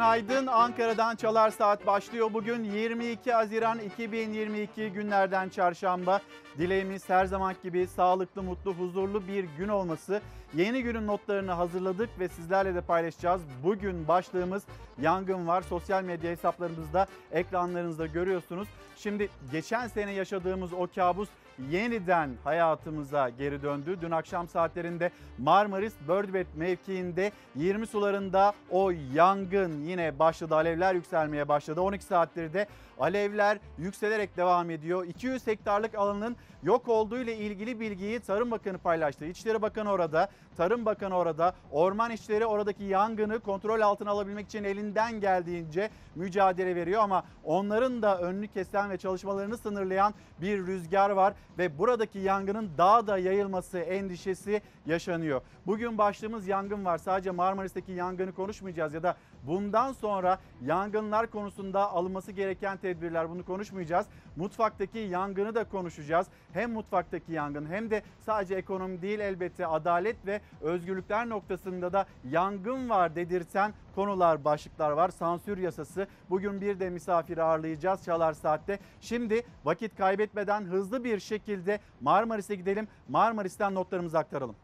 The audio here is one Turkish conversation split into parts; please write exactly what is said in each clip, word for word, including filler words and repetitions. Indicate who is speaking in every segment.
Speaker 1: Günaydın. Ankara'dan Çalar Saat başlıyor. Bugün yirmi iki Haziran iki bin yirmi iki, günlerden çarşamba. Dileğimiz her zaman gibi sağlıklı, mutlu, huzurlu bir gün olması. Yeni günün notlarını hazırladık ve sizlerle de paylaşacağız. Bugün başlığımız yangın var. Sosyal medya hesaplarımızda, ekranlarınızda görüyorsunuz. Şimdi geçen sene yaşadığımız o kabus yeniden hayatımıza geri döndü. Dün akşam saatlerinde Marmaris Bördübet mevkiinde yirmi sularında o yangın yine başladı. Alevler yükselmeye başladı. on iki saattir de alevler yükselerek devam ediyor. iki yüz hektarlık alanın yok olduğu ile ilgili bilgiyi Tarım Bakanı paylaştı. İçişleri Bakanı orada, Tarım Bakanı orada. Orman İşleri oradaki yangını kontrol altına alabilmek için elinden geldiğince mücadele veriyor ama onların da önünü kesen ve çalışmalarını sınırlayan bir rüzgar var ve buradaki yangının daha da yayılması endişesi yaşanıyor. Bugün başlığımız yangın var. Sadece Marmaris'teki yangını konuşmayacağız ya da bundan sonra yangınlar konusunda alınması gereken tedbirler, bunu konuşmayacağız. Mutfaktaki yangını da konuşacağız. Hem mutfaktaki yangın hem de sadece ekonomi değil, elbette adalet ve özgürlükler noktasında da yangın var dedirten konular, başlıklar var. Sansür yasası. Bugün bir de misafir ağırlayacağız Çalar Saat'te. Şimdi vakit kaybetmeden hızlı bir şekilde Marmaris'e gidelim. Marmaris'ten notlarımızı aktaralım.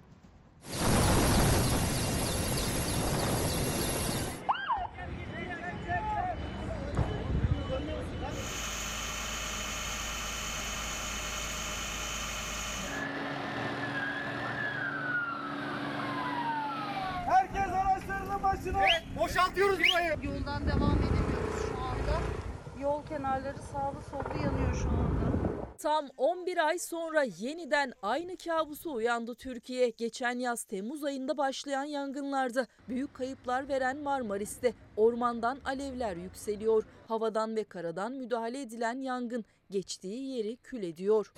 Speaker 2: Herkes araçlarının başına. Evet, boşaltıyoruz burayı.
Speaker 3: Yoldan devam edemiyoruz şu anda. Yol kenarları sağlı sollu yanıyor şu anda.
Speaker 4: Tam on bir ay sonra yeniden aynı kabusu uyandı Türkiye. Geçen yaz Temmuz ayında başlayan yangınlarda büyük kayıplar veren Marmaris'te ormandan alevler yükseliyor. Havadan ve karadan müdahale edilen yangın geçtiği yeri kül ediyor.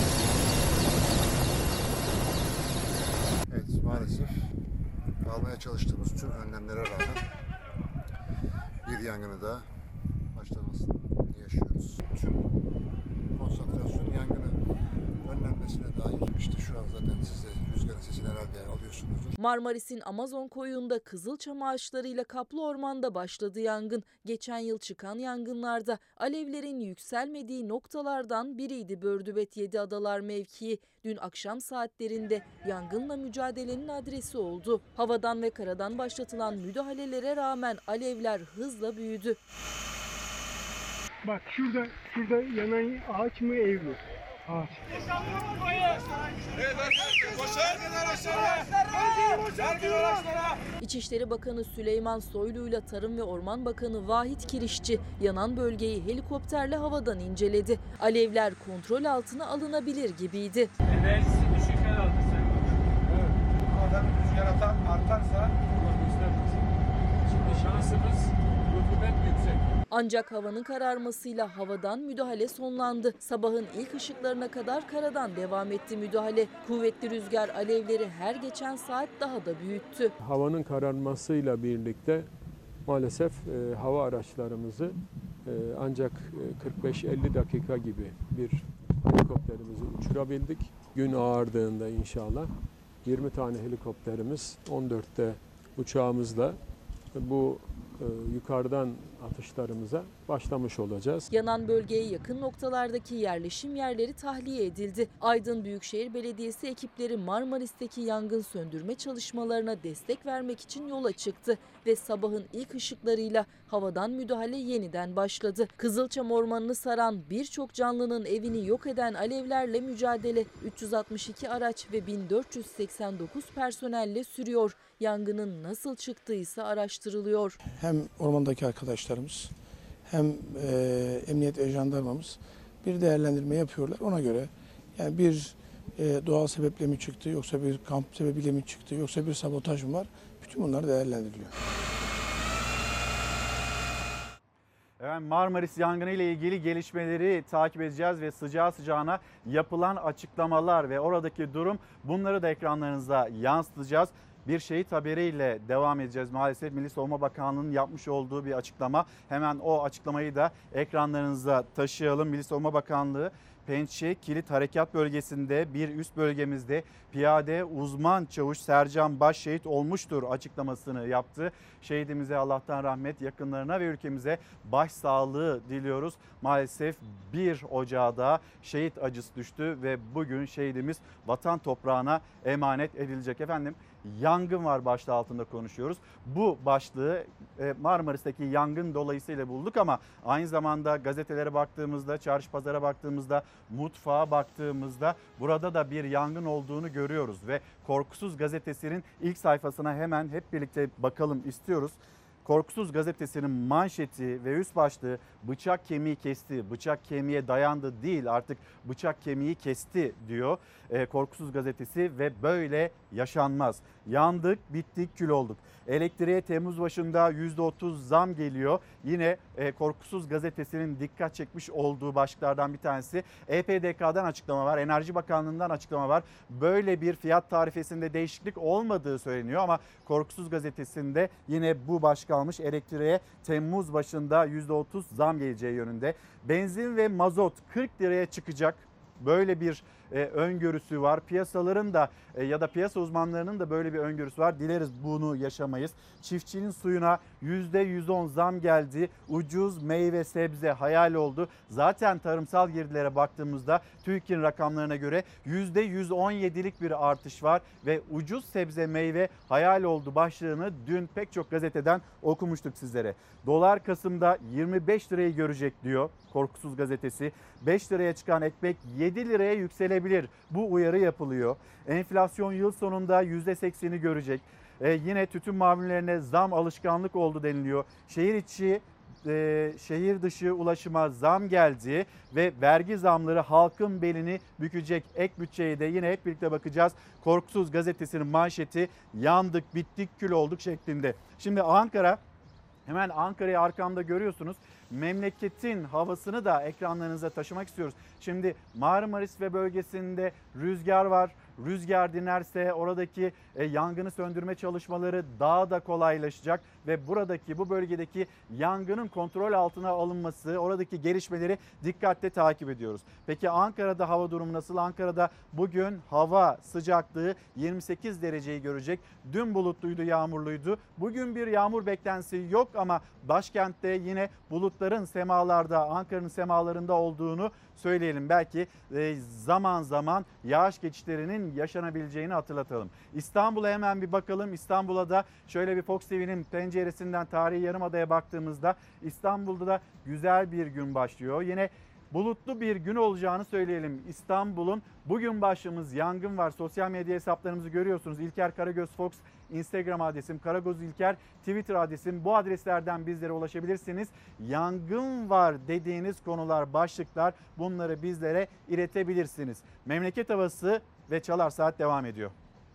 Speaker 5: Evet, maalesef almaya çalıştığımız tüm önlemlere rağmen bir yangını da başlamasını yaşıyoruz. Tüm konsantrasyon yangını önlenmesine dair. İşte şu an zaten siz de rüzgarın sesini herhalde alıyorsunuzdur.
Speaker 4: Marmaris'in Amazon koyunda kızılçam ağaçlarıyla kaplı ormanda başladı yangın. Geçen yıl çıkan yangınlarda alevlerin yükselmediği noktalardan biriydi Bördübet Yediadalar mevkii. Dün akşam saatlerinde yangınla mücadelenin adresi oldu. Havadan ve karadan başlatılan müdahalelere rağmen alevler hızla büyüdü.
Speaker 2: Bak şurada, şurada yanan ağaç mı ev mi? Ağaç.
Speaker 4: İçişleri Bakanı Süleyman Soylu ile Tarım ve Orman Bakanı Vahit Kirişçi yanan bölgeyi helikopterle havadan inceledi. Alevler kontrol altına alınabilir gibiydi.
Speaker 6: Enerjisi düşük herhalde sen.
Speaker 2: Evet. Bu kadar rüzgar atan artarsa
Speaker 6: Allah göstermesin. Şimdi şansımız rutubet yüksek.
Speaker 4: Ancak havanın kararmasıyla havadan müdahale sonlandı. Sabahın ilk ışıklarına kadar karadan devam etti müdahale. Kuvvetli rüzgar alevleri her geçen saat daha da büyüttü.
Speaker 7: Havanın kararmasıyla birlikte maalesef e, hava araçlarımızı e, ancak kırk beş elli dakika gibi bir helikopterimizi uçurabildik. Gün ağardığında inşallah yirmi tane helikopterimiz, on dörtte uçağımızla bu e, yukarıdan atışlarımıza başlamış olacağız.
Speaker 4: Yanan bölgeye yakın noktalardaki yerleşim yerleri tahliye edildi. Aydın Büyükşehir Belediyesi ekipleri Marmaris'teki yangın söndürme çalışmalarına destek vermek için yola çıktı ve sabahın ilk ışıklarıyla havadan müdahale yeniden başladı. Kızılçam Ormanı'nı saran birçok canlının evini yok eden alevlerle mücadele üç yüz altmış iki araç ve bin dört yüz seksen dokuz personelle sürüyor. Yangının nasıl çıktıysa araştırılıyor.
Speaker 8: Hem ormandaki arkadaşlarımız hem e, emniyet ve jandarmamız bir değerlendirme yapıyorlar. Ona göre yani bir e, doğal sebeple mi çıktı, yoksa bir kamp sebebiyle mi çıktı, yoksa bir sabotaj mı var? Bütün bunlar değerlendiriliyor.
Speaker 1: Evet, Marmaris yangını ile ilgili gelişmeleri takip edeceğiz ve sıcağı sıcağına yapılan açıklamalar ve oradaki durum, bunları da ekranlarınıza yansıtacağız. Bir şehit haberiyle devam edeceğiz. Maalesef Milli Savunma Bakanlığı'nın yapmış olduğu bir açıklama. Hemen o açıklamayı da ekranlarınıza taşıyalım. Milli Savunma Bakanlığı Pençe Kilit Harekat Bölgesi'nde bir üst bölgemizde piyade uzman çavuş Sercan Baş şehit olmuştur açıklamasını yaptı. Şehidimize Allah'tan rahmet, yakınlarına ve ülkemize başsağlığı diliyoruz. Maalesef bir ocağa da şehit acısı düştü ve bugün şehidimiz vatan toprağına emanet edilecek. Efendim, yangın var başlığı altında konuşuyoruz. Bu başlığı Marmaris'teki yangın dolayısıyla bulduk ama aynı zamanda gazetelere baktığımızda, çarşı pazara baktığımızda, mutfağa baktığımızda burada da bir yangın olduğunu görüyoruz. Ve Korkusuz Gazetesi'nin ilk sayfasına hemen hep birlikte bakalım istiyoruz. Korkusuz Gazetesi'nin manşeti ve üst başlığı bıçak kemiği kesti, bıçak kemiğe dayandı değil artık bıçak kemiği kesti diyor e, Korkusuz Gazetesi ve böyle yaşanmaz. Yandık, bittik, kül olduk. Elektriğe Temmuz başında yüzde otuz zam geliyor. Yine e, Korkusuz Gazetesi'nin dikkat çekmiş olduğu başlıklardan bir tanesi. E P D K'dan açıklama var, Enerji Bakanlığı'ndan açıklama var. Böyle bir fiyat tarifesinde değişiklik olmadığı söyleniyor ama Korkusuz Gazetesi'nde yine bu başlık almış. Elektriğe Temmuz başında yüzde otuz zam geleceği yönünde. Benzin ve mazot kırk liraya çıkacak. Böyle bir e, öngörüsü var. Piyasaların da e, ya da piyasa uzmanlarının da böyle bir öngörüsü var. Dileriz bunu yaşamayız. Çiftçinin suyuna yüzde yüz on zam geldi. Ucuz meyve sebze hayal oldu. Zaten tarımsal girdilere baktığımızda TÜİK'in rakamlarına göre yüzde yüz on yedilik bir artış var ve ucuz sebze meyve hayal oldu başlığını dün pek çok gazeteden okumuştuk sizlere. Dolar Kasım'da yirmi beş lirayı görecek diyor Korkusuz Gazetesi. beş liraya çıkan ekmek yedi liraya yükselebilir. Bu uyarı yapılıyor. Enflasyon yıl sonunda yüzde sekseni görecek. Ee, yine tütün mamullerine zam alışkanlık oldu deniliyor. Şehir içi e, şehir dışı ulaşıma zam geldi ve vergi zamları halkın belini bükecek. Ek bütçeye de yine hep birlikte bakacağız. Korkusuz Gazetesi'nin manşeti yandık, bittik, kül olduk şeklinde. Şimdi Ankara, hemen Ankara'yı arkamda görüyorsunuz. Memleketin havasını da ekranlarınıza taşımak istiyoruz. Şimdi Marmaris ve bölgesinde rüzgar var. Rüzgar dinerse oradaki e, yangını söndürme çalışmaları daha da kolaylaşacak ve buradaki bu bölgedeki yangının kontrol altına alınması, oradaki gelişmeleri dikkatle takip ediyoruz. Peki Ankara'da hava durumu nasıl? Ankara'da bugün hava sıcaklığı yirmi sekiz dereceyi görecek. Dün bulutluydu, yağmurluydu. Bugün bir yağmur beklentisi yok ama başkentte yine bulutların semalarda, Ankara'nın semalarında olduğunu söyleyelim. Belki e, zaman zaman yağış geçişlerinin yaşanabileceğini hatırlatalım. İstanbul'a hemen bir bakalım. İstanbul'a da şöyle bir Fox T V'nin penceresinden tarihi Yarımada'ya baktığımızda İstanbul'da da güzel bir gün başlıyor. Yine bulutlu bir gün olacağını söyleyelim. İstanbul'un bugün başlığımız yangın var. Sosyal medya hesaplarımızı görüyorsunuz. İlker Karagöz Fox Instagram adresim, Karagöz İlker Twitter adresim. Bu adreslerden bizlere ulaşabilirsiniz. Yangın var dediğiniz konular, başlıklar, bunları bizlere iletebilirsiniz. Memleket havası ve Çalar Saat devam ediyor.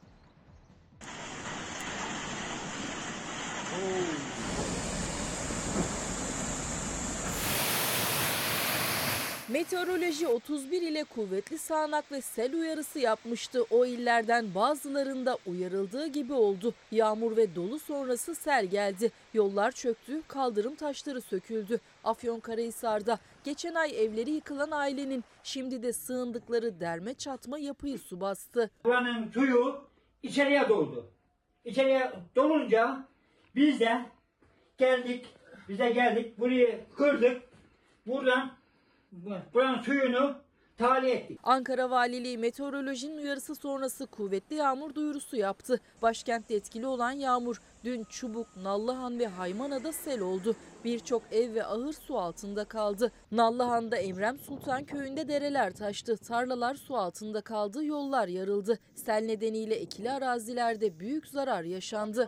Speaker 4: Meteoroloji otuz bir ile kuvvetli sağanak ve sel uyarısı yapmıştı. O illerden bazılarında uyarıldığı gibi oldu. Yağmur ve dolu sonrası sel geldi. Yollar çöktü, kaldırım taşları söküldü. Afyonkarahisar'da geçen ay evleri yıkılan ailenin şimdi de sığındıkları derme çatma yapıyı su bastı.
Speaker 9: Buranın suyu içeriye doldu. İçeriye dolunca biz de geldik, bize geldik, burayı kırdık. Buradan buranın suyunu tahliye ettik.
Speaker 4: Ankara Valiliği meteorolojinin uyarısı sonrası kuvvetli yağmur duyurusu yaptı. Başkentte etkili olan yağmur dün Çubuk, Nallıhan ve Haymana'da sel oldu. Birçok ev ve ahır su altında kaldı. Nallıhan'da Emrem Sultan köyünde dereler taştı. Tarlalar su altında kaldı, yollar yarıldı. Sel nedeniyle ekili arazilerde büyük zarar yaşandı.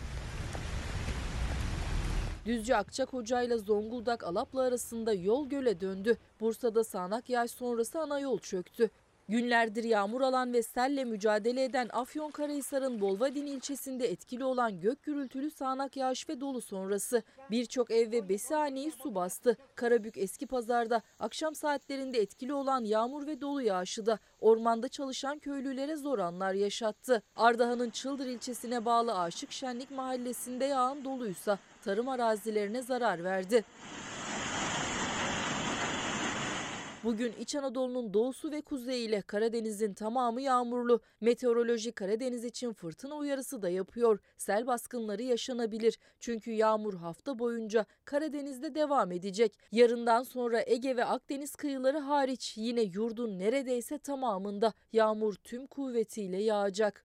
Speaker 4: Düzce Akçakoca ile Zonguldak Alaplı arasında yol göle döndü. Bursa'da sağanak yağış sonrası ana yol çöktü. Günlerdir yağmur alan ve selle mücadele eden Afyonkarahisar'ın Bolvadin ilçesinde etkili olan gök gürültülü sağanak yağış ve dolu sonrası birçok ev ve besihaneyi su bastı. Karabük Eskipazar'da akşam saatlerinde etkili olan yağmur ve dolu yağışı da ormanda çalışan köylülere zor anlar yaşattı. Ardahan'ın Çıldır ilçesine bağlı Aşık Şenlik mahallesinde yağan doluysa tarım arazilerine zarar verdi. Bugün İç Anadolu'nun doğusu ve kuzeyi ile Karadeniz'in tamamı yağmurlu. Meteoroloji Karadeniz için fırtına uyarısı da yapıyor. Sel baskınları yaşanabilir. Çünkü yağmur hafta boyunca Karadeniz'de devam edecek. Yarından sonra Ege ve Akdeniz kıyıları hariç yine yurdun neredeyse tamamında yağmur tüm kuvvetiyle yağacak.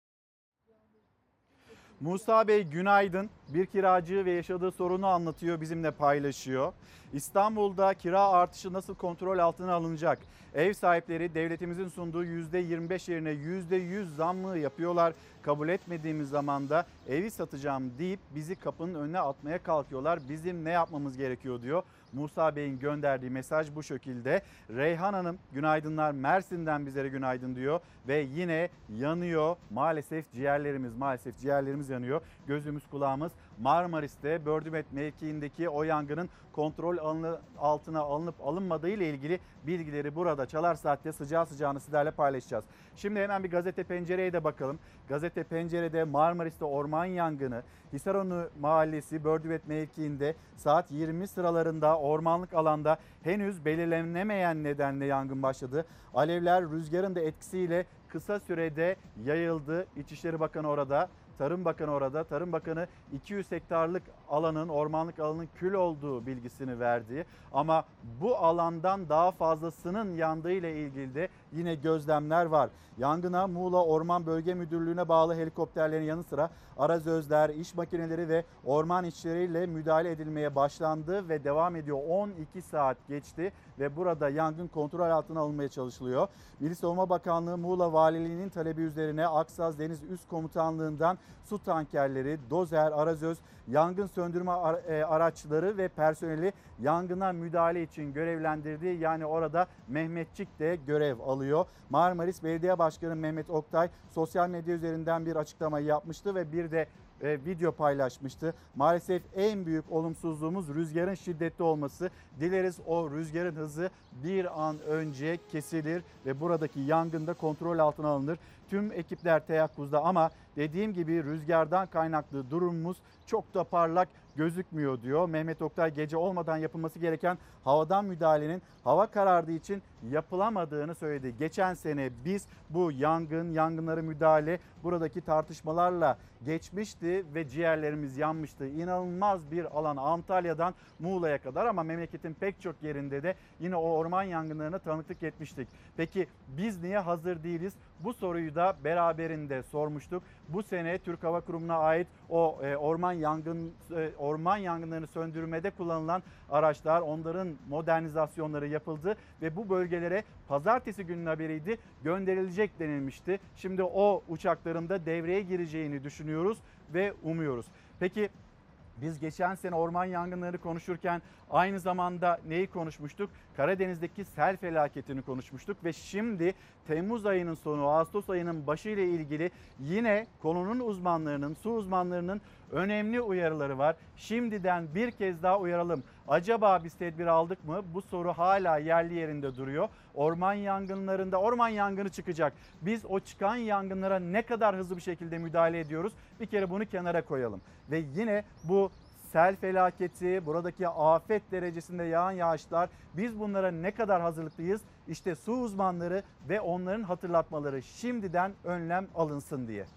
Speaker 1: Musa Bey günaydın. Bir kiracı ve yaşadığı sorunu anlatıyor, bizimle paylaşıyor. İstanbul'da kira artışı nasıl kontrol altına alınacak? Ev sahipleri devletimizin sunduğu yüzde yirmi beş yerine yüzde yüz zammı yapıyorlar. Kabul etmediğimiz zaman da evi satacağım deyip bizi kapının önüne atmaya kalkıyorlar. Bizim ne yapmamız gerekiyor diyor. Musa Bey'in gönderdiği mesaj bu şekilde. Reyhan Hanım günaydınlar, Mersin'den bizlere günaydın diyor. Ve yine yanıyor maalesef ciğerlerimiz, maalesef ciğerlerimiz yanıyor. Gözümüz kulağımız Marmaris'te Bördümet mevkiindeki o yangının kontrol altına alınıp alınmadığı ile ilgili bilgileri burada Çalar Saat'te sıcağı sıcağına sizlerle paylaşacağız. Şimdi hemen bir Gazete Pencere'ye de bakalım. Gazete Pencere'de Marmaris'te orman yangını, Hisaronu Mahallesi Bördümet mevkiinde saat yirmi sıralarında ormanlık alanda henüz belirlenemeyen nedenle yangın başladı. Alevler rüzgarın da etkisiyle kısa sürede yayıldı. İçişleri Bakanı orada, Tarım Bakanı orada. Tarım Bakanı iki yüz hektarlık alanın, ormanlık alanın kül olduğu bilgisini verdi. Ama bu alandan daha fazlasının yandığı ile ilgili de yine gözlemler var. Yangına Muğla Orman Bölge Müdürlüğü'ne bağlı helikopterlerin yanı sıra arazözler, iş makineleri ve orman işçileriyle müdahale edilmeye başlandı ve devam ediyor. on iki saat geçti ve burada yangın kontrol altına alınmaya çalışılıyor. Milli Savunma Bakanlığı Muğla Valiliği'nin talebi üzerine Aksaz Deniz Üst Komutanlığı'ndan su tankerleri, dozer, arazöz, yangın söndürme araçları ve personeli yangına müdahale için görevlendirdi. Yani orada Mehmetçik de görev alıyor. Marmaris Belediye Başkanı Mehmet Oktay sosyal medya üzerinden bir açıklama yapmıştı ve bir de E, video paylaşmıştı. Maalesef en büyük olumsuzluğumuz rüzgarın şiddetli olması. Dileriz o rüzgarın hızı bir an önce kesilir ve buradaki yangında kontrol altına alınır. Tüm ekipler teyakkuzda ama dediğim gibi rüzgardan kaynaklı durumumuz çok da parlak gözükmüyor diyor. Mehmet Oktay gece olmadan yapılması gereken havadan müdahalenin hava karardığı için yapılamadığını söyledi. Geçen sene biz bu yangın, yangınlara müdahale buradaki tartışmalarla geçmişti ve ciğerlerimiz yanmıştı. İnanılmaz bir alan Antalya'dan Muğla'ya kadar ama memleketin pek çok yerinde de yine o orman yangınlarına tanıklık etmiştik. Peki biz niye hazır değiliz? Bu soruyu da beraberinde sormuştuk. Bu sene Türk Hava Kurumu'na ait o e, orman yangın e, orman yangınlarını söndürmede kullanılan araçlar, onların modernizasyonları yapıldı ve bu bölgelere pazartesi günün haberiydi, gönderilecek denilmişti. Şimdi o uçakların da devreye gireceğini düşünüyoruz ve umuyoruz. Peki biz geçen sene orman yangınları konuşurken aynı zamanda neyi konuşmuştuk? Karadeniz'deki sel felaketini konuşmuştuk ve şimdi Temmuz ayının sonu, Ağustos ayının başı ile ilgili yine konunun uzmanlarının, su uzmanlarının önemli uyarıları var. Şimdiden bir kez daha uyaralım. Acaba biz tedbir aldık mı? Bu soru hala yerli yerinde duruyor. Orman yangınlarında orman yangını çıkacak. Biz o çıkan yangınlara ne kadar hızlı bir şekilde müdahale ediyoruz? Bir kere bunu kenara koyalım. Ve yine bu sel felaketi, buradaki afet derecesinde yağan yağışlar, biz bunlara ne kadar hazırlıklıyız? İşte su uzmanları ve onların hatırlatmaları şimdiden önlem alınsın diye.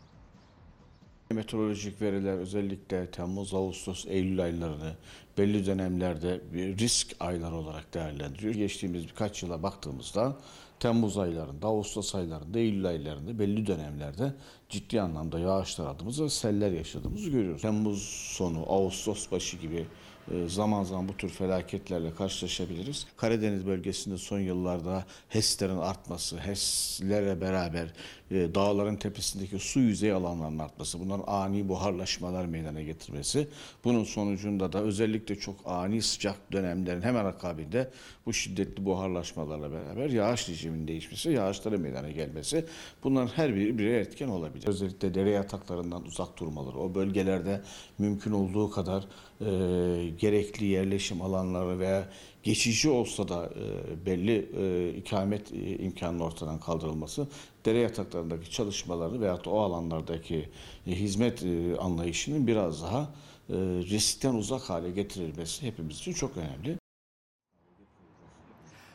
Speaker 10: Meteorolojik veriler özellikle Temmuz, Ağustos, Eylül aylarını belli dönemlerde bir risk ayları olarak değerlendiriyor. Geçtiğimiz birkaç yıla baktığımızda Temmuz aylarında, Ağustos aylarında, Eylül aylarında belli dönemlerde ciddi anlamda yağışlar aldığımız ve seller yaşadığımızı görüyoruz. Temmuz sonu, Ağustos başı gibi zaman zaman bu tür felaketlerle karşılaşabiliriz. Karadeniz bölgesinde son yıllarda HES'lerin artması, HES'lere beraber dağların tepesindeki su yüzey alanlarının artması, bunların ani buharlaşmalar meydana getirmesi, bunun sonucunda da özellikle çok ani sıcak dönemlerin hemen akabinde bu şiddetli buharlaşmalarla beraber yağış rejiminin değişmesi, yağışların meydana gelmesi, bunların her biri birer etken olabilir. Özellikle dere yataklarından uzak durmaları, o bölgelerde mümkün olduğu kadar e, gerekli yerleşim alanları veya geçici olsa da e, belli e, ikamet e, imkanının ortadan kaldırılması, dere yataklarındaki çalışmaları veyahut da o alanlardaki e, hizmet e, anlayışının biraz daha e, riskten uzak hale getirilmesi hepimiz için çok önemli.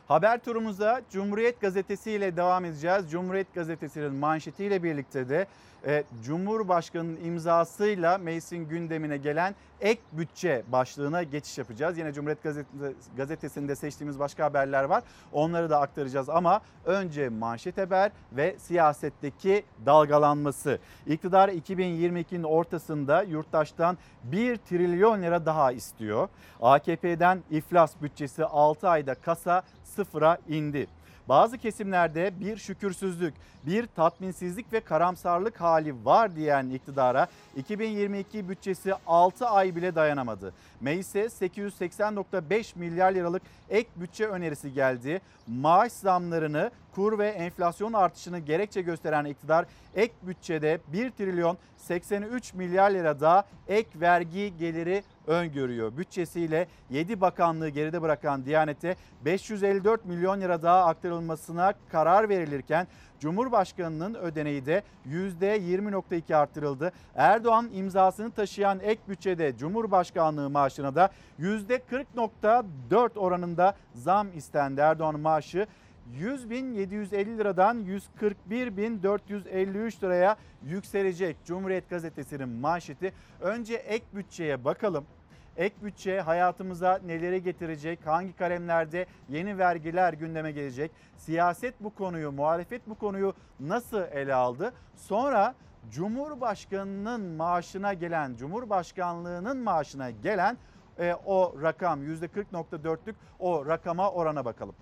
Speaker 1: Haber turumuza Cumhuriyet Gazetesi ile devam edeceğiz. Cumhuriyet Gazetesi'nin manşetiyle birlikte de e, Cumhurbaşkanı'nın imzasıyla meclisin gündemine gelen ek bütçe başlığına geçiş yapacağız. Yine Cumhuriyet Gazetesi, Gazetesi'nde seçtiğimiz başka haberler var. Onları da aktaracağız ama önce manşet haber ve siyasetteki dalgalanması. İktidar iki bin yirmi ikinin ortasında yurttaştan bir trilyon lira daha istiyor. A K P'den iflas bütçesi altı ayda kasa sıfıra indi. Bazı kesimlerde bir şükürsüzlük, bir tatminsizlik ve karamsarlık hali var diyen iktidara iki bin yirmi iki bütçesi altı ay bile dayanamadı. Meclise sekiz yüz seksen virgül beş milyar liralık ek bütçe önerisi geldi. Maaş zamlarını, kur ve enflasyon artışını gerekçe gösteren iktidar ek bütçede bir trilyon seksen üç milyar lira daha ek vergi geliri öngörüyor. Bütçesiyle yedi bakanlığı geride bırakan Diyanet'e beş yüz elli dört milyon lira daha aktarılmasına karar verilirken Cumhurbaşkanı'nın ödeneği de yüzde yirmi virgül iki artırıldı. Erdoğan imzasını taşıyan ek bütçede Cumhurbaşkanlığı maaşına da yüzde kırk virgül dört oranında zam istendi. Erdoğan'ın maaşı yüz bin yedi yüz elli liradan yüz kırk bir bin dört yüz elli üç liraya yükselecek. Cumhuriyet Gazetesi'nin manşeti. Önce ek bütçeye bakalım. Ek bütçe hayatımıza neleri getirecek? Hangi kalemlerde yeni vergiler gündeme gelecek? Siyaset bu konuyu, muhalefet bu konuyu nasıl ele aldı? Sonra Cumhurbaşkanı'nın maaşına gelen, Cumhurbaşkanlığının maaşına gelen e, o rakam yüzde kırk virgül dörtlük o rakama, orana bakalım.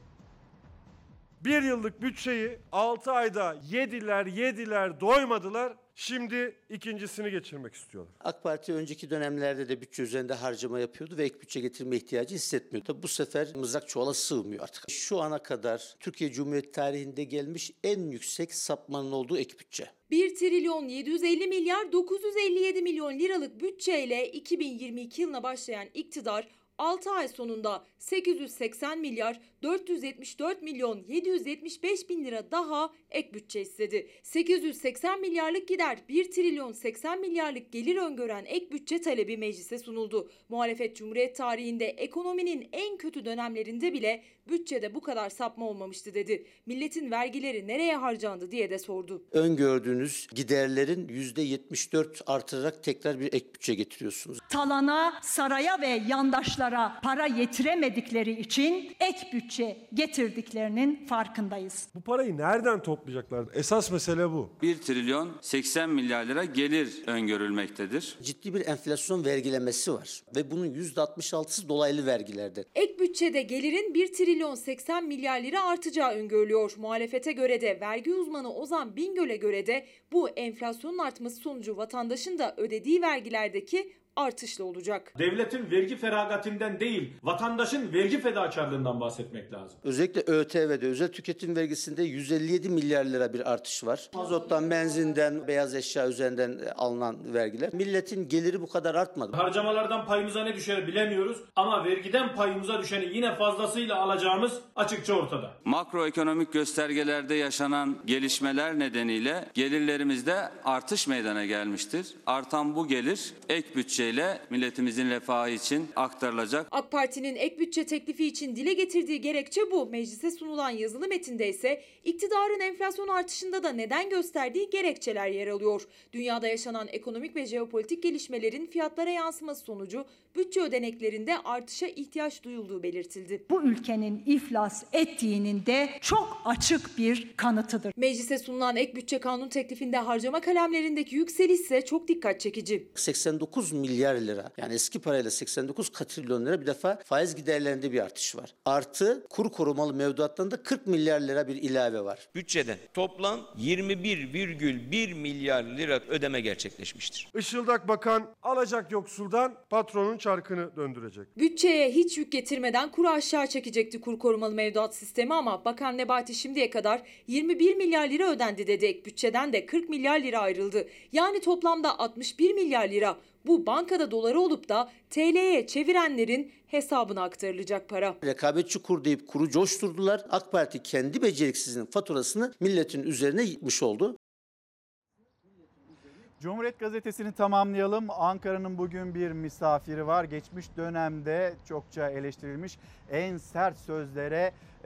Speaker 11: Bir yıllık bütçeyi altı ayda yediler yediler doymadılar. Şimdi ikincisini geçirmek istiyorlar.
Speaker 12: AK Parti önceki dönemlerde de bütçe üzerinde harcama yapıyordu ve ek bütçe getirme ihtiyacı hissetmiyordu. Tabii bu sefer mızrak çuvala sığmıyor artık. Şu ana kadar Türkiye Cumhuriyeti tarihinde gelmiş en yüksek sapmanın olduğu ek bütçe.
Speaker 13: bir trilyon yedi yüz elli milyar dokuz yüz elli yedi milyon liralık bütçeyle iki bin yirmi iki yılına başlayan iktidar altı ay sonunda sekiz yüz seksen milyar dört yüz yetmiş dört milyon yedi yüz yetmiş beş bin lira daha ek bütçe istedi. sekiz yüz seksen milyarlık gider, bir trilyon seksen milyarlık gelir öngören ek bütçe talebi meclise sunuldu. Muhalefet Cumhuriyet tarihinde ekonominin en kötü dönemlerinde bile bütçede bu kadar sapma olmamıştı dedi. Milletin vergileri nereye harcandı diye de sordu.
Speaker 12: Öngördüğünüz giderlerin yüzde yetmiş dört artırarak tekrar bir ek bütçe getiriyorsunuz.
Speaker 14: Talana, saraya ve yandaşlara para yetiremedikleri için ek bütçe getirdiklerinin farkındayız.
Speaker 11: Bu parayı nereden toplayacaklardı? Esas mesele bu.
Speaker 15: bir trilyon seksen milyar lira gelir öngörülmektedir.
Speaker 12: Ciddi bir enflasyon vergilemesi var ve bunun yüzde altmış altısı dolaylı vergilerden.
Speaker 13: Ek bütçede gelirin bir trilyon seksen milyar lira artacağı öngörülüyor. Muhalefete göre de, vergi uzmanı Ozan Bingöl'e göre de bu enflasyonun artması sonucu vatandaşın da ödediği vergilerdeki artışla olacak.
Speaker 16: Devletin vergi feragatinden değil, vatandaşın vergi fedakarlığından bahsetmek lazım.
Speaker 12: Özellikle ÖTV'de, özel tüketim vergisinde yüz elli yedi milyar lira bir artış var. Mazottan, benzinden, beyaz eşya üzerinden alınan vergiler. Milletin geliri bu kadar artmadı.
Speaker 16: Harcamalardan payımıza ne düşer bilemiyoruz ama vergiden payımıza düşeni yine fazlasıyla alacağımız açıkça ortada.
Speaker 15: Makroekonomik göstergelerde yaşanan gelişmeler nedeniyle gelirlerimizde artış meydana gelmiştir. Artan bu gelir ek bütçe ile milletimizin refahı için aktarılacak.
Speaker 13: AK Parti'nin ek bütçe teklifi için dile getirdiği gerekçe bu. Meclise sunulan yazılı metinde ise iktidarın enflasyon artışında da neden gösterdiği gerekçeler yer alıyor. Dünyada yaşanan ekonomik ve jeopolitik gelişmelerin fiyatlara yansıması sonucu bütçe ödeneklerinde artışa ihtiyaç duyulduğu belirtildi.
Speaker 14: Bu ülkenin iflas ettiğinin de çok açık bir kanıtıdır.
Speaker 13: Meclise sunulan ek bütçe kanun teklifinde harcama kalemlerindeki yükseliş ise çok dikkat çekici.
Speaker 12: seksen dokuz milyar lira, yani eski parayla seksen dokuz katrilyon lira, bir defa faiz giderlerinde bir artış var. Artı kur korumalı mevduattan da kırk milyar lira bir ilave var.
Speaker 17: Bütçeden toplam yirmi bir virgül bir milyar lira ödeme gerçekleşmiştir.
Speaker 11: Işıldak Bakan alacak yoksuldan patronun çarkını döndürecek.
Speaker 13: Bütçeye hiç yük getirmeden kuru aşağı çekecekti kur korumalı mevduat sistemi ama Bakan Nebati şimdiye kadar yirmi bir milyar lira ödendi dedi. Ek bütçeden de kırk milyar lira ayrıldı. Yani toplamda altmış bir milyar lira. Bu bankada doları olup da T L'ye çevirenlerin hesabına aktarılacak para.
Speaker 12: Rekabetçi kur deyip kuru coşturdular. AK Parti kendi beceriksizliğinin faturasını milletin üzerine yıkmış oldu.
Speaker 1: Cumhuriyet Gazetesi'ni tamamlayalım. Ankara'nın bugün bir misafiri var. Geçmiş dönemde çokça eleştirilmiş en sert sözlere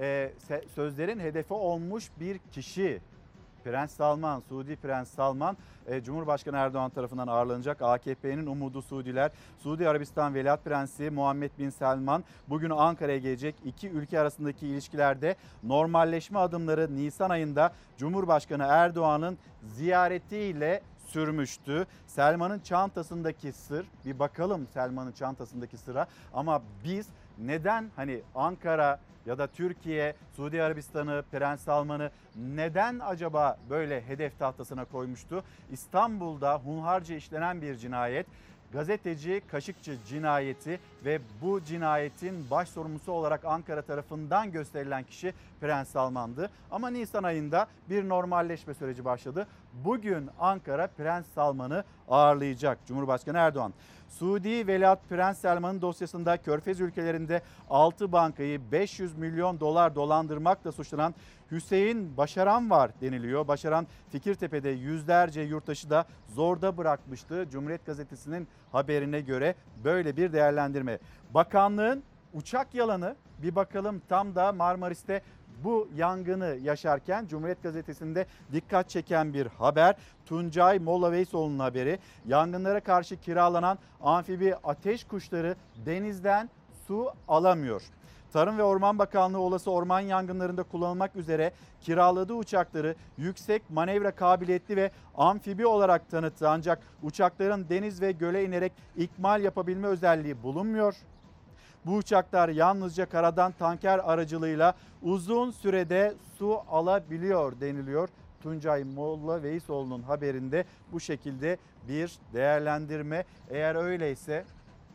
Speaker 1: e, sözlerin hedefi olmuş bir kişi. Prens Salman, Suudi Prens Salman e, Cumhurbaşkanı Erdoğan tarafından ağırlanacak. A K P'nin umudu Suudiler. Suudi Arabistan Veliaht Prensi Muhammed Bin Selman bugün Ankara'ya gelecek. İki ülke arasındaki ilişkilerde normalleşme adımları Nisan ayında Cumhurbaşkanı Erdoğan'ın ziyaretiyle sürmüştü. Selman'ın çantasındaki sır, bir bakalım Selman'ın çantasındaki sıra, ama biz neden hani Ankara ya da Türkiye, Suudi Arabistan'ı, Prens Salman'ı neden acaba böyle hedef tahtasına koymuştu? İstanbul'da hunharca işlenen bir cinayet, gazeteci Kaşıkçı cinayeti ve bu cinayetin baş sorumlusu olarak Ankara tarafından gösterilen kişi Prens Salman'dı. Ama Nisan ayında bir normalleşme süreci başladı. Bugün Ankara Prens Salman'ı ağırlayacak Cumhurbaşkanı Erdoğan. Suudi Veliaht Prens Salman'ın dosyasında Körfez ülkelerinde altı bankayı beş yüz milyon dolar dolandırmakla suçlanan Hüseyin Başaran var deniliyor. Başaran Fikirtepe'de yüzlerce yurttaşı da zorda bırakmıştı. Cumhuriyet Gazetesi'nin haberine göre böyle bir değerlendirme. Bakanlığın uçak yalanı, bir bakalım tam da Marmaris'te bu yangını yaşarken Cumhuriyet Gazetesi'nde dikkat çeken bir haber. Tuncay Molla Veysoğlu'nun haberi. Yangınlara karşı kiralanan amfibi ateş kuşları denizden su alamıyor. Tarım ve Orman Bakanlığı olası orman yangınlarında kullanılmak üzere kiraladığı uçakları yüksek manevra kabiliyetli ve amfibi olarak tanıttı. Ancak uçakların deniz ve göle inerek ikmal yapabilme özelliği bulunmuyor. Bu uçaklar yalnızca karadan tanker aracılığıyla uzun sürede su alabiliyor deniliyor. Tuncay Molla Veysoğlu'nun haberinde bu şekilde bir değerlendirme. Eğer öyleyse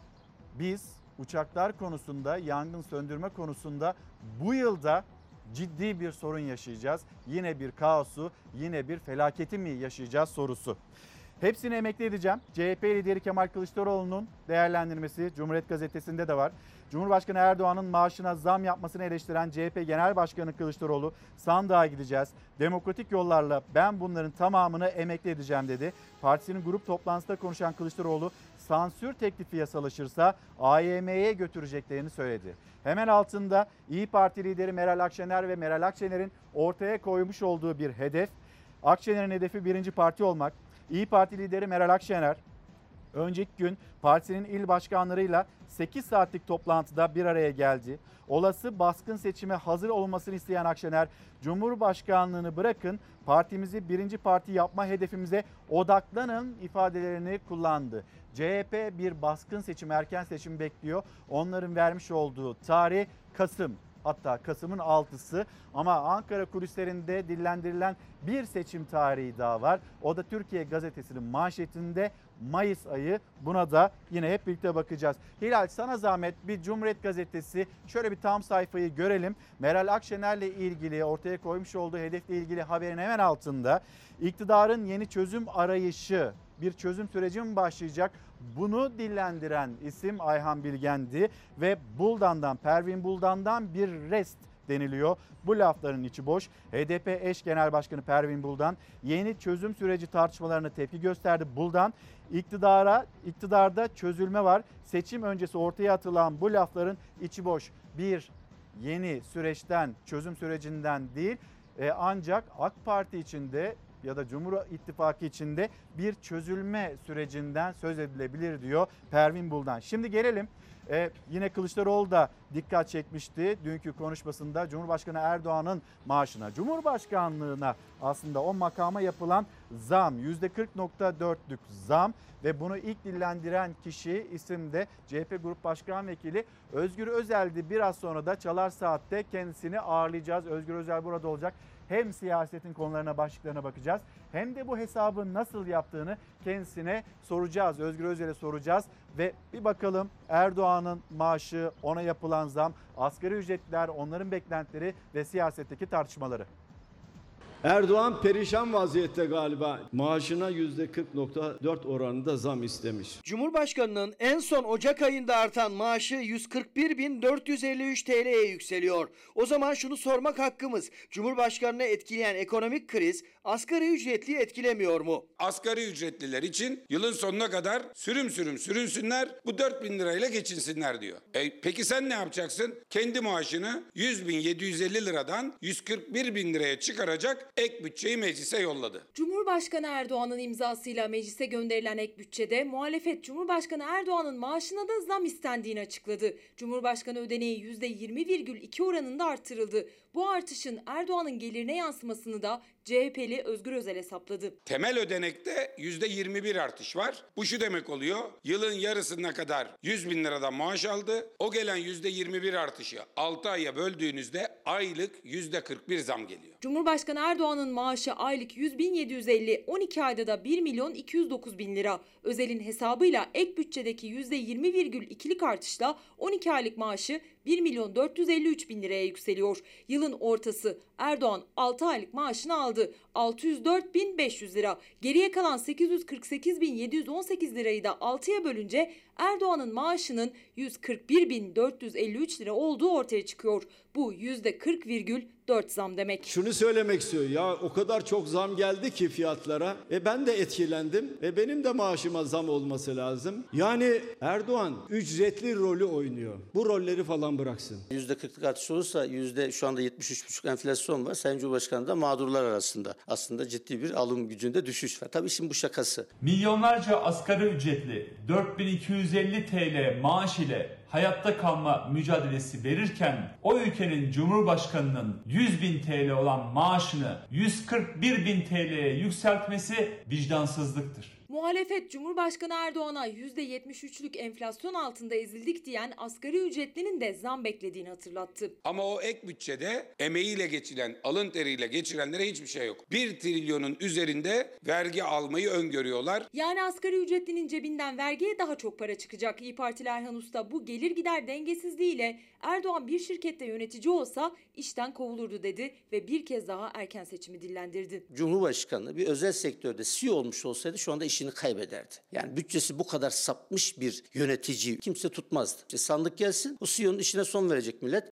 Speaker 1: biz uçaklar konusunda, yangın söndürme konusunda bu yılda ciddi bir sorun yaşayacağız. Yine bir kaosu, yine bir felaketi mi yaşayacağız sorusu. Hepsini emekli edeceğim. C H P lideri Kemal Kılıçdaroğlu'nun değerlendirmesi Cumhuriyet Gazetesi'nde de var. Cumhurbaşkanı Erdoğan'ın maaşına zam yapmasını eleştiren C H P Genel Başkanı Kılıçdaroğlu, sandığa gideceğiz, demokratik yollarla ben bunların tamamını emekli edeceğim dedi. Partisinin grup toplantısında konuşan Kılıçdaroğlu, sansür teklifi yasalaşırsa A Y M'ye götüreceklerini söyledi. Hemen altında İYİ Parti lideri Meral Akşener ve Meral Akşener'in ortaya koymuş olduğu bir hedef. Akşener'in hedefi birinci parti olmak. İYİ Parti lideri Meral Akşener önceki gün partisinin il başkanlarıyla sekiz saatlik toplantıda bir araya geldi. Olası baskın seçime hazır olmasını isteyen Akşener, Cumhurbaşkanlığını bırakın partimizi birinci parti yapma hedefimize odaklanın ifadelerini kullandı. C H P bir baskın seçim, erken seçim bekliyor. Onların vermiş olduğu tarih Kasım. Hatta Kasım'ın altısı, ama Ankara kulislerinde dillendirilen bir seçim tarihi daha var. O da Türkiye Gazetesi'nin manşetinde Mayıs ayı. Buna da yine hep birlikte bakacağız. Hilal, sana zahmet bir Cumhuriyet Gazetesi şöyle bir tam sayfayı görelim. Meral Akşener'le ilgili ortaya koymuş olduğu hedefle ilgili haberin hemen altında iktidarın yeni çözüm arayışı, bir çözüm süreci mi başlayacak? Bunu dillendiren isim Ayhan Bilgen'di ve Buldan'dan, Pervin Buldan'dan bir rest deniliyor. Bu lafların içi boş. H D P eş genel başkanı Pervin Buldan yeni çözüm süreci tartışmalarına tepki gösterdi. Buldan, iktidara, iktidarda çözülme var. Seçim öncesi ortaya atılan bu lafların içi boş. Bir yeni süreçten, çözüm sürecinden değil, e, ancak AK Parti içinde ya da Cumhur İttifakı içinde bir çözülme sürecinden söz edilebilir diyor Pervin Buldan. Şimdi gelelim, ee, yine Kılıçdaroğlu da dikkat çekmişti dünkü konuşmasında Cumhurbaşkanı Erdoğan'ın maaşına, Cumhurbaşkanlığına, aslında o makama yapılan zam, yüzde kırk nokta dörtlük zam ve bunu ilk dillendiren kişi, isim de C H P Grup Başkan Vekili Özgür Özel'di. Biraz sonra da Çalar Saat'te kendisini ağırlayacağız. Özgür Özel burada olacak. Hem siyasetin konularına, başlıklarına bakacağız, hem de bu hesabı nasıl yaptığını kendisine soracağız. Özgür Özel'e soracağız ve bir bakalım Erdoğan'ın maaşı, ona yapılan zam, asgari ücretler, onların beklentileri ve siyasetteki tartışmaları.
Speaker 18: Erdoğan perişan vaziyette galiba. Maaşına yüzde kırk nokta dört oranında zam istemiş.
Speaker 19: Cumhurbaşkanının en son Ocak ayında artan maaşı yüz kırk bir bin dört yüz elli üç T L'ye yükseliyor. O zaman şunu sormak hakkımız. Cumhurbaşkanını etkileyen ekonomik kriz asgari ücretliyi etkilemiyor mu?
Speaker 20: Asgari ücretliler için yılın sonuna kadar sürüm sürüm sürünsünler, bu dört bin lirayla geçinsinler diyor. E, peki sen ne yapacaksın? Kendi maaşını yüz bin yedi yüz elli liradan yüz kırk bir bin liraya çıkaracak ek bütçeyi meclise yolladı.
Speaker 13: Cumhurbaşkanı Erdoğan'ın imzasıyla meclise gönderilen ek bütçede muhalefet Cumhurbaşkanı Erdoğan'ın maaşına da zam istendiğini açıkladı. Cumhurbaşkanı ödeneği yüzde yirmi virgül iki oranında artırıldı. Bu artışın Erdoğan'ın gelirine yansımasını da C H P'li Özgür Özel hesapladı.
Speaker 20: Temel ödenekte yüzde yirmi bir artış var. Bu şu demek oluyor: yılın yarısına kadar yüz bin liradan maaş aldı. O gelen yüzde yirmi bir artışı altı aya böldüğünüzde aylık yüzde kırk bir zam geliyor.
Speaker 13: Cumhurbaşkanı Erdoğan'ın maaşı aylık yüz bin yedi yüz elli, on iki ayda da bir milyon iki yüz dokuz bin lira. Özel'in hesabıyla ek bütçedeki yüzde yirmi virgül ikilik artışla on iki aylık maaşı bir milyon dört yüz elli üç bin liraya yükseliyor. Yılın ortası Erdoğan altı aylık maaşını aldı. altı yüz dört bin beş yüz lira. Geriye kalan sekiz yüz kırk sekiz bin yedi yüz on sekiz lirayı da altıya bölünce Erdoğan'ın maaşının yüz kırk bir bin dört yüz elli üç lira olduğu ortaya çıkıyor. Bu yüzde kırk virgül dört zam demek.
Speaker 18: Şunu söylemek istiyor ya, o kadar çok zam geldi ki fiyatlara. E ben de etkilendim. E benim de maaşıma zam olması lazım. Yani Erdoğan ücretli rolü oynuyor. Bu rolleri falan bıraksın.
Speaker 12: yüzde kırklık artış olursa yüzde şu anda yetmiş üç buçuk enflasyon var. Sayın Cumhurbaşkanı da mağdurlar arasında. Aslında ciddi bir alım gücünde düşüş var. Tabii şimdi bu şakası.
Speaker 21: Milyonlarca asgari ücretli dört bin iki yüz elli T L maaş ile hayatta kalma mücadelesi verirken o ülkenin Cumhurbaşkanının yüz bin T L olan maaşını yüz kırk bir bin T L'ye yükseltmesi vicdansızlıktır.
Speaker 13: Muhalefet Cumhurbaşkanı Erdoğan'a yüzde yetmiş üçlük enflasyon altında ezildik diyen asgari ücretlinin de zam beklediğini hatırlattı.
Speaker 20: Ama o ek bütçede emeğiyle geçilen, alın teriyle geçirenlere hiçbir şey yok. Bir trilyonun üzerinde vergi almayı öngörüyorlar.
Speaker 13: Yani asgari ücretlinin cebinden vergiye daha çok para çıkacak. İYİ Partili Erhan Usta bu gelir gider dengesizliğiyle Erdoğan bir şirkette yönetici olsa işten kovulurdu dedi ve bir kez daha erken seçimi dillendirdi.
Speaker 12: Cumhurbaşkanı bir özel sektörde C E O olmuş olsaydı şu anda işini kaybederdi. Yani bütçesi bu kadar sapmış bir yönetici kimse tutmazdı. İşte sandık gelsin, o C E O'nun işine son verecek millet.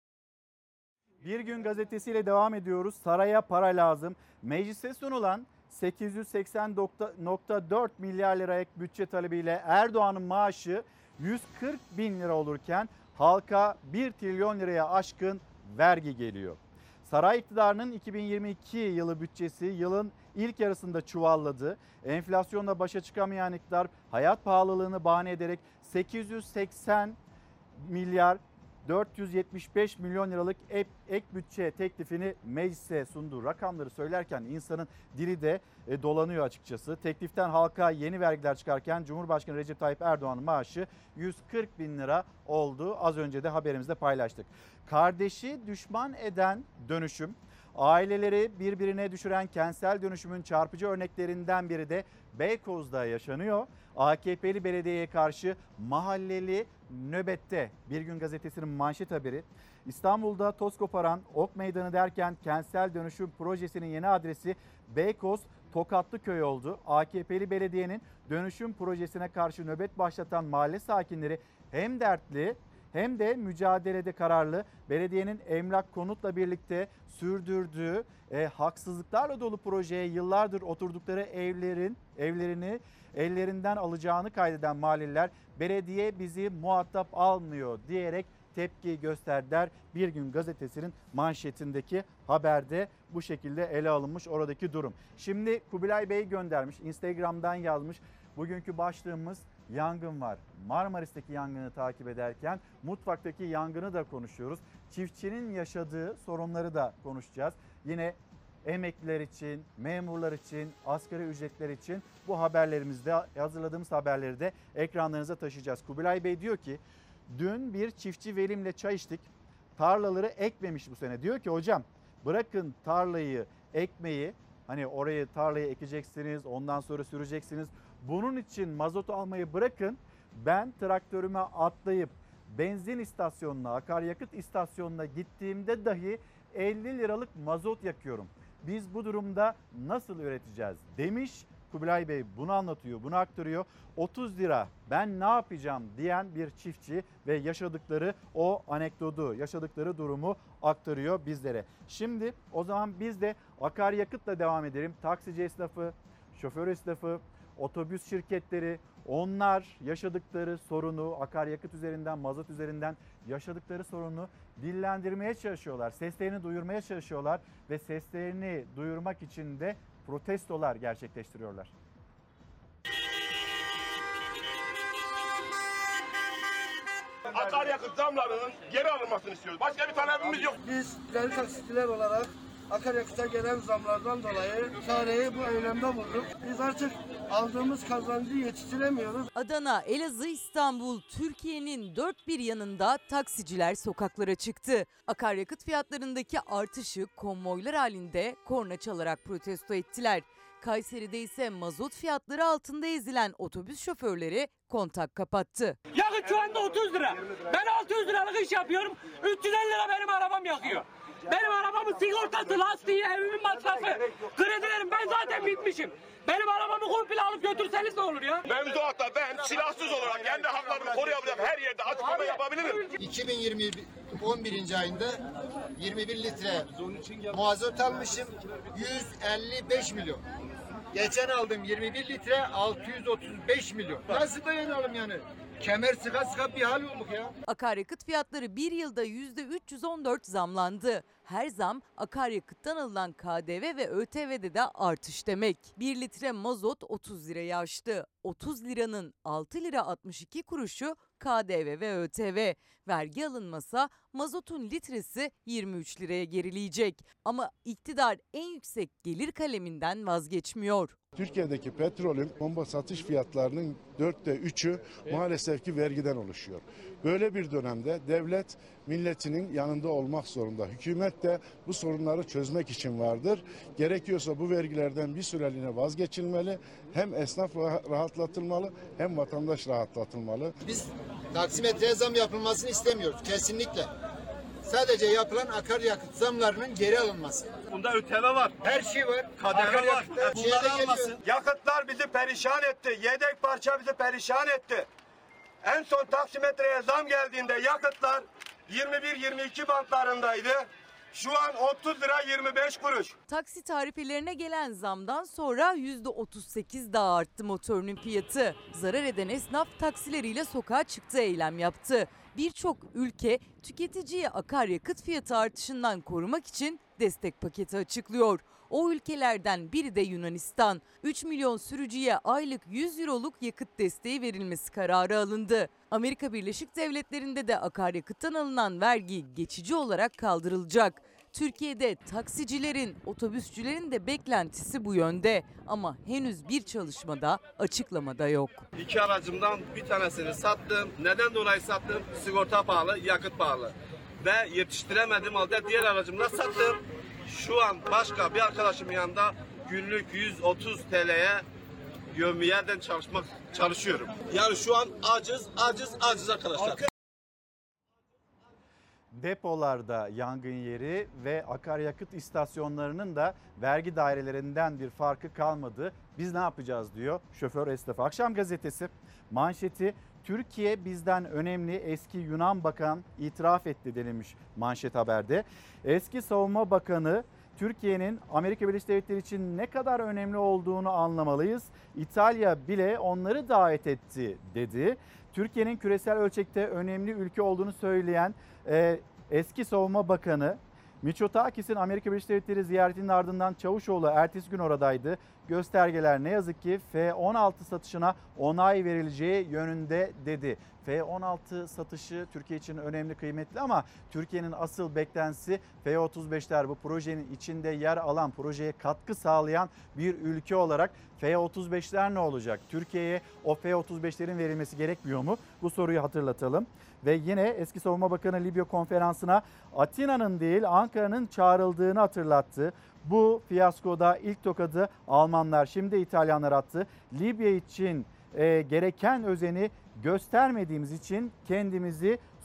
Speaker 1: Bir Gün gazetesiyle devam ediyoruz. Saraya para lazım. Meclise sunulan sekiz yüz seksen nokta dört milyar lira ek bütçe talebiyle Erdoğan'ın maaşı yüz kırk bin lira olurken halka bir trilyon liraya aşkın vergi geliyor. Saray iktidarının iki bin yirmi iki yılı bütçesi yılın ilk yarısında çuvalladı. Enflasyonla başa çıkamayan iktidar hayat pahalılığını bahane ederek sekiz yüz seksen milyar dört yüz yetmiş beş milyon liralık ek bütçe teklifini meclise sundu. Rakamları söylerken insanın dili de dolanıyor açıkçası. Tekliften halka yeni vergiler çıkarken Cumhurbaşkanı Recep Tayyip Erdoğan'ın maaşı yüz kırk bin lira oldu. Az önce de haberimizde paylaştık. Kardeşi düşman eden dönüşüm, aileleri birbirine düşüren kentsel dönüşümün çarpıcı örneklerinden biri de Beykoz'da yaşanıyor. A K P'li belediyeye karşı mahalleli nöbette. Bir Gün gazetesinin manşet haberi. İstanbul'da toz koparan Ok Meydanı derken kentsel dönüşüm projesinin yeni adresi Beykoz Tokatlıköy oldu. A K P'li belediyenin dönüşüm projesine karşı nöbet başlatan mahalle sakinleri hem dertli hem de mücadelede kararlı. Belediyenin emlak konutla birlikte sürdürdüğü e, haksızlıklarla dolu projeye yıllardır oturdukları evlerin evlerini ellerinden alacağını kaydeden mahalleliler belediye bizi muhatap almıyor diyerek tepki gösterdiler. Bir Gün gazetesinin manşetindeki haberde bu şekilde ele alınmış oradaki durum. Şimdi Kubilay Bey göndermiş, Instagram'dan yazmış. Bugünkü başlığımız yangın var. Marmaris'teki yangını takip ederken mutfaktaki yangını da konuşuyoruz. Çiftçinin yaşadığı sorunları da konuşacağız. Yine emekliler için, memurlar için, asgari ücretler için bu haberlerimizde, hazırladığımız haberleri de ekranlarınıza taşıyacağız. Kubilay Bey diyor ki dün bir çiftçi velimle çay içtik. Tarlaları ekmemiş bu sene. Diyor ki hocam bırakın tarlayı ekmeyi, hani orayı tarlayı ekeceksiniz, ondan sonra süreceksiniz. Bunun için mazot almayı bırakın. Ben traktörüme atlayıp benzin istasyonuna, akaryakıt istasyonuna gittiğimde dahi elli liralık mazot yakıyorum. Biz bu durumda nasıl üreteceğiz demiş. Kubilay Bey bunu anlatıyor, bunu aktarıyor. otuz lira ben ne yapacağım diyen bir çiftçi ve yaşadıkları o anekdotu, yaşadıkları durumu aktarıyor bizlere. Şimdi o zaman biz de akaryakıtla devam edelim. Taksici esnafı, şoför esnafı, otobüs şirketleri, onlar yaşadıkları sorunu akaryakıt üzerinden, mazot üzerinden yaşadıkları sorunu dillendirmeye çalışıyorlar. Seslerini duyurmaya çalışıyorlar ve seslerini duyurmak için de protestolar gerçekleştiriyorlar.
Speaker 3: Akaryakıt zamlarının geri alınmasını istiyoruz. Başka bir talebimiz yok.
Speaker 22: Biz değerli taksiciler olarak akaryakıta gelen zamlardan dolayı çareyi bu eylemde bulduk. Biz artık aldığımız kazancı yetiştiremiyoruz.
Speaker 23: Adana, Elazığ, İstanbul, Türkiye'nin dört bir yanında taksiciler sokaklara çıktı. Akaryakıt fiyatlarındaki artışı konvoylar halinde korna çalarak protesto ettiler. Kayseri'de ise mazot fiyatları altında ezilen otobüs şoförleri kontak kapattı.
Speaker 24: Yakıt şu anda otuz lira. Ben altı yüz liralık iş yapıyorum. üç yüz elli lira benim arabam yakıyor. Benim arabamın sigortası, lastiği, evimin masrafı, kredilerim, ben zaten bitmişim. Benim arabamı komple alıp götürseniz ne olur ya?
Speaker 3: Mevzuatta ben silahsız olarak kendi haklarımı koruyabilecek her yerde açıklama yapabilirim.
Speaker 25: iki bin yirmi on birinci ayında yirmi bir litre mazot almışım, yüz elli beş milyon. Geçen aldım yirmi bir litre altı yüz otuz beş milyon. Nasıl dayanalım yani? Kemer sıka sıka bir hal olduk ya.
Speaker 23: Akaryakıt fiyatları bir yılda yüzde üç yüz on dört zamlandı. Her zam akaryakıttan alınan K D V ve Ö T V'de de artış demek. bir litre mazot otuz lirayı aştı. otuz liranın altı lira altmış iki kuruşu K D V ve Ö T V. Vergi alınmasa mazotun litresi yirmi üç liraya gerileyecek. Ama iktidar en yüksek gelir kaleminden vazgeçmiyor.
Speaker 26: Türkiye'deki petrolün bomba satış fiyatlarının dörtte üçü maalesef ki vergiden oluşuyor. Böyle bir dönemde devlet milletinin yanında olmak zorunda. Hükümet de bu sorunları çözmek için vardır. Gerekiyorsa bu vergilerden bir süreliğine vazgeçilmeli. Hem esnaf rahatlatılmalı hem vatandaş rahatlatılmalı.
Speaker 25: Biz taksimetreye zam yapılmasını istemiyoruz kesinlikle. Sadece yapılan akaryakıt zamlarının geri alınması.
Speaker 3: Bunda Ö T V var.
Speaker 25: Her şey var.
Speaker 3: K D V var.
Speaker 25: Bunları almasın.
Speaker 3: Yakıtlar bizi perişan etti. Yedek parça bizi perişan etti. En son taksimetreye zam geldiğinde yakıtlar yirmi bir yirmi iki bantlarındaydı. Şu an otuz lira yirmi beş kuruş.
Speaker 23: Taksi tarifelerine gelen zamdan sonra yüzde otuz sekiz daha arttı motorunun fiyatı. Zarar eden esnaf taksileriyle sokağa çıktı, eylem yaptı. Birçok ülke tüketiciyi akaryakıt fiyatı artışından korumak için destek paketi açıklıyor. O ülkelerden biri de Yunanistan. üç milyon sürücüye aylık yüz euroluk yakıt desteği verilmesi kararı alındı. Amerika Birleşik Devletleri'nde de akaryakıttan alınan vergi geçici olarak kaldırılacak. Türkiye'de taksicilerin, otobüsçülerin de beklentisi bu yönde. Ama henüz bir çalışmada, açıklamada yok.
Speaker 3: İki aracımdan bir tanesini sattım. Neden dolayı sattım? Sigorta pahalı, yakıt pahalı. Ve yetiştiremedim halde diğer aracımla sattım. Şu an başka bir arkadaşımın yanında günlük yüz otuz T L'ye yevmiyeden çalışmak çalışıyorum. Yani şu an aciz, aciz, aciz arkadaşlar.
Speaker 1: Depolarda yangın yeri ve akaryakıt istasyonlarının da vergi dairelerinden bir farkı kalmadı. Biz ne yapacağız diyor şoför esnafı. Akşam gazetesi manşeti Türkiye bizden önemli, eski Yunan bakan itiraf etti denilmiş manşet haberde. Eski savunma bakanı Türkiye'nin Amerika Birleşik Devletleri için ne kadar önemli olduğunu anlamalıyız. İtalya bile onları davet etti dedi. Türkiye'nin küresel ölçekte önemli ülke olduğunu söyleyen e, eski savunma bakanı Mitsotakis'in Amerika Birleşik Devletleri ziyaretinin ardından Çavuşoğlu ertesi gün oradaydı. Göstergeler ne yazık ki F on altı satışına onay verileceği yönünde dedi. F on altı satışı Türkiye için önemli, kıymetli ama Türkiye'nin asıl beklentisi F otuz beşler, bu projenin içinde yer alan, projeye katkı sağlayan bir ülke olarak F otuz beşler ne olacak? Türkiye'ye o F otuz beşlerin verilmesi gerekmiyor mu? Bu soruyu hatırlatalım. Ve yine eski Savunma Bakanı Libya konferansına Atina'nın değil Ankara'nın çağrıldığını hatırlattı. Bu fiyaskoda ilk tokadı Almanlar, şimdi İtalyanlar attı. Libya için e, gereken özeni göstermediğimiz için kendimizi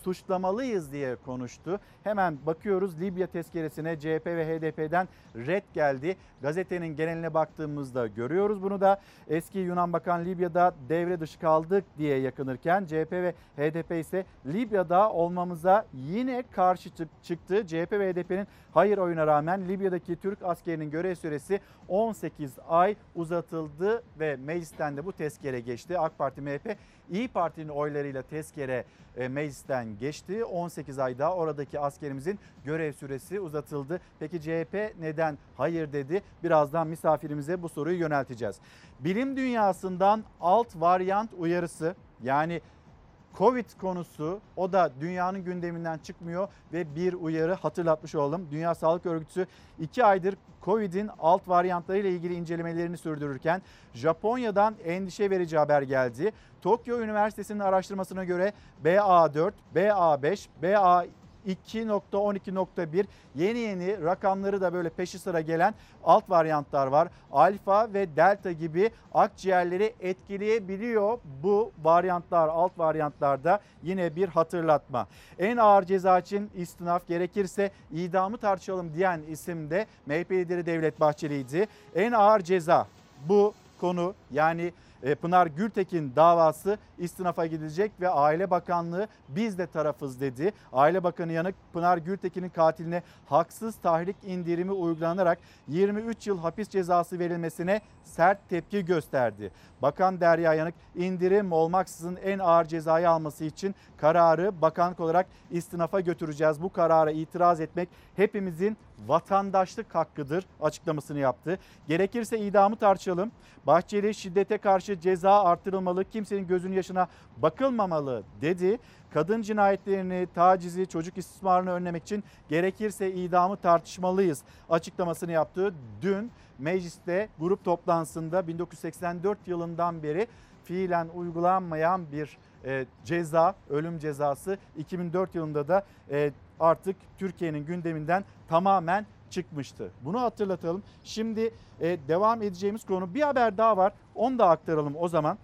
Speaker 1: suçlamalıyız diye konuştu. Hemen bakıyoruz Libya tezkeresine C H P ve H D P'den red geldi. Gazetenin geneline baktığımızda görüyoruz bunu da. Eski Yunan Bakan Libya'da devre dışı kaldık diye yakınırken C H P ve H D P ise Libya'da olmamıza yine karşı çıktı. C H P ve H D P'nin hayır oyuna rağmen Libya'daki Türk askerinin görev süresi on sekiz ay uzatıldı ve meclisten de bu tezkere geçti. AK Parti, M H P, İYİ Parti'nin oylarıyla tezkere e, meclisten geçti. on sekiz ay daha oradaki askerimizin görev süresi uzatıldı. Peki C H P neden hayır dedi? Birazdan misafirimize bu soruyu yönelteceğiz. Bilim dünyasından alt varyant uyarısı, yani Covid konusu, o da dünyanın gündeminden çıkmıyor ve bir uyarı hatırlatmış olalım. Dünya Sağlık Örgütü iki aydır Covid'in alt varyantlarıyla ilgili incelemelerini sürdürürken Japonya'dan endişe verici haber geldi. Tokyo Üniversitesi'nin araştırmasına göre B A dört, B A beş, B A iki nokta on iki nokta bir yeni yeni rakamları da böyle peşi sıra gelen alt varyantlar var. Alfa ve delta gibi akciğerleri etkileyebiliyor bu varyantlar, alt varyantlarda. Yine bir hatırlatma. En ağır ceza için istinaf, gerekirse idamı tartışalım diyen isim de M H P lideri Devlet Bahçeli'ydi. En ağır ceza bu konu, yani Pınar Gültekin davası istinafa gidecek ve Aile Bakanlığı biz de tarafız dedi. Aile Bakanı Yanık, Pınar Gültekin'in katiline haksız tahrik indirimi uygulanarak yirmi üç yıl hapis cezası verilmesine sert tepki gösterdi. Bakan Derya Yanık, indirim olmaksızın en ağır cezayı alması için kararı bakanlık olarak istinafa götüreceğiz. Bu karara itiraz etmek hepimizin vatandaşlık hakkıdır açıklamasını yaptı. Gerekirse idamı tartışalım. Bahçeli, şiddete karşı ceza artırılmalı, kimsenin gözünün yaşına bakılmamalı dedi. Kadın cinayetlerini, tacizi, çocuk istismarını önlemek için gerekirse idamı tartışmalıyız açıklamasını yaptı. Dün mecliste grup toplantısında bin dokuz yüz seksen dört yılından beri fiilen uygulanmayan bir e, ceza, ölüm cezası iki bin dört yılında da e, artık Türkiye'nin gündeminden tamamen çıkmıştı. Bunu hatırlatalım. Şimdi e, devam edeceğimiz konu, bir haber daha var. Onu da aktaralım o zaman.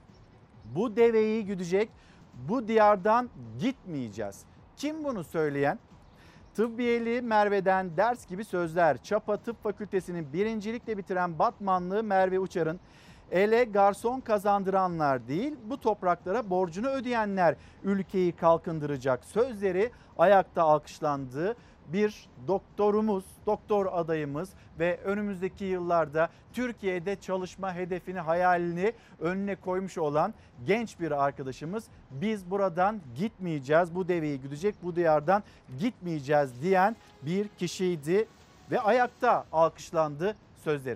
Speaker 1: Bu deveyi güdecek, bu diyardan gitmeyeceğiz. Kim bunu söyleyen? Tıbbiyeli Merve'den ders gibi sözler. Çapa Tıp Fakültesini birincilikle bitiren Batmanlı Merve Uçar'ın ele garson kazandıranlar değil, bu topraklara borcunu ödeyenler ülkeyi kalkındıracak sözleri ayakta alkışlandı. Bir doktorumuz, doktor adayımız ve önümüzdeki yıllarda Türkiye'de çalışma hedefini, hayalini önüne koymuş olan genç bir arkadaşımız, biz buradan gitmeyeceğiz, bu deveyi güdecek, bu diyardan gitmeyeceğiz diyen bir kişiydi ve ayakta alkışlandı sözleri.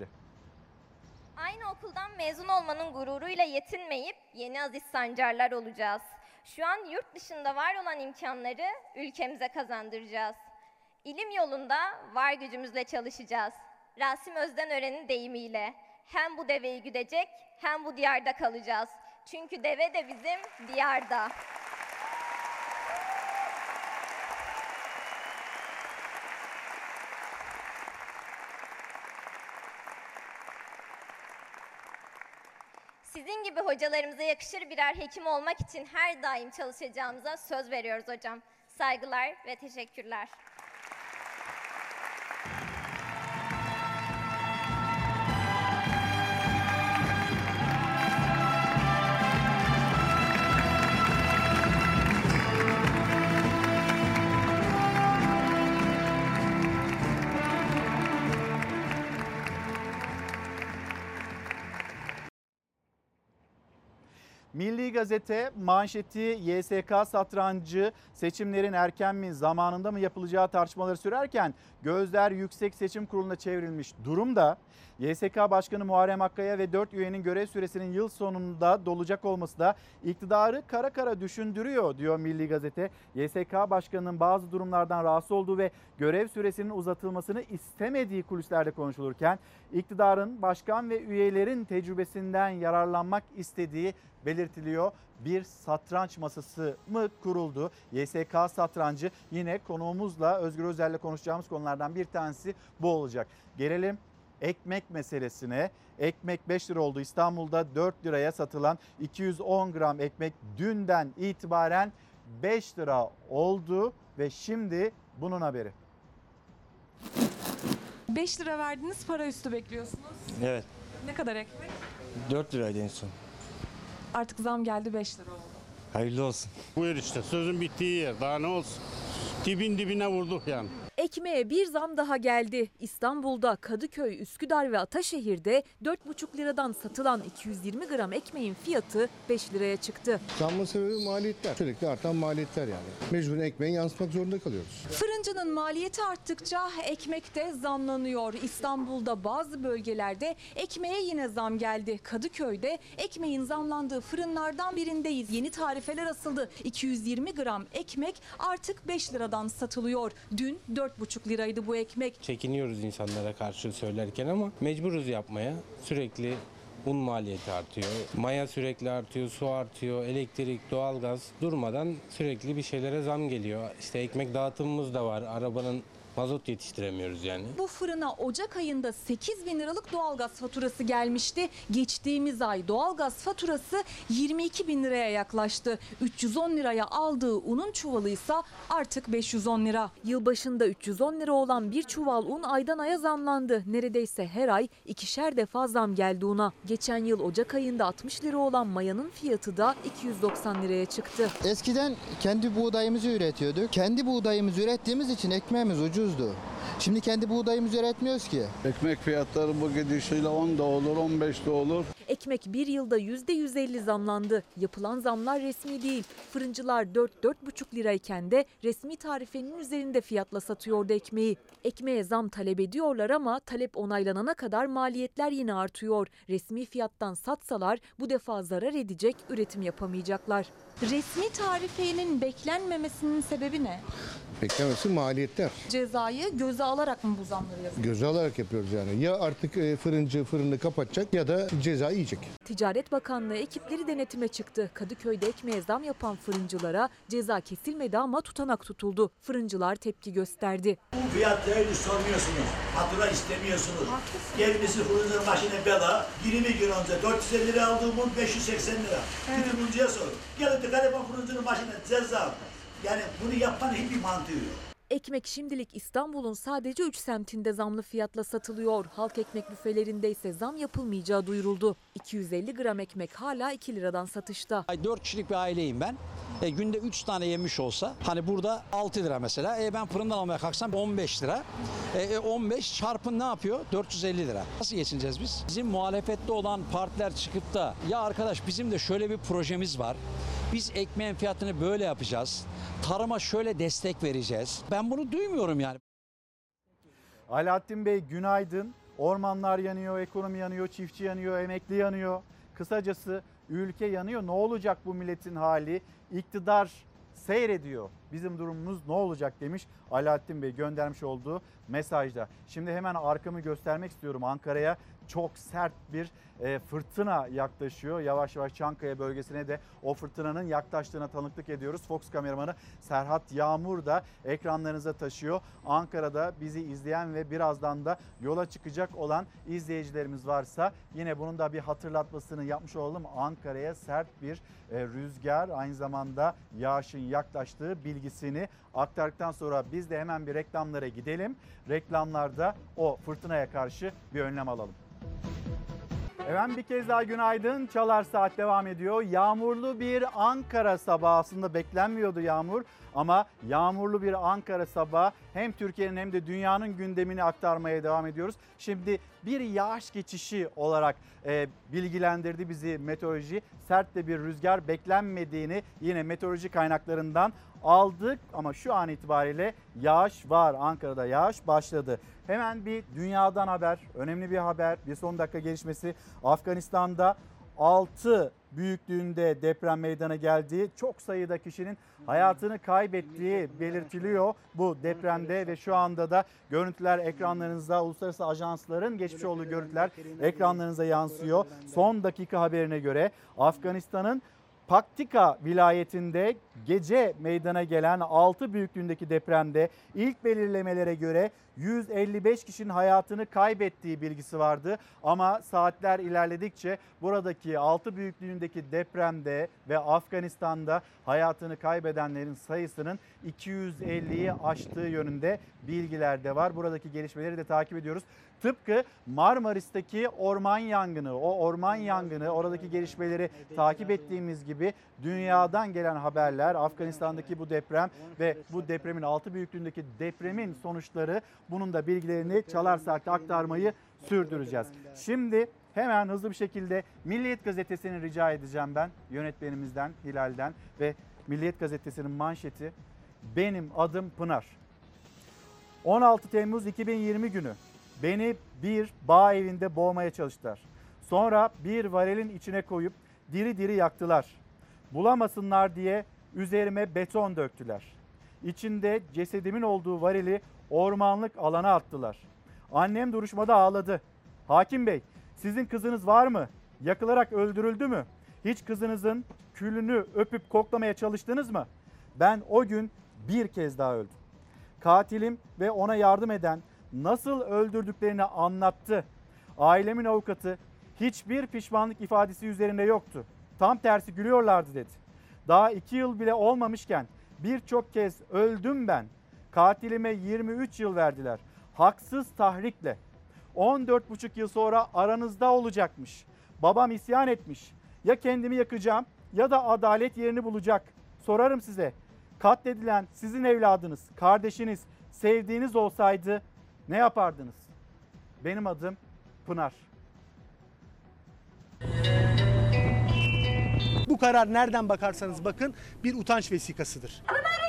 Speaker 2: Aynı okuldan mezun olmanın gururuyla yetinmeyip yeni Aziz Sancarlar olacağız. Şu an yurt dışında var olan imkanları ülkemize kazandıracağız. İlim yolunda var gücümüzle çalışacağız. Rasim Özdenören'in deyimiyle hem bu deveyi güdecek hem bu diyarda kalacağız. Çünkü deve de bizim diyarda. Sizin gibi hocalarımıza yakışır birer hekim olmak için her daim çalışacağımıza söz veriyoruz hocam. Saygılar ve teşekkürler.
Speaker 1: Milli Gazete manşeti Y S K satrancı seçimlerin erken mi zamanında mı yapılacağı tartışmaları sürerken gözler Yüksek Seçim Kurulu'na çevrilmiş durumda. Y S K Başkanı Muharrem Akkaya ve dört üyenin görev süresinin yıl sonunda dolacak olması da iktidarı kara kara düşündürüyor diyor Milli Gazete. Y S K Başkanı'nın bazı durumlardan rahatsız olduğu ve görev süresinin uzatılmasını istemediği kulislerde konuşulurken iktidarın başkan ve üyelerin tecrübesinden yararlanmak istediği belirtiliyor. Bir satranç masası mı kuruldu? Y S K satrancı yine konuğumuzla, Özgür Özel'le konuşacağımız konulardan bir tanesi bu olacak. Gelelim ekmek meselesine. Ekmek beş lira oldu. İstanbul'da dört liraya satılan iki yüz on gram ekmek dünden itibaren beş lira oldu ve şimdi bunun haberi.
Speaker 4: beş lira verdiniz, para üstü bekliyorsunuz.
Speaker 5: Evet.
Speaker 4: Ne kadar ekmek?
Speaker 5: dört liraydı en son.
Speaker 4: Artık zam geldi, beş lira oldu.
Speaker 5: Hayırlı olsun.
Speaker 6: Buyur işte, sözün bittiği yer. Daha ne olsun? Dibin dibine vurduk yani.
Speaker 23: Ekmeğe bir zam daha geldi. İstanbul'da, Kadıköy, Üsküdar ve Ataşehir'de dört buçuk liradan satılan iki yüz yirmi gram ekmeğin fiyatı beş liraya çıktı.
Speaker 7: Zammın sebebi maliyetler. Sürekli artan maliyetler yani. Mecburen ekmeği yansıtmak zorunda kalıyoruz.
Speaker 23: Fırıncının maliyeti arttıkça ekmek de zamlanıyor. İstanbul'da bazı bölgelerde ekmeğe yine zam geldi. Kadıköy'de ekmeğin zamlandığı fırınlardan birindeyiz. Yeni tarifeler asıldı. iki yüz yirmi gram ekmek artık beş liradan satılıyor. Dün dört buçuk liraydı bu ekmek.
Speaker 5: Çekiniyoruz insanlara karşı söylerken ama mecburuz yapmaya. Sürekli un maliyeti artıyor. Maya sürekli artıyor, su artıyor, elektrik, doğalgaz durmadan sürekli bir şeylere zam geliyor. İşte ekmek dağıtımımız da var. Arabanın mazot yetiştiremiyoruz yani.
Speaker 23: Bu fırına Ocak ayında sekiz bin liralık doğalgaz faturası gelmişti. Geçtiğimiz ay doğalgaz faturası yirmi iki bin liraya yaklaştı. üç yüz on liraya aldığı unun çuvalı ise artık beş yüz on lira. Yılbaşında üç yüz on lira olan bir çuval un aydan aya zamlandı. Neredeyse her ay ikişer defa zam geldi una. Geçen yıl Ocak ayında altmış lira olan mayanın fiyatı da iki yüz doksan liraya çıktı.
Speaker 8: Eskiden kendi buğdayımızı üretiyorduk. Kendi buğdayımızı ürettiğimiz için ekmeğimiz ucuz. Şimdi kendi buğdayımızı üretmiyoruz ki.
Speaker 6: Ekmek fiyatları bu gidişiyle on da olur, on beş de olur.
Speaker 23: Ekmek bir yılda yüzde yüz elli zamlandı. Yapılan zamlar resmi değil. Fırıncılar dört dört buçuk lirayken de resmi tarifenin üzerinde fiyatla satıyordu ekmeği. Ekmeğe zam talep ediyorlar ama talep onaylanana kadar maliyetler yine artıyor. Resmi fiyattan satsalar bu defa zarar edecek, üretim yapamayacaklar. Resmi tarifenin beklenmemesinin sebebi ne?
Speaker 7: Beklemesi maliyetler.
Speaker 23: Cezayı göze alarak mı bu zamları yapıyor?
Speaker 7: Göze alarak yapıyoruz yani. Ya artık e, fırıncı fırını kapatacak ya da ceza yiyecek.
Speaker 23: Ticaret Bakanlığı ekipleri denetime çıktı. Kadıköy'de ekmeğe zam yapan fırıncılara ceza kesilmedi ama tutanak tutuldu. Fırıncılar tepki gösterdi.
Speaker 9: Bu fiyatları sormuyorsunuz. Fatura istemiyorsunuz. Gelmişsin fırıncının başına bela. yirmi gün önce dört yüz elli lira aldığım un beş yüz seksen lira. Evet. Bir fırıncıya sorun. Gelin dikkat edin fırıncının başına ceza. Yani bunu yapmanın hiçbir mantığı yok.
Speaker 23: Ekmek şimdilik İstanbul'un sadece üç semtinde zamlı fiyatla satılıyor. Halk ekmek büfelerinde ise zam yapılmayacağı duyuruldu. iki yüz elli gram ekmek hala iki liradan satışta.
Speaker 27: dört kişilik bir aileyim ben. E, günde üç tane yemiş olsa hani burada altı lira mesela. E, ben fırından almaya kalksam on beş lira. E, on beş çarpın ne yapıyor? dört yüz elli lira. Nasıl geçineceğiz biz? Bizim muhalefette olan partiler çıkıp da ya arkadaş bizim de şöyle bir projemiz var. Biz ekmeğin fiyatını böyle yapacağız. Tarıma şöyle destek vereceğiz. Ben bunu duymuyorum yani.
Speaker 1: Alaaddin Bey günaydın. Ormanlar yanıyor, ekonomi yanıyor, çiftçi yanıyor, emekli yanıyor. Kısacası ülke yanıyor. Ne olacak bu milletin hali? İktidar seyrediyor. Bizim durumumuz ne olacak demiş Alaaddin Bey göndermiş olduğu mesajda. Şimdi hemen arkamı göstermek istiyorum Ankara'ya. Çok sert bir e, fırtına yaklaşıyor. Yavaş yavaş Çankaya bölgesine de o fırtınanın yaklaştığına tanıklık ediyoruz. Fox kameramanı Serhat Yağmur da ekranlarınıza taşıyor. Ankara'da bizi izleyen ve birazdan da yola çıkacak olan izleyicilerimiz varsa yine bunun da bir hatırlatmasını yapmış olalım. Ankara'ya sert bir e, rüzgar, aynı zamanda yağışın yaklaştığı bilgisini aktardıktan sonra biz de hemen bir reklamlara gidelim. Reklamlarda o fırtınaya karşı bir önlem alalım. Efendim bir kez daha günaydın. Çalar Saat devam ediyor. Yağmurlu bir Ankara sabahı, aslında beklenmiyordu yağmur ama yağmurlu bir Ankara sabahı hem Türkiye'nin hem de dünyanın gündemini aktarmaya devam ediyoruz. Şimdi bir yağış geçişi olarak e, bilgilendirdi bizi meteoroloji. Sert de bir rüzgar beklenmediğini yine meteoroloji kaynaklarından aldık ama şu an itibariyle yağış var. Ankara'da yağış başladı. Hemen bir dünyadan haber, önemli bir haber, bir son dakika gelişmesi. Afganistan'da altı büyüklüğünde deprem meydana geldiği, çok sayıda kişinin hayatını kaybettiği belirtiliyor bu depremde ve şu anda da görüntüler ekranlarınızda, uluslararası ajansların geçmiş olduğu görüntüler ekranlarınıza yansıyor. Son dakika haberine göre Afganistan'ın Paktika vilayetinde gece meydana gelen altı büyüklüğündeki depremde ilk belirlemelere göre yüz elli beş kişinin hayatını kaybettiği bilgisi vardı. Ama saatler ilerledikçe buradaki altı büyüklüğündeki depremde ve Afganistan'da hayatını kaybedenlerin sayısının iki yüz elliyi aştığı yönünde bilgiler de var. Buradaki gelişmeleri de takip ediyoruz. Tıpkı Marmaris'teki orman yangını, o orman yangını, oradaki gelişmeleri takip ettiğimiz gibi dünyadan gelen haberler, Afganistan'daki bu deprem ve bu depremin altı büyüklüğündeki depremin sonuçları, bunun da bilgilerini Çalar Saat'te aktarmayı sürdüreceğiz. Şimdi hemen hızlı bir şekilde Milliyet Gazetesi'ni rica edeceğim ben yönetmenimizden, Hilal'den ve Milliyet Gazetesi'nin manşeti "Benim adım Pınar. on altı Temmuz iki bin yirmi günü beni bir bağ evinde boğmaya çalıştılar. Sonra bir varilin içine koyup diri diri yaktılar. Bulamasınlar diye üzerime beton döktüler. İçinde cesedimin olduğu varili ormanlık alana attılar. Annem duruşmada ağladı. Hakim Bey, sizin kızınız var mı? Yakılarak öldürüldü mü? Hiç kızınızın külünü öpüp koklamaya çalıştınız mı? Ben o gün bir kez daha öldüm. Katilim ve ona yardım eden nasıl öldürdüklerini anlattı. Ailemin avukatı hiçbir pişmanlık ifadesi üzerinde yoktu. Tam tersi gülüyorlardı dedi. Daha iki yıl bile olmamışken birçok kez öldüm ben. Katilime yirmi üç yıl verdiler. Haksız tahrikle. on dört buçuk yıl sonra aranızda olacakmış. Babam isyan etmiş. Ya kendimi yakacağım ya da adalet yerini bulacak. Sorarım size. Katledilen sizin evladınız, kardeşiniz, sevdiğiniz olsaydı ne yapardınız? Benim adım Pınar.
Speaker 10: Bu karar nereden bakarsanız bakın bir utanç vesikasıdır.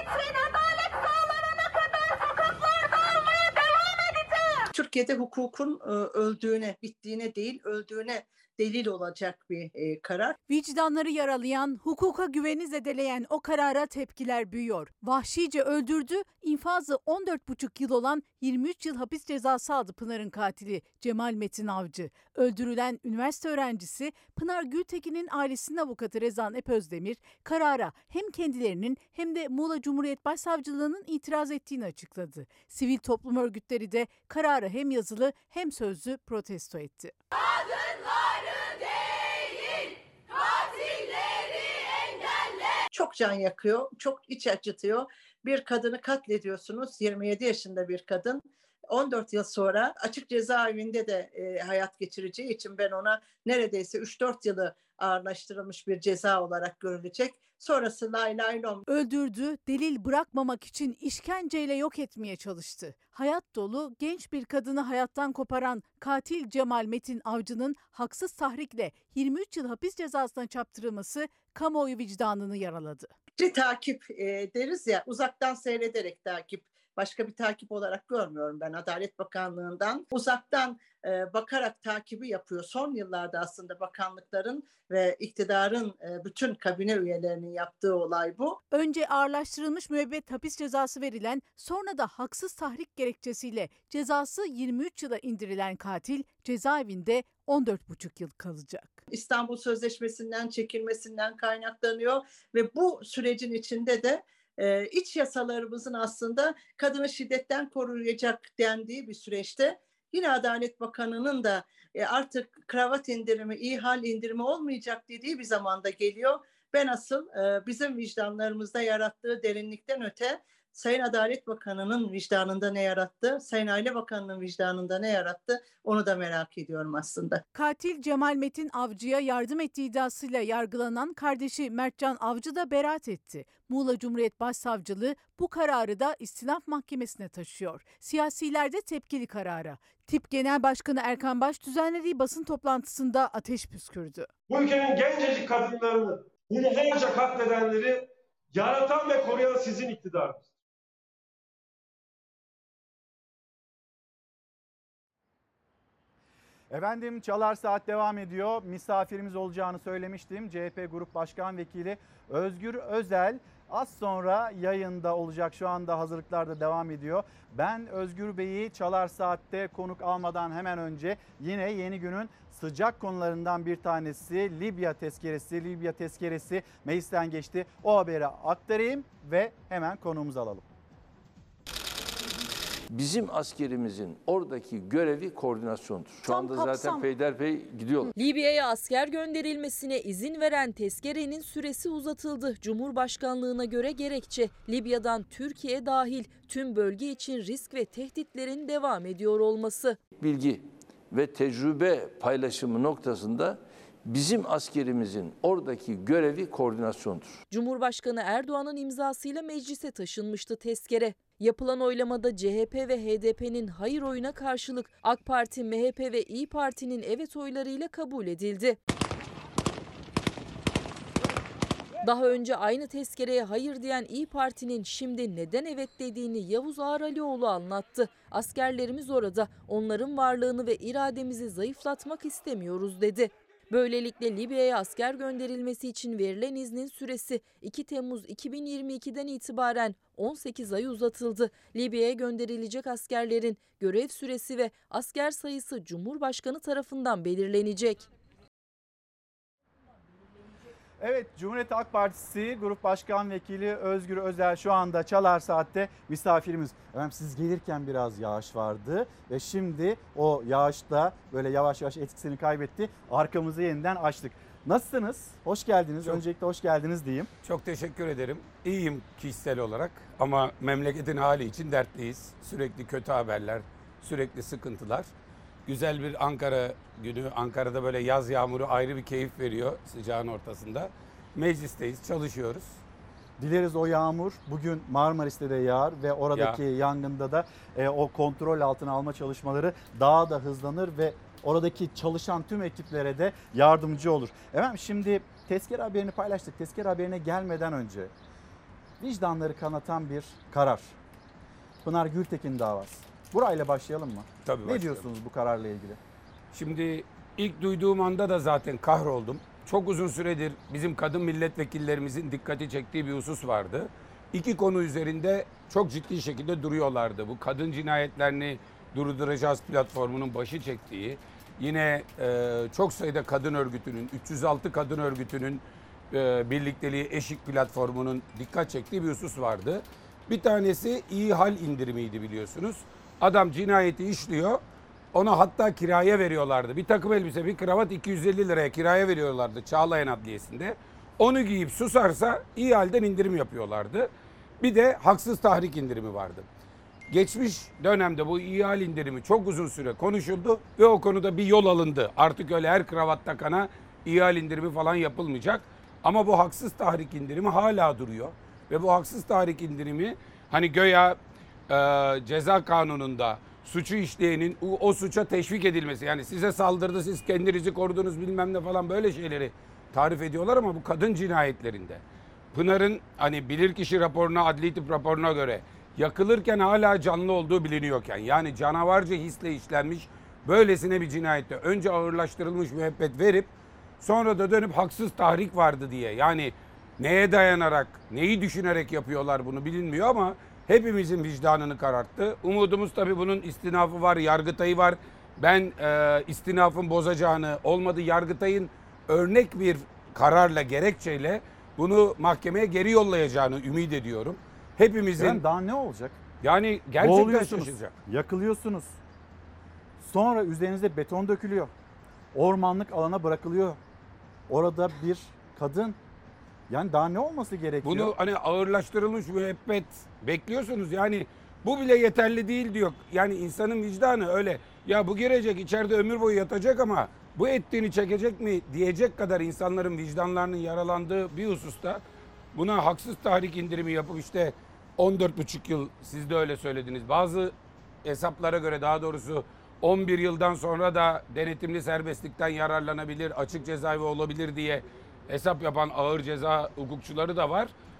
Speaker 11: Türkiye'de hukukun öldüğüne, bittiğine değil, öldüğüne delil olacak bir e, karar.
Speaker 14: Vicdanları yaralayan, hukuka güveni zedeleyen o karara tepkiler büyüyor. Vahşice öldürdü, infazı on dört buçuk yıl olan yirmi üç yıl hapis cezası aldı Pınar'ın katili Cemal Metin Avcı. Öldürülen üniversite öğrencisi Pınar Gültekin'in ailesinin avukatı Rezan Epözdemir karara hem kendilerinin hem de Muğla Cumhuriyet Başsavcılığı'nın itiraz ettiğini açıkladı. Sivil toplum örgütleri de kararı hem yazılı hem sözlü protesto etti.
Speaker 11: Çok can yakıyor, çok iç acıtıyor. Bir kadını katlediyorsunuz, yirmi yedi yaşında bir kadın. on dört yıl sonra açık cezaevinde de e, hayat geçireceği için ben ona neredeyse üç dört yılı ağırlaştırılmış bir ceza olarak görülecek. Sonrası lay lay lom.
Speaker 14: Öldürdü, delil bırakmamak için işkenceyle yok etmeye çalıştı. Hayat dolu genç bir kadını hayattan koparan katil Cemal Metin Avcı'nın haksız tahrikle yirmi üç yıl hapis cezasına çarptırılması kamuoyu vicdanını yaraladı.
Speaker 11: Bir takip e, deriz ya, uzaktan seyrederek takip. Başka bir takip olarak görmüyorum ben Adalet Bakanlığı'ndan. Uzaktan e, bakarak takibi yapıyor. Son yıllarda aslında bakanlıkların ve iktidarın e, bütün kabine üyelerinin yaptığı olay bu.
Speaker 14: Önce ağırlaştırılmış müebbet hapis cezası verilen, sonra da haksız tahrik gerekçesiyle cezası yirmi üç yıla indirilen katil cezaevinde on dört buçuk yıl kalacak.
Speaker 11: İstanbul Sözleşmesi'nden çekilmesinden kaynaklanıyor ve bu sürecin içinde de Ee, iç yasalarımızın aslında kadını şiddetten koruyacak dendiği bir süreçte yine Adalet Bakanı'nın da e, artık kravat indirimi, ihal indirimi olmayacak dediği bir zamanda geliyor. Ben asıl e, bizim vicdanlarımızda yarattığı derinlikten öte Sayın Adalet Bakanı'nın vicdanında ne yarattı, Sayın Aile Bakanı'nın vicdanında ne yarattı onu da merak ediyorum aslında.
Speaker 14: Katil Cemal Metin Avcı'ya yardım ettiği iddiasıyla yargılanan kardeşi Mertcan Avcı da beraat etti. Muğla Cumhuriyet Başsavcılığı bu kararı da İstinaf Mahkemesi'ne taşıyor. Siyasiler de tepkili karara. Tip Genel Başkanı Erkan Baş düzenlediği basın toplantısında ateş püskürdü.
Speaker 15: Bu ülkenin gencecik kadınlarını, hunharca katledenleri yaratan ve koruyan sizin iktidarınız.
Speaker 1: Efendim Çalar Saat devam ediyor. Misafirimiz olacağını söylemiştim. C H P Grup Başkan Vekili Özgür Özel Az sonra yayında olacak. Şu anda hazırlıklar da devam ediyor. Ben Özgür Bey'i Çalar Saat'te konuk almadan hemen önce yine yeni günün sıcak konularından bir tanesi Libya tezkeresi. Libya tezkeresi meclisten geçti. O haberi aktarayım ve hemen konuğumuzu alalım.
Speaker 13: Bizim askerimizin oradaki görevi koordinasyondur. Şu
Speaker 16: Tam
Speaker 13: anda
Speaker 16: kapsam.
Speaker 13: zaten peyderpey gidiyorlar.
Speaker 16: Libya'ya asker gönderilmesine izin veren tezkerenin süresi uzatıldı. Cumhurbaşkanlığına göre gerekçe Libya'dan Türkiye dahil tüm bölge için risk ve tehditlerin devam ediyor olması.
Speaker 13: Bilgi ve tecrübe paylaşımı noktasında bizim askerimizin oradaki görevi koordinasyondur.
Speaker 16: Cumhurbaşkanı Erdoğan'ın imzasıyla meclise taşınmıştı tezkere. Yapılan oylamada C H P ve H D P'nin hayır oyuna karşılık AK Parti, M H P ve İYİ Parti'nin evet oylarıyla kabul edildi. Daha önce aynı tezkereye hayır diyen İYİ Parti'nin şimdi neden evet dediğini Yavuz Ağralioğlu anlattı. Askerlerimiz orada, onların varlığını ve irademizi zayıflatmak istemiyoruz dedi. Böylelikle Libya'ya asker gönderilmesi için verilen iznin süresi iki Temmuz iki bin yirmi iki'den itibaren on sekiz ay uzatıldı. Libya'ya gönderilecek askerlerin görev süresi ve asker sayısı Cumhurbaşkanı tarafından belirlenecek.
Speaker 1: Evet, Cumhuriyet Halk Partisi Grup Başkan Vekili Özgür Özel şu anda Çalar Saat'te misafirimiz. Efendim siz gelirken biraz yağış vardı ve şimdi o yağışta böyle yavaş yavaş etkisini kaybetti. Arkamızı yeniden açtık. Nasılsınız? Hoş geldiniz.
Speaker 17: Çok,
Speaker 1: Öncelikle hoş geldiniz diyeyim.
Speaker 17: Çok teşekkür ederim. İyiyim kişisel olarak ama memleketin hali için dertliyiz. Sürekli kötü haberler, sürekli sıkıntılar. Güzel bir Ankara günü. Ankara'da böyle yaz yağmuru ayrı bir keyif veriyor sıcağın ortasında. Meclisteyiz, çalışıyoruz.
Speaker 1: Dileriz o yağmur bugün Marmaris'te de yağar ve oradaki ya. yangında da e, o kontrol altına alma çalışmaları daha da hızlanır ve oradaki çalışan tüm ekiplere de yardımcı olur. Efendim şimdi tezkere haberini paylaştık. Tezkere haberine gelmeden önce vicdanları kanatan bir karar. Pınar Gültekin davası. Burayla başlayalım mı?
Speaker 17: Tabii
Speaker 1: ne
Speaker 17: başlayalım.
Speaker 1: diyorsunuz bu kararla ilgili?
Speaker 17: Şimdi ilk duyduğum anda da zaten kahroldum. Çok uzun süredir bizim kadın milletvekillerimizin dikkati çektiği bir husus vardı. İki konu üzerinde çok ciddi şekilde duruyorlardı. Bu kadın cinayetlerini durduracağız platformunun başı çektiği, yine e, çok sayıda kadın örgütünün, üç yüz altı kadın örgütünün e, birlikteliği eşik platformunun dikkat çektiği bir husus vardı. Bir tanesi iyi hal indirimiydi biliyorsunuz. Adam cinayeti işliyor, ona hatta kiraya veriyorlardı. Bir takım elbise, bir kravat iki yüz elli liraya kiraya veriyorlardı Çağlayan Adliyesi'nde. Onu giyip susarsa iyi halden indirim yapıyorlardı. Bir de haksız tahrik indirimi vardı. Geçmiş dönemde bu iyi hal indirimi çok uzun süre konuşuldu ve o konuda bir yol alındı. Artık öyle her kravat takana iyi hal indirimi falan yapılmayacak. Ama bu haksız tahrik indirimi hala duruyor. Ve bu haksız tahrik indirimi hani göya e, ceza kanununda suçu işleyenin o, o suça teşvik edilmesi. Yani size saldırdı, siz kendinizi korudunuz bilmem ne falan böyle şeyleri tarif ediyorlar ama bu kadın cinayetlerinde Pınar'ın hani bilirkişi raporuna, adli tıp raporuna göre yakılırken hala canlı olduğu biliniyorken, yani canavarca hisle işlenmiş böylesine bir cinayette önce ağırlaştırılmış müebbet verip sonra da dönüp haksız tahrik vardı diye, yani neye dayanarak, neyi düşünerek yapıyorlar bunu bilinmiyor ama hepimizin vicdanını kararttı. Umudumuz tabii bunun istinafı var, Yargıtay'ı var. Ben e, istinafın bozacağını, olmadı Yargıtay'ın örnek bir kararla, gerekçeyle bunu mahkemeye geri yollayacağını ümit ediyorum. Hepimizin...
Speaker 1: Yani daha ne olacak?
Speaker 17: Yani gerçekten şaşıracak.
Speaker 1: Yakılıyorsunuz. Sonra üzerinize beton dökülüyor. Ormanlık alana bırakılıyor. Orada bir kadın. Yani daha ne olması gerekiyor?
Speaker 17: Bunu hani ağırlaştırılmış müebbet bekliyorsunuz. Yani bu bile yeterli değil diyor. Yani insanın vicdanı öyle. Ya bu girecek içeride ömür boyu yatacak ama bu ettiğini çekecek mi diyecek kadar insanların vicdanlarının yaralandığı bir hususta buna haksız tahrik indirimi yapıp işte on dört buçuk yıl, siz de öyle söylediniz. Bazı hesaplara göre, daha doğrusu on bir yıldan sonra da denetimli serbestlikten yararlanabilir, açık cezaevi olabilir diye hesap yapan ağır ceza hukukçuları da var.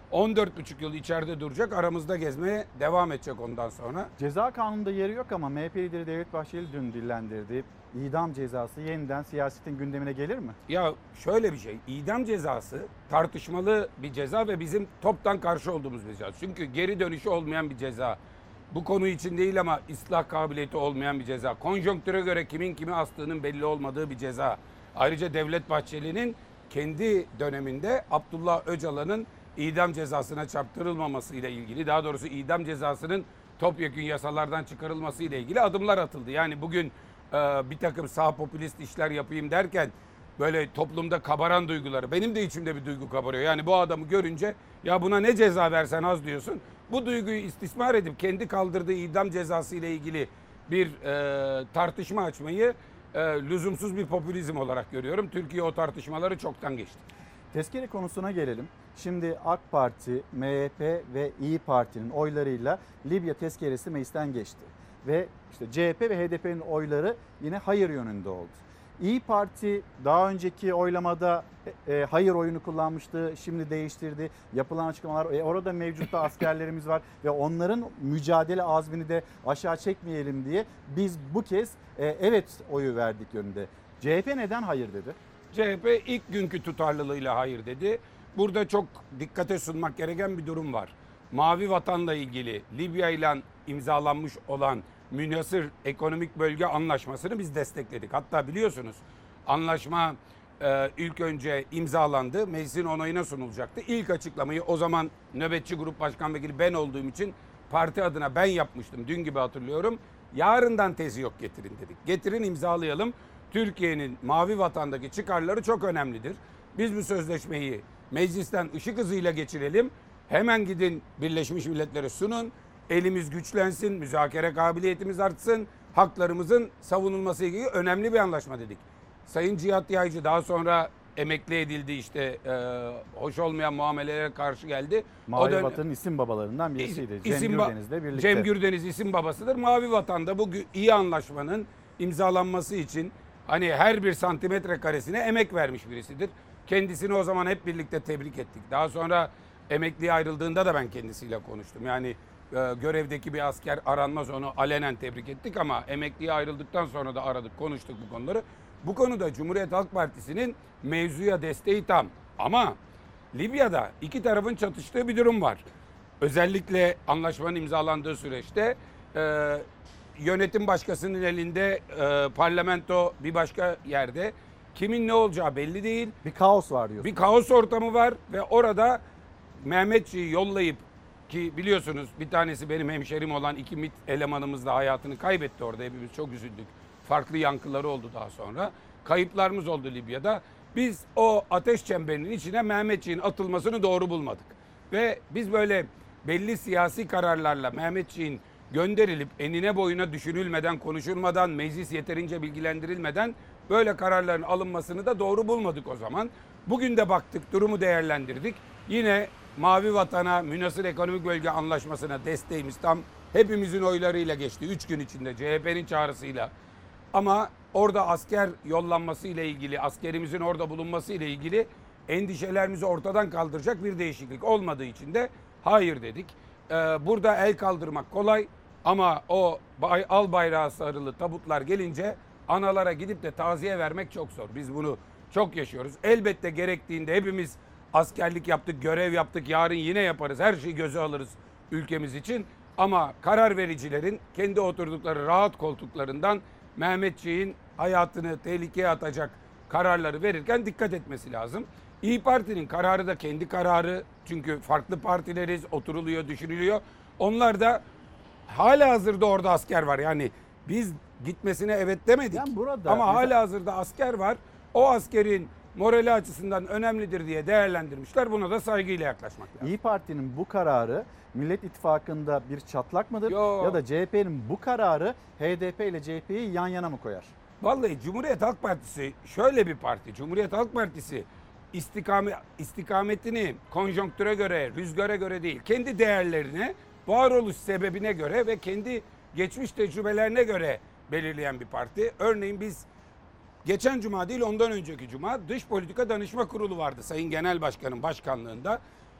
Speaker 17: on dört buçuk yıl içeride duracak, aramızda gezmeye devam edecek ondan sonra.
Speaker 1: Ceza kanununda yeri yok ama M H P lideri Devlet Bahçeli dün dillendirdi. İdam cezası yeniden siyasetin gündemine gelir mi?
Speaker 17: Ya şöyle bir şey, idam cezası tartışmalı bir ceza ve bizim toptan karşı olduğumuz bir ceza. Çünkü geri dönüşü olmayan bir ceza. Bu konu için değil ama ıslah kabiliyeti olmayan bir ceza. Konjonktüre göre kimin kimi astığının belli olmadığı bir ceza. Ayrıca Devlet Bahçeli'nin kendi döneminde Abdullah Öcalan'ın idam cezasına çarptırılmaması ile ilgili, daha doğrusu idam cezasının topyekün yasalardan çıkarılması ile ilgili adımlar atıldı. Yani bugün e, bir takım sağ popülist işler yapayım derken böyle toplumda kabaran duyguları, benim de içimde bir duygu kabarıyor. Yani bu adamı görünce ya buna ne ceza versen az diyorsun. Bu duyguyu istismar edip kendi kaldırdığı idam cezası ile ilgili bir e, tartışma açmayı e, lüzumsuz bir popülizm olarak görüyorum. Türkiye o tartışmaları çoktan geçti.
Speaker 1: Tezkere konusuna gelelim. Şimdi AK Parti, M H P ve İyi Parti'nin oylarıyla Libya tezkeresi meclisten geçti. Ve işte C H P ve H D P'nin oyları yine hayır yönünde oldu. İyi Parti daha önceki oylamada e, hayır oyunu kullanmıştı, şimdi değiştirdi. Yapılan açıklamalar, e, orada mevcutta askerlerimiz var ve onların mücadele azmini de aşağı çekmeyelim diye biz bu kez e, evet oyu verdik yönünde. C H P neden hayır dedi?
Speaker 17: C H P ilk günkü tutarlılığıyla hayır dedi. Burada çok dikkate sunmak gereken bir durum var. Mavi Vatan'la ilgili Libya ile imzalanmış olan münhasır ekonomik bölge anlaşmasını biz destekledik. Hatta biliyorsunuz anlaşma e, ilk önce imzalandı, meclisin onayına sunulacaktı. İlk açıklamayı o zaman nöbetçi grup başkan vekili ben olduğum için parti adına ben yapmıştım. Dün gibi hatırlıyorum. Yarından tezi yok getirin dedik. Getirin imzalayalım. Türkiye'nin Mavi Vatan'daki çıkarları çok önemlidir. Biz bu sözleşmeyi meclisten ışık hızıyla geçirelim. Hemen gidin Birleşmiş Milletler'e sunun. Elimiz güçlensin, müzakere kabiliyetimiz artsın. Haklarımızın savunulması ilgili önemli bir anlaşma dedik. Sayın Cihat Yaycı daha sonra emekli edildi, işte e, hoş olmayan muamelelere karşı geldi.
Speaker 1: Mavi
Speaker 17: dön-
Speaker 1: Vatan'ın isim babalarından birisiydi. Cem
Speaker 17: İsim ba-
Speaker 1: Gürdeniz'le birlikte.
Speaker 17: Cem Gürdeniz isim babasıdır. Mavi Vatan'da bu iyi anlaşmanın imzalanması için hani her bir santimetre karesine emek vermiş birisidir. Kendisini o zaman hep birlikte tebrik ettik. Daha sonra emekliye ayrıldığında da ben kendisiyle konuştum. Yani e, görevdeki bir asker aranmaz, onu alenen tebrik ettik ama emekliye ayrıldıktan sonra da aradık, konuştuk bu konuları. Bu konuda Cumhuriyet Halk Partisi'nin mevzuya desteği tam. Ama Libya'da iki tarafın çatıştığı bir durum var. Özellikle anlaşmanın imzalandığı süreçte e, yönetim başkasının elinde, e, parlamento bir başka yerde. Kimin ne olacağı belli değil.
Speaker 1: Bir kaos var diyorsun.
Speaker 17: Bir kaos ortamı var ve orada Mehmetçiği yollayıp, ki biliyorsunuz bir tanesi benim hemşerim olan iki MİT elemanımız da hayatını kaybetti orada. Hepimiz çok üzüldük. Farklı yankıları oldu daha sonra. Kayıplarımız oldu Libya'da. Biz o ateş çemberinin içine Mehmetçiğin atılmasını doğru bulmadık. Ve biz böyle belli siyasi kararlarla Mehmetçiğin gönderilip enine boyuna düşünülmeden, konuşulmadan, meclis yeterince bilgilendirilmeden böyle kararların alınmasını da doğru bulmadık o zaman. Bugün de baktık, durumu değerlendirdik. Yine Mavi Vatan'a, Münhasır Ekonomik Bölge Anlaşması'na desteğimiz tam hepimizin oylarıyla geçti. Üç gün içinde C H P'nin çağrısıyla. Ama orada asker yollanması ile ilgili, askerimizin orada bulunması ile ilgili endişelerimizi ortadan kaldıracak bir değişiklik olmadığı için de hayır dedik. Ee, burada el kaldırmak kolay ama o bay, al bayrağı sarılı tabutlar gelince analara gidip de taziye vermek çok zor. Biz bunu çok yaşıyoruz. Elbette gerektiğinde hepimiz askerlik yaptık, görev yaptık, yarın yine yaparız. Her şeyi göze alırız ülkemiz için. Ama karar vericilerin kendi oturdukları rahat koltuklarından Mehmetçiğin hayatını tehlikeye atacak kararları verirken dikkat etmesi lazım. İyi Parti'nin kararı da kendi kararı. Çünkü farklı partileriz, oturuluyor, düşünülüyor. Onlar da hala hazırda orada asker var. Yani biz gitmesine evet demedik.
Speaker 1: Yani burada
Speaker 17: ama
Speaker 1: mesela...
Speaker 17: hala hazırda asker var. O askerin morali açısından önemlidir diye değerlendirmişler. Buna da saygıyla yaklaşmak lazım.
Speaker 1: İyi Parti'nin bu kararı Millet İttifakı'nda bir çatlak mıdır?
Speaker 17: Yo.
Speaker 1: Ya da C H P'nin bu kararı H D P ile C H P'yi yan yana mı koyar?
Speaker 17: Vallahi Cumhuriyet Halk Partisi şöyle bir parti. Cumhuriyet Halk Partisi istikame, istikametini konjonktüre göre, rüzgara göre değil, kendi değerlerine, varoluş sebebine göre ve kendi geçmiş tecrübelerine göre belirleyen bir parti. Örneğin biz geçen cuma değil ondan önceki cuma Dış Politika Danışma Kurulu vardı Sayın Genel Başkan'ın başkanlığında.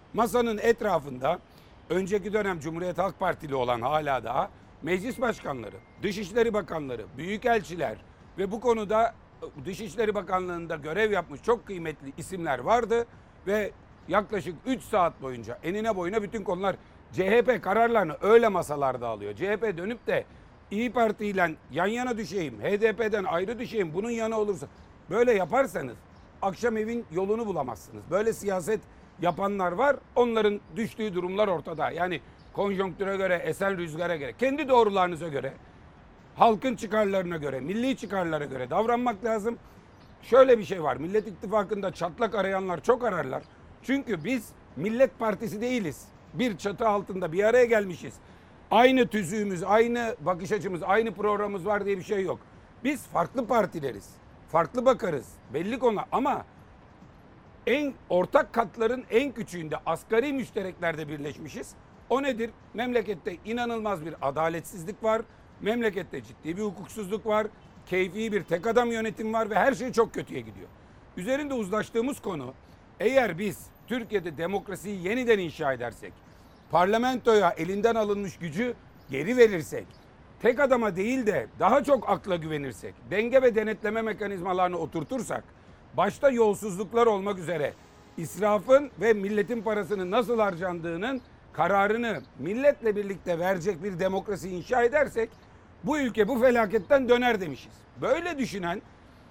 Speaker 17: Masanın etrafında önceki dönem Cumhuriyet Halk Partili olan hala daha meclis başkanları, Dışişleri Bakanları, büyükelçiler ve bu konuda Dışişleri Bakanlığı'nda görev yapmış çok kıymetli isimler vardı ve yaklaşık üç saat boyunca enine boyuna bütün konular C H P kararlarını öyle masalarda alıyor. C H P dönüp de İyi Parti ile yan yana düşeyim, H D P'den ayrı düşeyim, bunun yanı olursa böyle yaparsanız akşam evin yolunu bulamazsınız. Böyle siyaset yapanlar var. Onların düştüğü durumlar ortada. Yani konjonktüre göre, esen rüzgara göre, kendi doğrularınıza göre, halkın çıkarlarına göre, milli çıkarlara göre davranmak lazım. Şöyle bir şey var. Millet İttifakı'nda çatlak arayanlar çok ararlar. Çünkü biz Millet Partisi değiliz. Bir çatı altında bir araya gelmişiz. Aynı tüzüğümüz, aynı bakış açımız, aynı programımız var diye bir şey yok. Biz farklı partileriz. Farklı bakarız. Belli konular ama en ortak katların en küçüğünde asgari müştereklerde birleşmişiz. O nedir? Memlekette inanılmaz bir adaletsizlik var. Memlekette ciddi bir hukuksuzluk var. Keyfi bir tek adam yönetim var ve her şey çok kötüye gidiyor. Üzerinde uzlaştığımız konu, eğer biz Türkiye'de demokrasiyi yeniden inşa edersek, parlamentoya elinden alınmış gücü geri verirsek, tek adama değil de daha çok akla güvenirsek, denge ve denetleme mekanizmalarını oturtursak, başta yolsuzluklar olmak üzere israfın ve milletin parasının nasıl harcandığının kararını milletle birlikte verecek bir demokrasi inşa edersek bu ülke bu felaketten döner demişiz. Böyle düşünen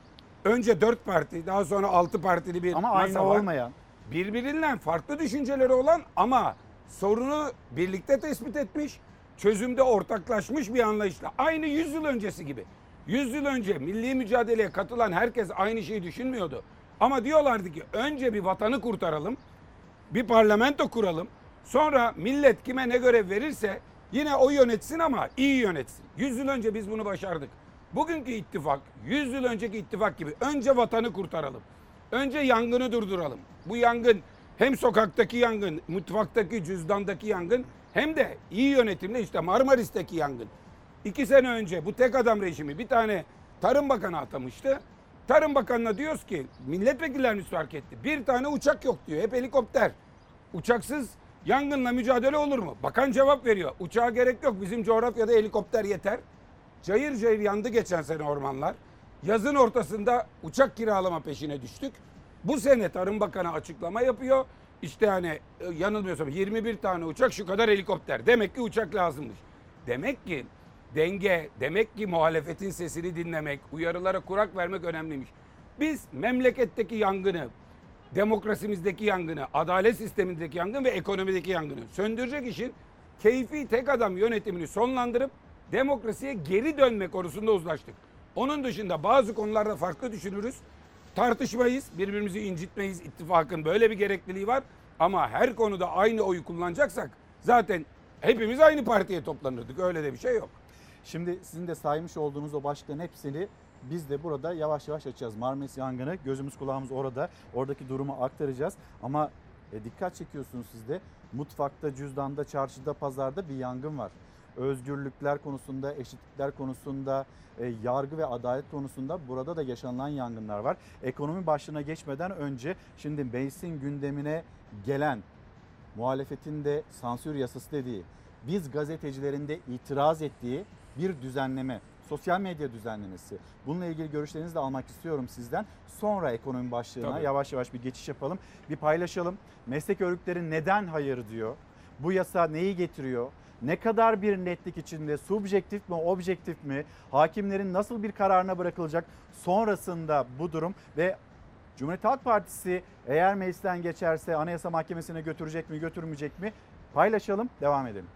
Speaker 17: önce dört parti, daha sonra altı partili bir
Speaker 1: ama
Speaker 17: masa
Speaker 1: aynı
Speaker 17: var.
Speaker 1: olmayan.
Speaker 17: Birbirinden farklı düşünceleri olan ama sorunu birlikte tespit etmiş, çözümde ortaklaşmış bir anlayışla. Aynı yüz yıl öncesi gibi. yüz yıl önce milli mücadeleye katılan herkes aynı şeyi düşünmüyordu. Ama diyorlardı ki önce bir vatanı kurtaralım, bir parlamento kuralım. Sonra millet kime ne görev verirse yine o yönetsin ama iyi yönetsin. yüz yıl önce biz bunu başardık. Bugünkü ittifak yüz yıl önceki ittifak gibi önce vatanı kurtaralım. Önce yangını durduralım. Bu yangın hem sokaktaki yangın, mutfaktaki, cüzdandaki yangın hem de iyi yönetimle işte Marmaris'teki yangın. İki sene önce bu tek adam rejimi bir tane Tarım Bakanı atamıştı. Tarım Bakanı'na diyoruz ki milletvekillerimiz fark etti. Bir tane uçak yok diyor. Hep helikopter. Uçaksız yangınla mücadele olur mu? Bakan cevap veriyor. Uçağa gerek yok. Bizim coğrafyada helikopter yeter. Cayır cayır yandı geçen sene ormanlar. Yazın ortasında uçak kiralama peşine düştük. Bu sene Tarım Bakanı açıklama yapıyor. İşte hani yanılmıyorsam yirmi bir tane uçak, şu kadar helikopter. Demek ki uçak lazımmış. Demek ki denge, demek ki muhalefetin sesini dinlemek, uyarılara kulak vermek önemliymiş. Biz memleketteki yangını, demokrasimizdeki yangını, adalet sistemindeki yangını ve ekonomideki yangını söndürecek işin keyfi tek adam yönetimini sonlandırıp demokrasiye geri dönme konusunda uzlaştık. Onun dışında bazı konularda farklı düşünürüz. Tartışmayız, birbirimizi incitmeyiz. İttifakın böyle bir gerekliliği var. Ama her konuda aynı oyu kullanacaksak zaten hepimiz aynı partiye toplanırdık. Öyle de bir şey yok.
Speaker 1: Şimdi sizin de saymış olduğunuz o başlıkların hepsini biz de burada yavaş yavaş açacağız. Marmaris yangını, gözümüz kulağımız orada. Oradaki durumu aktaracağız. Ama e, dikkat çekiyorsunuz siz de. Mutfakta, cüzdanda, çarşıda, pazarda bir yangın var. Özgürlükler konusunda, eşitlikler konusunda, e, yargı ve adalet konusunda burada da yaşanılan yangınlar var. Ekonomi başlığına geçmeden önce şimdi meclisin gündemine gelen muhalefetin de sansür yasası dediği, biz gazetecilerin de itiraz ettiği bir düzenleme, sosyal medya düzenlemesi. Bununla ilgili görüşlerinizi de almak istiyorum sizden. Sonra ekonomi başlığına Tabii. yavaş yavaş bir geçiş yapalım. Bir paylaşalım. Meslek örgütleri neden hayır diyor? Bu yasa neyi getiriyor? Ne kadar bir netlik içinde, subjektif mi, objektif mi? Hakimlerin nasıl bir kararına bırakılacak? Sonrasında bu durum ve Cumhuriyet Halk Partisi eğer meclisten geçerse Anayasa Mahkemesi'ne götürecek mi, götürmeyecek mi? Paylaşalım, devam edelim.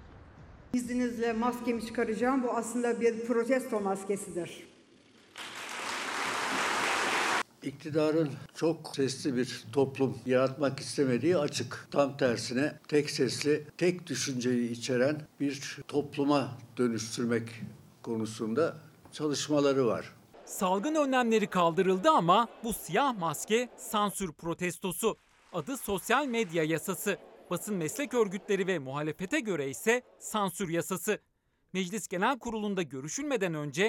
Speaker 12: İzninizle maskemi çıkaracağım. Bu aslında bir protesto maskesidir.
Speaker 18: İktidarın çok sesli bir toplum yaratmak istemediği açık. Tam tersine tek sesli, tek düşünceyi içeren bir topluma dönüştürmek konusunda çalışmaları var.
Speaker 19: Salgın önlemleri kaldırıldı ama bu siyah maske sansür protestosu. Adı sosyal medya yasası. Basın meslek örgütleri ve muhalefete göre ise sansür yasası. Meclis Genel Kurulu'nda görüşülmeden önce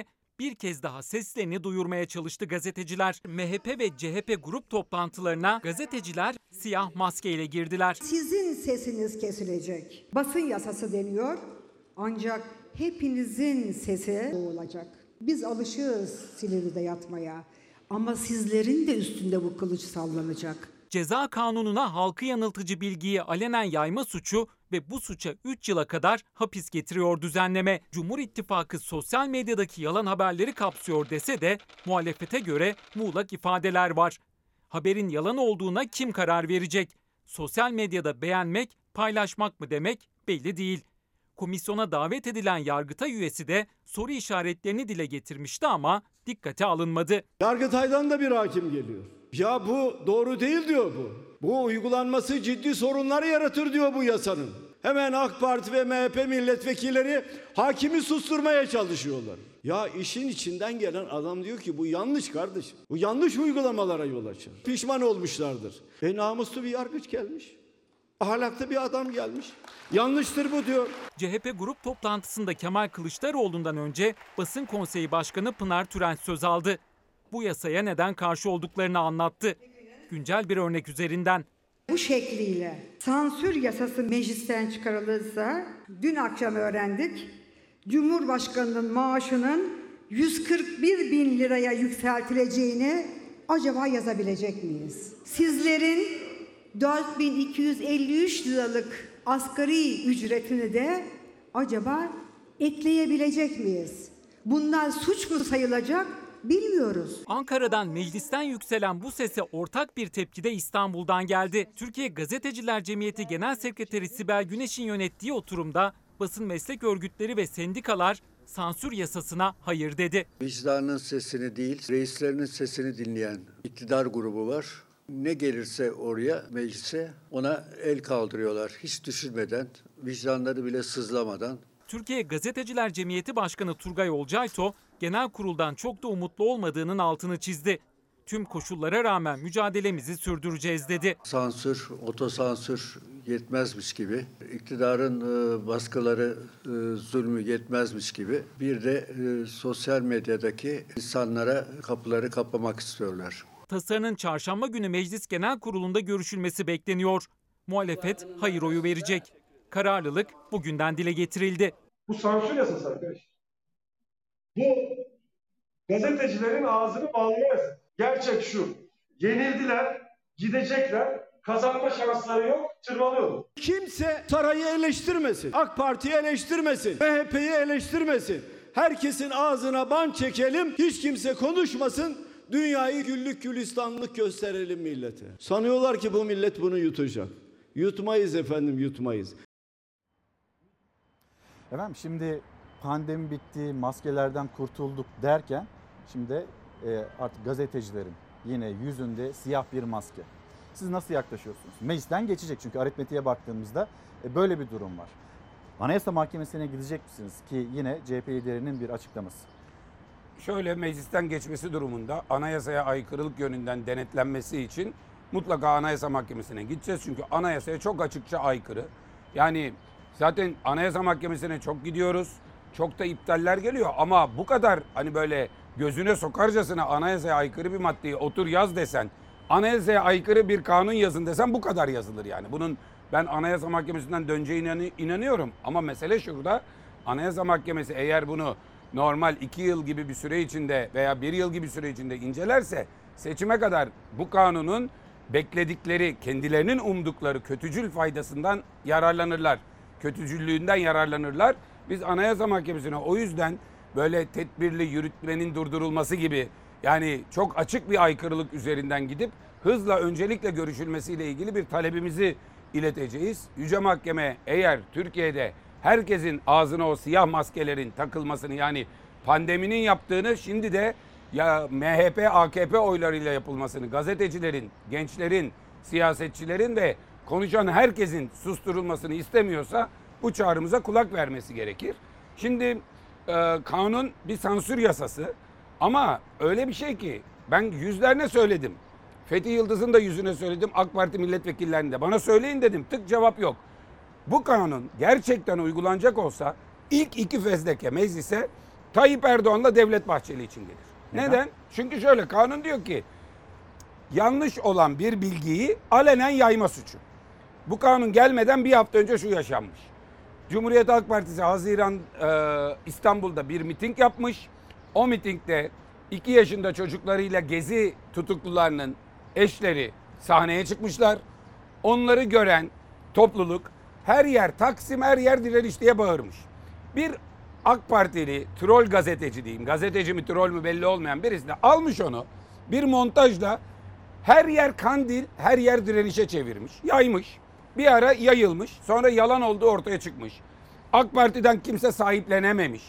Speaker 19: bir kez daha seslerini duyurmaya çalıştı gazeteciler. M H P ve C H P grup toplantılarına gazeteciler siyah maskeyle girdiler.
Speaker 12: Sizin sesiniz kesilecek. Basın yasası deniyor ancak hepinizin sesi olacak. Biz alışığız Silivri'de yatmaya ama sizlerin de üstünde bu kılıç sallanacak.
Speaker 19: Ceza kanununa halkı yanıltıcı bilgiyi alenen yayma suçu ve bu suça üç yıla kadar hapis getiriyor düzenleme. Cumhur İttifakı sosyal medyadaki yalan haberleri kapsıyor dese de muhalefete göre muğlak ifadeler var. Haberin yalan olduğuna kim karar verecek? Sosyal medyada beğenmek, paylaşmak mı demek belli değil. Komisyona davet edilen Yargıtay üyesi de soru işaretlerini dile getirmişti ama dikkate alınmadı.
Speaker 3: Yargıtay'dan da bir hakim geliyor. Ya bu doğru değil diyor bu. Bu uygulanması ciddi sorunlar yaratır diyor bu yasanın. Hemen AK Parti ve M H P milletvekilleri hakimi susturmaya çalışıyorlar. Ya işin içinden gelen adam diyor ki bu yanlış kardeşim. Bu yanlış uygulamalara yol açar. Pişman olmuşlardır. E namuslu bir yargıç gelmiş. Ahlaklı bir adam gelmiş. Yanlıştır bu diyor.
Speaker 19: C H P grup toplantısında Kemal Kılıçdaroğlu'ndan önce Basın Konseyi Başkanı Pınar Türenç söz aldı. Bu yasaya neden karşı olduklarını anlattı. Güncel bir örnek üzerinden.
Speaker 12: Bu şekliyle sansür yasası meclisten çıkarılırsa dün akşam öğrendik. Cumhurbaşkanının maaşının yüz kırk bir bin liraya yükseltileceğini acaba yazabilecek miyiz? Sizlerin dört bin iki yüz elli üç liralık asgari ücretini de acaba ekleyebilecek miyiz? Bunlar suç mu sayılacak? Bilmiyoruz.
Speaker 19: Ankara'dan meclisten yükselen bu sese ortak bir tepki de İstanbul'dan geldi. Türkiye Gazeteciler Cemiyeti Genel Sekreteri Sibel Güneş'in yönettiği oturumda basın meslek örgütleri ve sendikalar sansür yasasına hayır dedi.
Speaker 18: Vicdanın sesini değil, reislerinin sesini dinleyen iktidar grubu var. Ne gelirse oraya, meclise ona el kaldırıyorlar. Hiç düşünmeden, vicdanları bile sızlamadan.
Speaker 19: Türkiye Gazeteciler Cemiyeti Başkanı Turgay Olcayto, genel kuruldan çok da umutlu olmadığının altını çizdi. Tüm koşullara rağmen mücadelemizi sürdüreceğiz dedi.
Speaker 18: Sansür, otosansür yetmezmiş gibi, iktidarın baskıları, zulmü yetmezmiş gibi bir de sosyal medyadaki insanlara kapıları kapamak istiyorlar.
Speaker 19: Tasarının çarşamba günü Meclis Genel Kurulu'nda görüşülmesi bekleniyor. Muhalefet hayır oyu verecek. Kararlılık bugünden dile getirildi.
Speaker 15: Bu sansür yasası arkadaşlar. Bu gazetecilerin ağzını bağlama yasası. Gerçek şu. Yenildiler, gidecekler, kazanma şansları yok, tırmalıyorlar.
Speaker 3: Kimse sarayı eleştirmesin, AK Parti'yi eleştirmesin, M H P'yi eleştirmesin. Herkesin ağzına bant çekelim, hiç kimse konuşmasın. Dünyayı güllük gülistanlık gösterelim millete. Sanıyorlar ki bu millet bunu yutacak. Yutmayız efendim, yutmayız.
Speaker 1: Efendim şimdi pandemi bitti, maskelerden kurtulduk derken şimdi e, artık gazetecilerin yine yüzünde siyah bir maske. Siz nasıl yaklaşıyorsunuz? Meclisten geçecek çünkü aritmetiğe baktığımızda e, böyle bir durum var. Anayasa Mahkemesi'ne gidecek misiniz ki yine C H P liderinin bir açıklaması?
Speaker 17: Şöyle meclisten geçmesi durumunda anayasaya aykırılık yönünden denetlenmesi için mutlaka Anayasa Mahkemesi'ne gideceğiz. Çünkü anayasaya çok açıkça aykırı. Yani zaten Anayasa Mahkemesi'ne çok gidiyoruz. Çok da iptaller geliyor ama bu kadar hani böyle gözüne sokarcasına anayasaya aykırı bir maddeyi otur yaz desen, anayasaya aykırı bir kanun yazın desen bu kadar yazılır yani. Bunun ben Anayasa Mahkemesi'nden döneceğine inanıyorum ama mesele şurada. Anayasa Mahkemesi eğer bunu normal iki yıl gibi bir süre içinde veya bir yıl gibi bir süre içinde incelerse seçime kadar bu kanunun bekledikleri, kendilerinin umdukları kötücül faydasından yararlanırlar. Kötücüllüğünden yararlanırlar. Biz Anayasa Mahkemesi'ne o yüzden böyle tedbirli yürütmenin durdurulması gibi yani çok açık bir aykırılık üzerinden gidip hızla öncelikle görüşülmesiyle ilgili bir talebimizi ileteceğiz. Yüce Mahkeme eğer Türkiye'de herkesin ağzına o siyah maskelerin takılmasını yani pandeminin yaptığını şimdi de ya M H P A K P oylarıyla yapılmasını gazetecilerin, gençlerin, siyasetçilerin ve konuşan herkesin susturulmasını istemiyorsa bu çağrımıza kulak vermesi gerekir. Şimdi e, kanun bir sansür yasası ama öyle bir şey ki ben yüzlerine söyledim. Fethi Yıldız'ın da yüzüne söyledim, AK Parti milletvekillerinde. Bana söyleyin dedim, tık cevap yok. Bu kanun gerçekten uygulanacak olsa ilk iki fezleke meclise Tayyip Erdoğan'la Devlet Bahçeli için gelir.
Speaker 1: Neden?
Speaker 17: Neden? Çünkü şöyle, kanun diyor ki yanlış olan bir bilgiyi alenen yayma suçu. Bu kanun gelmeden bir hafta önce şu yaşanmış. Cumhuriyet Halk Partisi Haziran e, İstanbul'da bir miting yapmış. O mitingde iki yaşında çocuklarıyla gezi tutuklularının eşleri sahneye çıkmışlar. Onları gören topluluk her yer Taksim, her yer direniş diye bağırmış. Bir AK Partili troll gazeteci diyeyim, gazeteci mi troll mü belli olmayan birisi de almış onu bir montajla her yer Kandil, her yer direnişe çevirmiş, yaymış. Bir ara yayılmış, sonra yalan olduğu ortaya çıkmış. AK Parti'den kimse sahiplenememiş.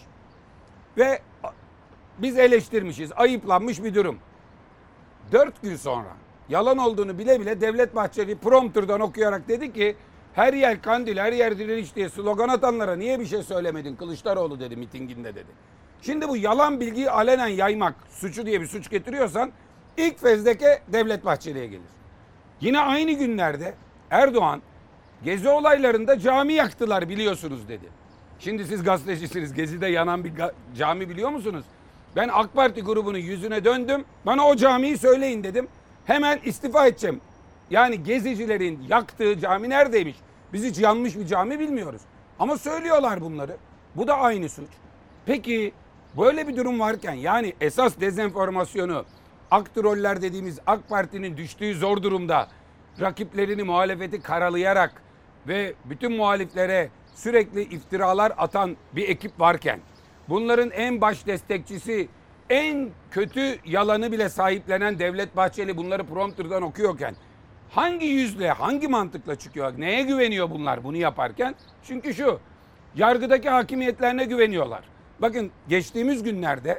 Speaker 17: Ve biz eleştirmişiz, ayıplanmış bir durum. Dört gün sonra yalan olduğunu bile bile Devlet Bahçeli prompterdan okuyarak dedi ki her yer Kandil, her yer direniş diye slogan atanlara niye bir şey söylemedin Kılıçdaroğlu dedi mitinginde dedi. Şimdi bu yalan bilgiyi alenen yaymak suçu diye bir suç getiriyorsan ilk fezleke Devlet Bahçeli'ye gelir. Yine aynı günlerde Erdoğan gezi olaylarında cami yaktılar biliyorsunuz dedi. Şimdi siz gazetecisiniz, Gezi'de yanan bir cami biliyor musunuz? Ben AK Parti grubunun yüzüne döndüm, bana o camiyi söyleyin dedim. Hemen istifa edeceğim. Yani gezicilerin yaktığı cami neredeymiş? Biz hiç yanmış bir cami bilmiyoruz. Ama söylüyorlar bunları. Bu da aynı suç. Peki böyle bir durum varken yani esas dezenformasyonu aktroller dediğimiz AK Parti'nin düştüğü zor durumda rakiplerini, muhalefeti karalayarak ve bütün muhaliflere sürekli iftiralar atan bir ekip varken bunların en baş destekçisi, en kötü yalanı bile sahiplenen Devlet Bahçeli bunları prompterdan okuyorken hangi yüzle, hangi mantıkla çıkıyor? Neye güveniyor bunlar bunu yaparken? Çünkü şu, yargıdaki hakimiyetlerine güveniyorlar. Bakın geçtiğimiz günlerde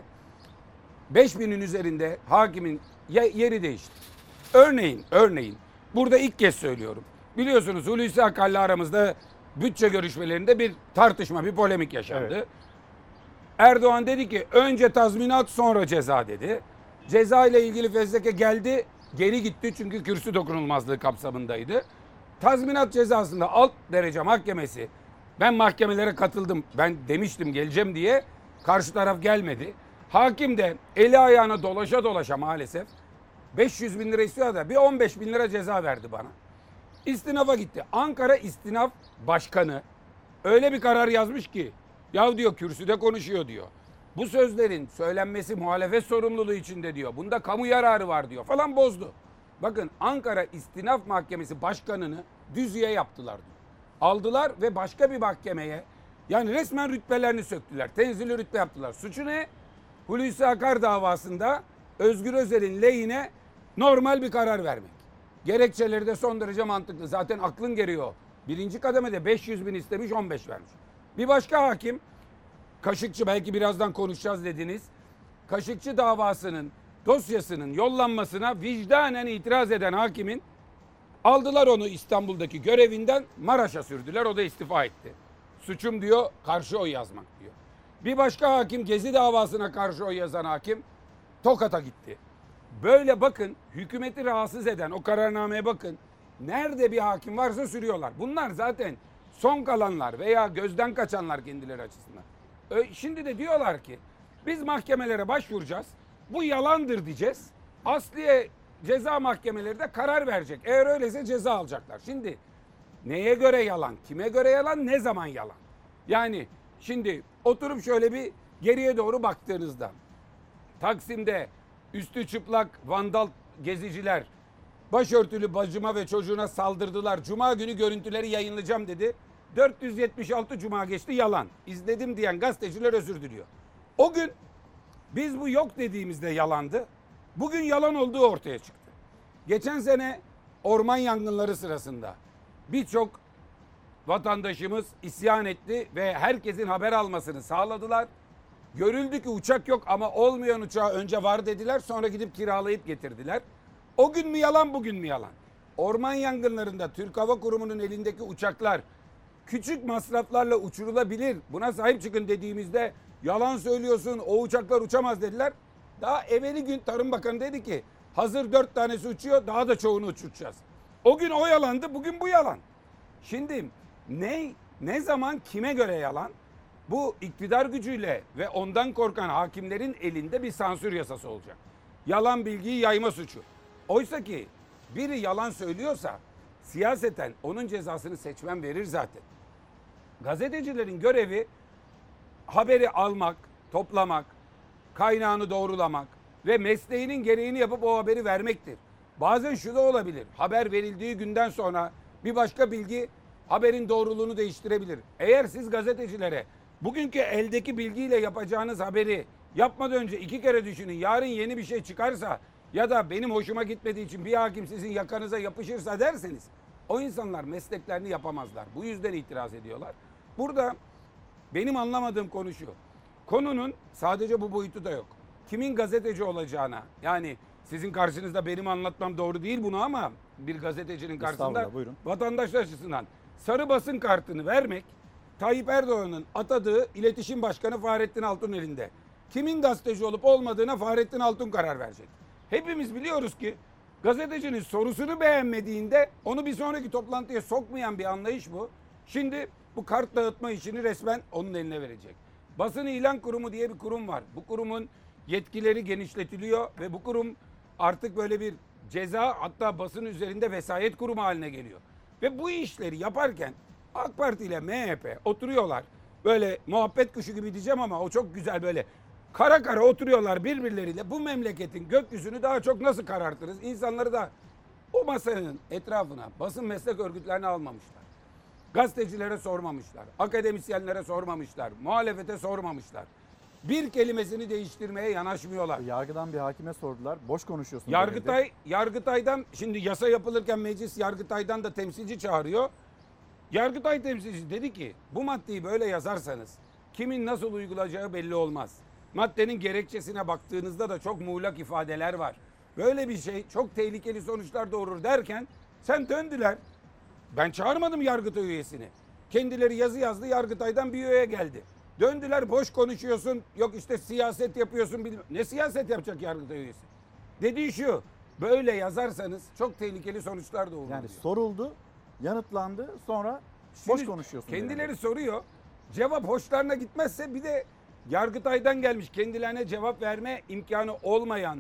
Speaker 17: beş binin üzerinde hakimin yeri değişti. Örneğin, örneğin burada ilk kez söylüyorum. Biliyorsunuz Hulusi Akar'la aramızda bütçe görüşmelerinde bir tartışma, bir polemik yaşandı. Evet. Erdoğan dedi ki önce tazminat sonra ceza dedi. Ceza ile ilgili fezleke geldi, geri gitti çünkü kürsü dokunulmazlığı kapsamındaydı. Tazminat cezasında alt derece mahkemesi, ben mahkemelere katıldım, ben demiştim geleceğim diye, karşı taraf gelmedi. Hakim de eli ayağına dolaşa dolaşa maalesef beş yüz bin lira istiyor da bir on beş bin lira ceza verdi bana. İstinafa gitti. Ankara İstinaf Başkanı öyle bir karar yazmış ki ya diyor kürsüde konuşuyor diyor. Bu sözlerin söylenmesi muhalefet sorumluluğu içinde diyor. Bunda kamu yararı var diyor falan bozdu. Bakın Ankara İstinaf Mahkemesi Başkanı'nı düzüye yaptılar diyor. Aldılar ve başka bir mahkemeye yani resmen rütbelerini söktüler. Tenzili rütbe yaptılar. Suçu ne? Hulusi Akar davasında Özgür Özel'in lehine normal bir karar vermek. Gerekçeleri de son derece mantıklı. Zaten aklın geriyor. Birinci kademede beş yüz bin istemiş, on beş vermiş. Bir başka hakim, Kaşıkçı, belki birazdan konuşacağız dediniz. Kaşıkçı davasının dosyasının yollanmasına vicdanen itiraz eden hakimin aldılar onu İstanbul'daki görevinden Maraş'a sürdüler. O da istifa etti. Suçum diyor karşı oy yazmak diyor. Bir başka hakim, Gezi davasına karşı oy yazan hakim Tokat'a gitti. Böyle bakın hükümeti rahatsız eden o kararnameye bakın. Nerede bir hakim varsa sürüyorlar. Bunlar zaten son kalanlar veya gözden kaçanlar kendileri açısından. Şimdi de diyorlar ki biz mahkemelere başvuracağız. Bu yalandır diyeceğiz. Asliye ceza mahkemeleri de karar verecek. Eğer öyleyse ceza alacaklar. Şimdi neye göre yalan, kime göre yalan, ne zaman yalan? Yani şimdi oturup şöyle bir geriye doğru baktığınızda Taksim'de üstü çıplak vandal geziciler başörtülü bacıma ve çocuğuna saldırdılar. Cuma günü görüntüleri yayınlayacağım dedi. dört yüz yetmiş altı cuma geçti, yalan. İzledim diyen gazeteciler özür diliyor. O gün biz bu yok dediğimizde yalandı. Bugün yalan olduğu ortaya çıktı. Geçen sene orman yangınları sırasında birçok vatandaşımız isyan etti ve herkesin haber almasını sağladılar. Görüldü ki uçak yok ama olmayan uçağı önce var dediler, sonra gidip kiralayıp getirdiler. O gün mü yalan, bugün mü yalan? Orman yangınlarında Türk Hava Kurumu'nun elindeki uçaklar küçük masraflarla uçurulabilir. Buna sahip çıkın dediğimizde yalan söylüyorsun, o uçaklar uçamaz dediler. Daha evveli gün Tarım Bakanı dedi ki hazır dört tanesi uçuyor, daha da çoğunu uçuracağız. O gün o yalandı, bugün bu yalan. Şimdi ne ne zaman kime göre yalan? Bu iktidar gücüyle ve ondan korkan hakimlerin elinde bir sansür yasası olacak. Yalan bilgiyi yayma suçu. Oysa ki biri yalan söylüyorsa siyaseten onun cezasını seçmen verir zaten. Gazetecilerin görevi haberi almak, toplamak, kaynağını doğrulamak ve mesleğinin gereğini yapıp o haberi vermektir. Bazen şu da olabilir. Haber verildiği günden sonra bir başka bilgi haberin doğruluğunu değiştirebilir. Eğer siz gazetecilere bugünkü eldeki bilgiyle yapacağınız haberi yapmadan önce iki kere düşünün. Yarın yeni bir şey çıkarsa ya da benim hoşuma gitmediği için bir hakim sizin yakanıza yapışırsa derseniz o insanlar mesleklerini yapamazlar. Bu yüzden itiraz ediyorlar. Burada benim anlamadığım konu şu. Konunun sadece bu boyutu da yok. Kimin gazeteci olacağına, yani sizin karşınızda benim anlatmam doğru değil bunu ama bir gazetecinin karşısında vatandaş açısından sarı basın kartını vermek Tayyip Erdoğan'ın atadığı İletişim Başkanı Fahrettin Altun elinde. Kimin gazeteci olup olmadığına Fahrettin Altun karar verecek. Hepimiz biliyoruz ki gazetecinin sorusunu beğenmediğinde onu bir sonraki toplantıya sokmayan bir anlayış bu. Şimdi bu kart dağıtma işini resmen onun eline verecek. Basın İlan Kurumu diye bir kurum var. Bu kurumun yetkileri genişletiliyor ve bu kurum artık böyle bir ceza, hatta basın üzerinde vesayet kurumu haline geliyor. Ve bu işleri yaparken AK Parti ile M H P oturuyorlar. Böyle muhabbet kuşu gibi diyeceğim ama o çok güzel, böyle kara kara oturuyorlar birbirleriyle. Bu memleketin gökyüzünü daha çok nasıl karartırız? İnsanları da o masanın etrafına, basın meslek örgütlerini almamışlar. Gazetecilere sormamışlar, akademisyenlere sormamışlar, muhalefete sormamışlar. Bir kelimesini değiştirmeye yanaşmıyorlar.
Speaker 1: Yargıdan bir hakime sordular. Boş konuşuyorsun.
Speaker 17: Yargıtay, dedi. Yargıtay'dan şimdi yasa yapılırken meclis Yargıtay'dan da temsilci çağırıyor. Yargıtay temsilcisi dedi ki bu maddeyi böyle yazarsanız kimin nasıl uygulayacağı belli olmaz. Maddenin gerekçesine baktığınızda da çok muğlak ifadeler var. Böyle bir şey çok tehlikeli sonuçlar doğurur derken sen döndüler. Ben çağırmadım Yargıtay üyesini. Kendileri yazı yazdı, Yargıtay'dan bir üye geldi. Döndüler, boş konuşuyorsun, yok işte siyaset yapıyorsun. Bilmem. Ne siyaset yapacak Yargıtay üyesi? Dediği şu, böyle yazarsanız çok tehlikeli sonuçlar doğurur.
Speaker 1: Yani
Speaker 17: diyor.
Speaker 1: soruldu, yanıtlandı, sonra
Speaker 17: Şimdi
Speaker 1: boş konuşuyorsun.
Speaker 17: Kendileri
Speaker 1: yani.
Speaker 17: soruyor, cevap hoşlarına gitmezse bir de Yargıtay'dan gelmiş, kendilerine cevap verme imkanı olmayan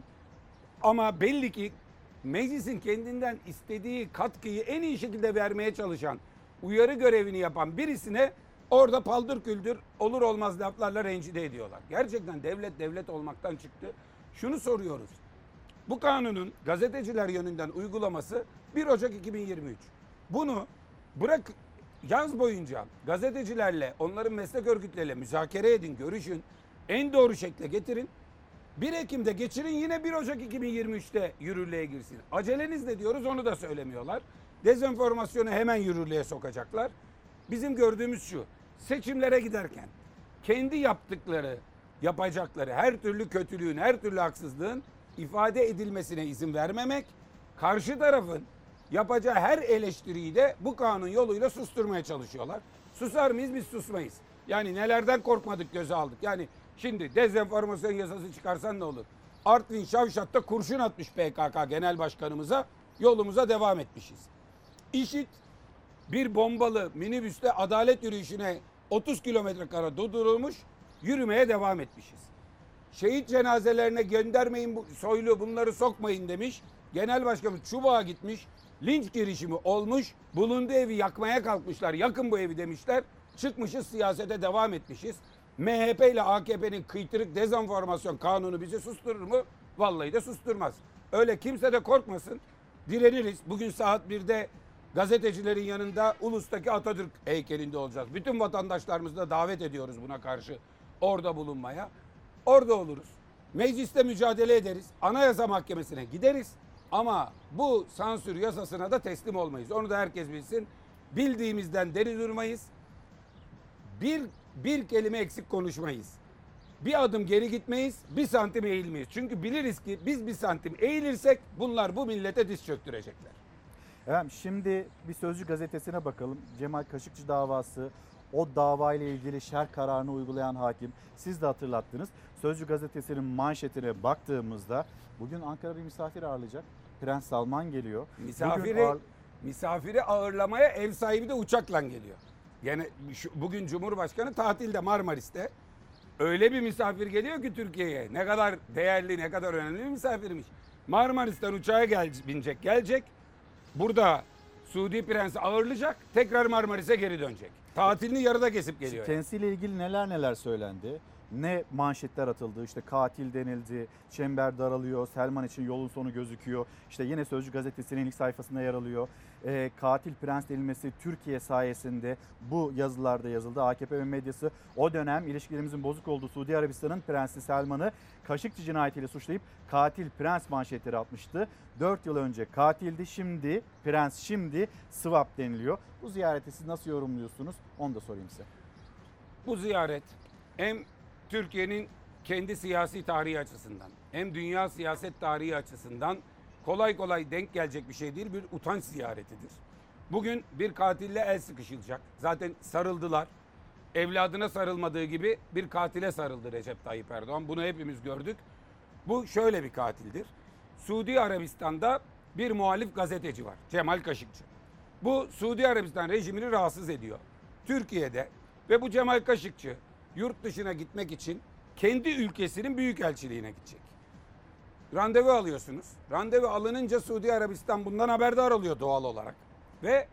Speaker 17: ama belli ki meclisin kendinden istediği katkıyı en iyi şekilde vermeye çalışan, uyarı görevini yapan birisine orada paldır küldür olur olmaz laflarla rencide ediyorlar. Gerçekten devlet devlet olmaktan çıktı. Şunu soruyoruz. Bu kanunun gazeteciler yönünden uygulaması bir Ocak iki bin yirmi üç. Bunu bırak yaz boyunca gazetecilerle, onların meslek örgütleriyle müzakere edin, görüşün. En doğru şekle getirin. bir Ekim'de geçirin, yine bir Ocak iki bin yirmi üçte yürürlüğe girsin. Aceleniz ne diyoruz, onu da söylemiyorlar. Dezenformasyonu hemen yürürlüğe sokacaklar. Bizim gördüğümüz şu, seçimlere giderken kendi yaptıkları, yapacakları her türlü kötülüğün, her türlü haksızlığın ifade edilmesine izin vermemek, karşı tarafın yapacağı her eleştiriyi de bu kanun yoluyla susturmaya çalışıyorlar. Susar mıyız? Biz susmayız. Yani nelerden korkmadık, göze aldık. Yani şimdi dezenformasyon yasası çıkarsan ne olur? Artvin Şavşat'ta kurşun atmış P K K Genel Başkanımıza, yolumuza devam etmişiz. İşit bir bombalı minibüste adalet yürüyüşüne otuz kilometre kare durdurulmuş, yürümeye devam etmişiz. Şehit cenazelerine göndermeyin, bu, Soylu bunları sokmayın demiş. Genel Başkanımız Çubuğa gitmiş, linç girişimi olmuş, bulunduğu evi yakmaya kalkmışlar, yakın bu evi demişler. Çıkmışız, siyasete devam etmişiz. M H P ile A K P'nin kıytırık dezenformasyon kanunu bizi susturur mu? Vallahi de susturmaz. Öyle kimse de korkmasın. Direniriz. Bugün saat birde gazetecilerin yanında Ulus'taki Atatürk heykelinde olacağız. Bütün vatandaşlarımızı da davet ediyoruz buna karşı orada bulunmaya. Orada oluruz. Mecliste mücadele ederiz. Anayasa Mahkemesi'ne gideriz. Ama bu sansür yasasına da teslim olmayız. Onu da herkes bilsin. Bildiğimizden deri durmayız. Bir, bir kelime eksik konuşmayız. Bir adım geri gitmeyiz, bir santim eğilmeyiz. Çünkü biliriz ki biz bir santim eğilirsek bunlar bu millete diz çöktürecekler.
Speaker 1: Evet, şimdi bir Sözcü gazetesine bakalım. Cemal Kaşıkçı davası, o davayla ilgili şerh kararını uygulayan hakim. Siz de hatırlattınız. Sözcü gazetesinin manşetine baktığımızda bugün Ankara bir misafir ağırlayacak. Prens Salman geliyor.
Speaker 17: Misafiri,
Speaker 1: ağır...
Speaker 17: misafiri ağırlamaya ev sahibi de uçakla geliyor. Gene şu, bugün Cumhurbaşkanı tatilde Marmaris'te. Öyle bir misafir geliyor ki Türkiye'ye. Ne kadar değerli, ne kadar önemli bir misafirmiş. Marmaris'ten uçağa gel, binecek, gelecek. Burada Suudi Prensi ağırlayacak. Tekrar Marmaris'e geri dönecek. Tatilini yarıda kesip geliyor.
Speaker 1: Kendisiyle ilgili neler neler söylendi. Ne manşetler atıldı, işte katil denildi, çember daralıyor, Selman için yolun sonu gözüküyor. İşte yine Sözcü gazetesinin ilk sayfasında yer alıyor. E, katil prens denilmesi Türkiye sayesinde bu yazılarda yazıldı. A K P ve medyası o dönem ilişkilerimizin bozuk olduğu Suudi Arabistan'ın Prensi Selman'ı Kaşıkçı cinayetiyle suçlayıp katil prens manşetleri atmıştı. dört yıl önce katildi, şimdi prens, şimdi swap deniliyor. Bu ziyareti siz nasıl yorumluyorsunuz? Onu da sorayım size.
Speaker 17: Bu ziyaret hem Türkiye'nin kendi siyasi tarihi açısından hem dünya siyaset tarihi açısından kolay kolay denk gelecek bir şey değil, bir utanç ziyaretidir. Bugün bir katille el sıkışılacak. Zaten sarıldılar. Evladına sarılmadığı gibi bir katile sarıldı Recep Tayyip Erdoğan. Bunu hepimiz gördük. Bu şöyle bir katildir. Suudi Arabistan'da bir muhalif gazeteci var, Cemal Kaşıkçı. Bu Suudi Arabistan rejimini rahatsız ediyor. Türkiye'de ve bu Cemal Kaşıkçı yurt dışına gitmek için kendi ülkesinin büyükelçiliğine gidecek. Randevu alıyorsunuz. Randevu alınınca Suudi Arabistan bundan haberdar oluyor doğal olarak. Ve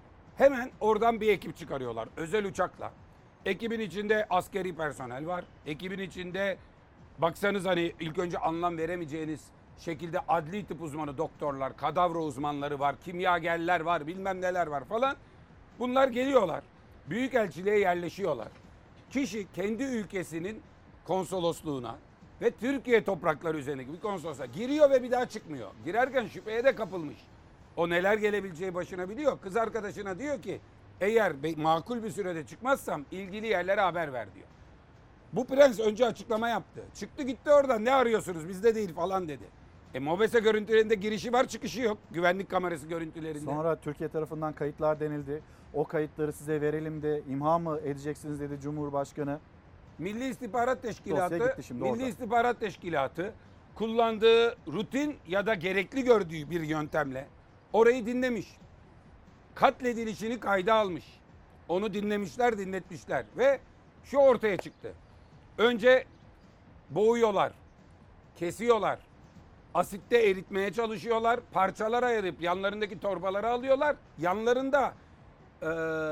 Speaker 17: hemen oradan bir ekip çıkarıyorlar özel uçakla. Ekibin içinde askeri personel var. Ekibin içinde baksanız hani ilk önce anlam veremeyeceğiniz şekilde adli tıp uzmanı doktorlar, kadavra uzmanları var, kimyagerler var, bilmem neler var falan. Bunlar geliyorlar. Büyükelçiliğe yerleşiyorlar. Kişi kendi ülkesinin konsolosluğuna ve Türkiye toprakları üzerindeki bir konsolosluğa giriyor ve bir daha çıkmıyor. Girerken şüpheye de kapılmış. O neler gelebileceği başına biliyor. Kız arkadaşına diyor ki eğer makul bir sürede çıkmazsam ilgili yerlere haber ver diyor. Bu prens önce açıklama yaptı. Çıktı gitti oradan, ne arıyorsunuz bizde değil falan dedi. E MOBESE görüntülerinde girişi var, çıkışı yok. Güvenlik kamerası görüntülerinde.
Speaker 1: Sonra Türkiye tarafından kayıtlar denildi. O kayıtları size verelim de imha mı edeceksiniz dedi Cumhurbaşkanı.
Speaker 17: Milli İstihbarat Teşkilatı, Milli
Speaker 1: orada.
Speaker 17: İstihbarat Teşkilatı kullandığı rutin ya da gerekli gördüğü bir yöntemle orayı dinlemiş. Katledilişini kayda almış. Onu dinlemişler, dinletmişler ve şu ortaya çıktı. Önce boğuyorlar, kesiyorlar, asitte eritmeye çalışıyorlar, parçalara ayırıp yanlarındaki torbaları alıyorlar. Yanlarında ee,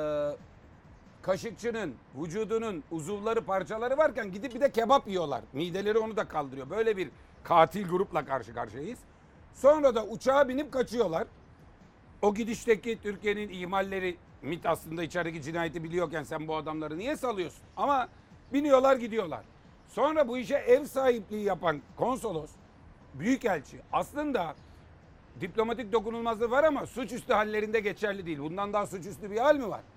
Speaker 17: Kaşıkçı'nın vücudunun uzuvları, parçaları varken gidip bir de kebap yiyorlar. Mideleri onu da kaldırıyor. Böyle bir katil grupla karşı karşıyayız. Sonra da uçağa binip kaçıyorlar. O gidişteki Türkiye'nin ihmalleri, MİT aslında içerideki cinayeti biliyorken sen bu adamları niye salıyorsun? Ama biniyorlar gidiyorlar. Sonra bu işe ev sahipliği yapan konsolos, büyükelçi aslında diplomatik dokunulmazlığı var ama suçüstü hallerinde geçerli değil. Bundan daha suçüstü bir hal mi var?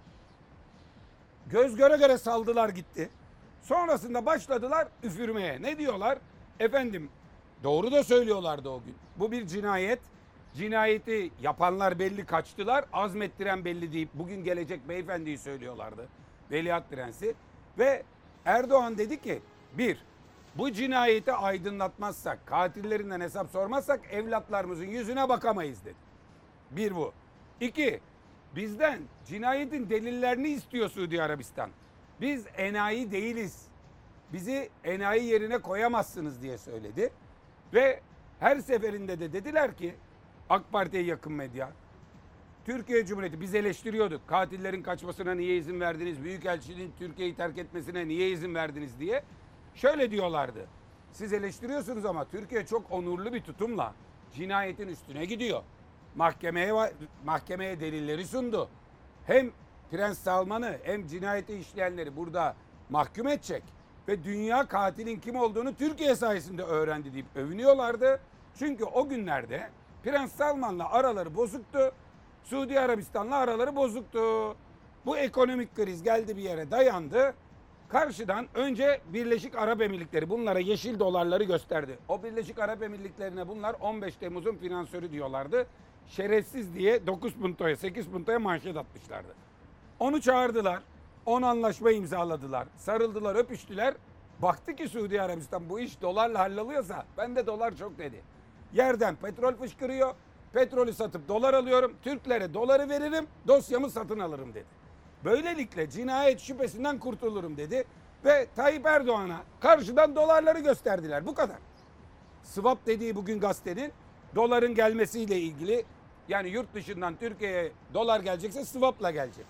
Speaker 17: Göz göre göre saldılar gitti. Sonrasında başladılar üfürmeye. Ne diyorlar? Efendim doğru da söylüyorlardı o gün. Bu bir cinayet. Cinayeti yapanlar belli, kaçtılar. Azmettiren belli deyip bugün gelecek beyefendiyi söylüyorlardı. Veliaht Prensi. Ve Erdoğan dedi ki bir, bu cinayeti aydınlatmazsak, katillerinden hesap sormazsak evlatlarımızın yüzüne bakamayız dedi. Bir bu. İki, bizden cinayetin delillerini istiyor Suudi Arabistan. Biz enayi değiliz. Bizi enayi yerine koyamazsınız diye söyledi. Ve her seferinde de dediler ki AK Parti'ye yakın medya, Türkiye Cumhuriyeti biz eleştiriyorduk. Katillerin kaçmasına niye izin verdiniz? Büyükelçinin Türkiye'yi terk etmesine niye izin verdiniz diye. Şöyle diyorlardı. Siz eleştiriyorsunuz ama Türkiye çok onurlu bir tutumla cinayetin üstüne gidiyor. Mahkemeye mahkemeye delilleri sundu. Hem Prens Salman'ı hem cinayeti işleyenleri burada mahkum edecek ve dünya katilin kim olduğunu Türkiye sayesinde öğrendi deyip övünüyorlardı. Çünkü o günlerde Prens Salman'la araları bozuktu. Suudi Arabistan'la araları bozuktu. Bu ekonomik kriz geldi bir yere dayandı. Karşıdan önce Birleşik Arap Emirlikleri bunlara yeşil dolarları gösterdi. O Birleşik Arap Emirlikleri'ne bunlar on beş Temmuz'un finansörü diyorlardı. Şerefsiz diye dokuz puntoya sekiz puntoya manşet atmışlardı. Onu çağırdılar. on anlaşma imzaladılar. Sarıldılar, öpüştüler. Baktı ki Suudi Arabistan bu iş dolarla halloluyorsa ben de dolar çok dedi. Yerden petrol fışkırıyor. Petrolü satıp dolar alıyorum. Türklere doları veririm, dosyamı satın alırım dedi. Böylelikle cinayet şüphesinden kurtulurum dedi ve Tayyip Erdoğan'a karşıdan dolarları gösterdiler. Bu kadar. Swap dediği bugün gazetenin doların gelmesiyle ilgili, yani yurt dışından Türkiye'ye dolar gelecekse swap'la gelecek.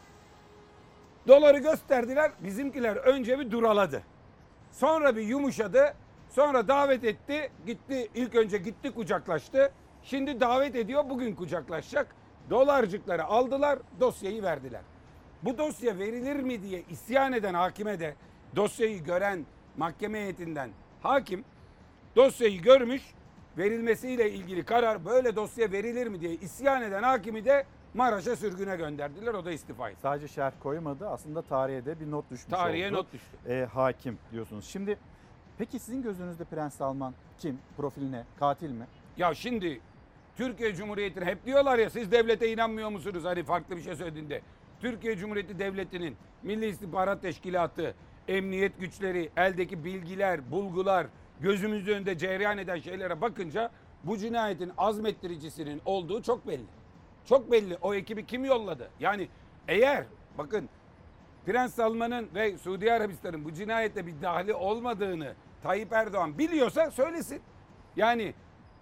Speaker 17: Doları gösterdiler, bizimkiler önce bir duraladı. Sonra bir yumuşadı, sonra davet etti, gitti, ilk önce gitti kucaklaştı. Şimdi davet ediyor, bugün kucaklaşacak. Dolarcıkları aldılar, dosyayı verdiler. Bu dosya verilir mi diye isyan eden hakime de dosyayı gören mahkeme heyetinden hakim dosyayı görmüş, verilmesiyle ilgili karar, böyle dosya verilir mi diye isyan eden hakimi de Maraş'a sürgüne gönderdiler. O da istifa etti.
Speaker 1: Sadece şerh koymadı, aslında tarihe de bir not düşmüş
Speaker 17: Tarihe
Speaker 1: oldu.
Speaker 17: not düştü.
Speaker 1: Ee, hakim diyorsunuz. Şimdi peki sizin gözünüzde Prens Salman kim? Profiline katil mi?
Speaker 17: Ya şimdi Türkiye Cumhuriyeti'ne hep diyorlar ya, siz devlete inanmıyor musunuz? Hani farklı bir şey söylediğinde. Türkiye Cumhuriyeti Devleti'nin Milli İstihbarat Teşkilatı, emniyet güçleri, eldeki bilgiler, bulgular, gözümüzün önünde cereyan eden şeylere bakınca bu cinayetin azmettiricisinin olduğu çok belli. Çok belli. O ekibi kim yolladı? Yani eğer bakın Prens Salman'ın ve Suudi Arabistan'ın bu cinayette bir dahli olmadığını Tayyip Erdoğan biliyorsa söylesin. Yani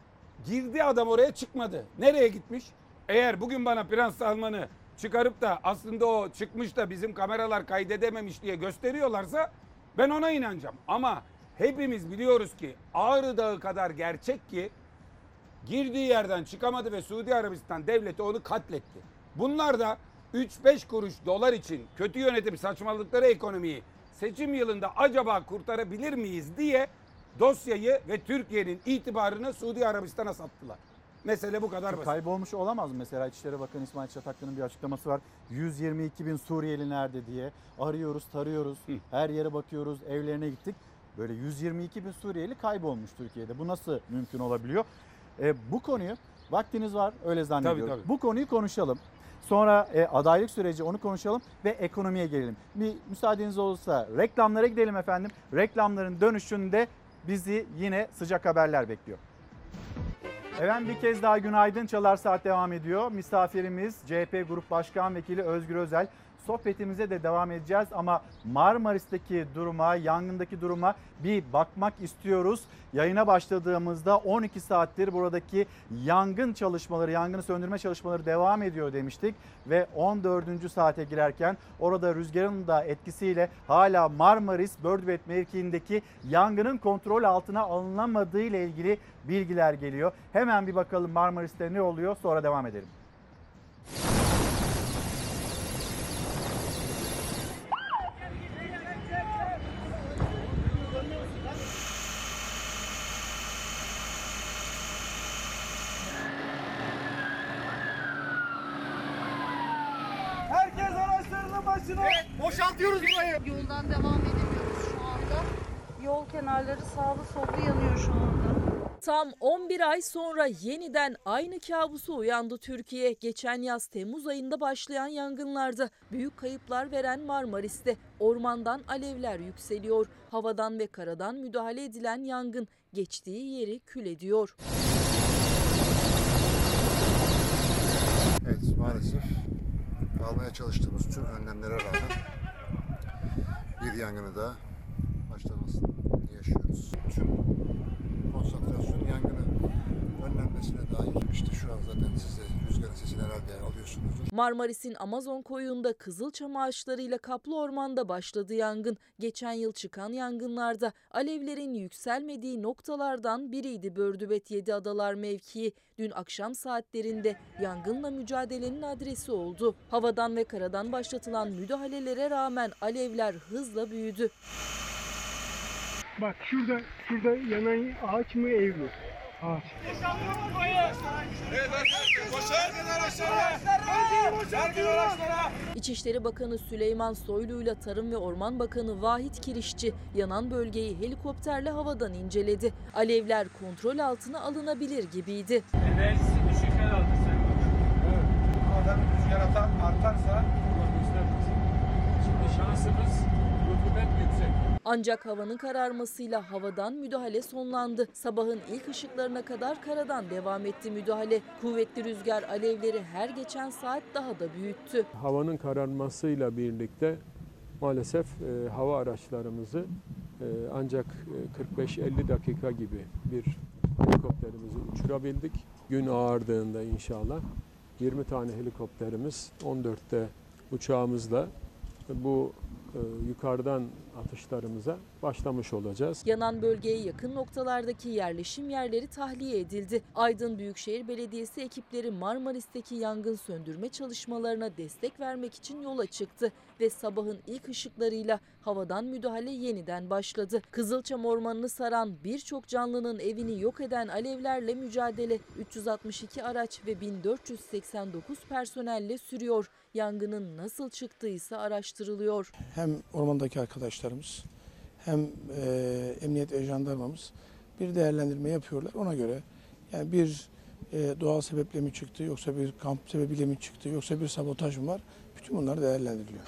Speaker 17: girdi adam, oraya çıkmadı. Nereye gitmiş? Eğer bugün bana Prens Salman'ı çıkarıp da aslında o çıkmış da bizim kameralar kaydedememiş diye gösteriyorlarsa ben ona inanacağım. Ama hepimiz biliyoruz ki Ağrı Dağı kadar gerçek ki girdiği yerden çıkamadı ve Suudi Arabistan devleti onu katletti. Bunlar da üç beş kuruş dolar için kötü yönetim saçmalıkları ekonomiyi seçim yılında acaba kurtarabilir miyiz diye dosyayı ve Türkiye'nin itibarını Suudi Arabistan'a sattılar. Mesele bu kadar basit.
Speaker 1: Kaybolmuş olamaz mı? Mesela İçişleri Bakanı İsmail Çataklı'nın bir açıklaması var. yüz yirmi iki bin Suriyeli nerede diye arıyoruz, tarıyoruz, Hı. her yere bakıyoruz, evlerine gittik. Böyle yüz yirmi iki bin Suriyeli kaybolmuş Türkiye'de. Bu nasıl mümkün olabiliyor? E, bu konuyu, vaktiniz var öyle zannediyorum. Tabii, tabii. Bu konuyu konuşalım. Sonra e, adaylık süreci, onu konuşalım ve ekonomiye gelelim. Bir müsaadeniz olursa reklamlara gidelim efendim. Reklamların dönüşünde bizi yine sıcak haberler bekliyor. Efendim bir kez daha günaydın. Çalar Saat devam ediyor. Misafirimiz C H P Grup Başkan Vekili Özgür Özel. Sohbetimize de devam edeceğiz ama Marmaris'teki duruma, yangındaki duruma bir bakmak istiyoruz. Yayına başladığımızda on iki saattir buradaki yangın çalışmaları, yangını söndürme çalışmaları devam ediyor demiştik. Ve on dördüncü saate girerken orada rüzgarın da etkisiyle hala Marmaris Bördübet mevkiindeki yangının kontrol altına alınamadığı ile ilgili bilgiler geliyor. Hemen bir bakalım Marmaris'te ne oluyor, sonra devam edelim.
Speaker 2: Herkes araçlarının başına. Evet, boşaltıyoruz burayı.
Speaker 20: Yoldan devam edemiyoruz şu anda. Yol kenarları sağlı sollu yanıyor şu anda.
Speaker 16: Tam on bir ay sonra yeniden aynı kabusu uyandı Türkiye. Geçen yaz Temmuz ayında başlayan yangınlarda büyük kayıplar veren Marmaris'te ormandan alevler yükseliyor. Havadan ve karadan müdahale edilen yangın geçtiği yeri kül ediyor.
Speaker 7: Evet, maalesef almaya çalıştığımız tüm önlemlere rağmen bir yangını da başlamasını yaşıyoruz. Tüm konsantrasyon yangını önlenmesine dair. İşte şu an zaten siz de rüzgarın sesini herhalde alıyorsunuzdur.
Speaker 16: Marmaris'in Amazon koyunda kızılçam ağaçlarıyla kaplı ormanda başladı yangın. Geçen yıl çıkan yangınlarda alevlerin yükselmediği noktalardan biriydi Bördübet Yediadalar mevkii. Dün akşam saatlerinde yangınla mücadelenin adresi oldu. Havadan ve karadan başlatılan müdahalelere rağmen alevler hızla büyüdü.
Speaker 2: Bak şurada, şurada yanan ağaç mı ev mi? Ağaç.
Speaker 16: İçişleri Bakanı Süleyman Soylu ile Tarım ve Orman Bakanı Vahit Kirişçi yanan bölgeyi helikopterle havadan inceledi. Alevler kontrol altına alınabilir gibiydi.
Speaker 2: Enerjisi düşük herhalde sen. Evet. Bu kadar rüzgar atan artarsa şimdi şansımız
Speaker 17: nispeten yüksek.
Speaker 16: Ancak havanın kararmasıyla havadan müdahale sonlandı. Sabahın ilk ışıklarına kadar karadan devam etti müdahale. Kuvvetli rüzgar alevleri her geçen saat daha da büyüttü.
Speaker 4: Havanın kararmasıyla birlikte maalesef e, hava araçlarımızı e, ancak kırk beş elli dakika gibi bir helikopterimizi uçurabildik. Gün ağardığında inşallah yirmi tane helikopterimiz, on dörtte uçağımızla bu e, yukarıdan atışlarımıza başlamış olacağız.
Speaker 16: Yanan bölgeye yakın noktalardaki yerleşim yerleri tahliye edildi. Aydın Büyükşehir Belediyesi ekipleri Marmaris'teki yangın söndürme çalışmalarına destek vermek için yola çıktı ve sabahın ilk ışıklarıyla havadan müdahale yeniden başladı. Kızılçam Ormanı'nı saran birçok canlının evini yok eden alevlerle mücadele üç yüz altmış iki araç ve bin dört yüz seksen dokuz personelle sürüyor. Yangının nasıl çıktıysa araştırılıyor.
Speaker 5: Hem ormandaki arkadaşlarımız hem e, emniyet ve jandarmamız bir değerlendirme yapıyorlar. Ona göre yani bir e, doğal sebeple mi çıktı, yoksa bir kamp sebebiyle mi çıktı, yoksa bir sabotaj mı var? Bütün bunlar değerlendiriliyor.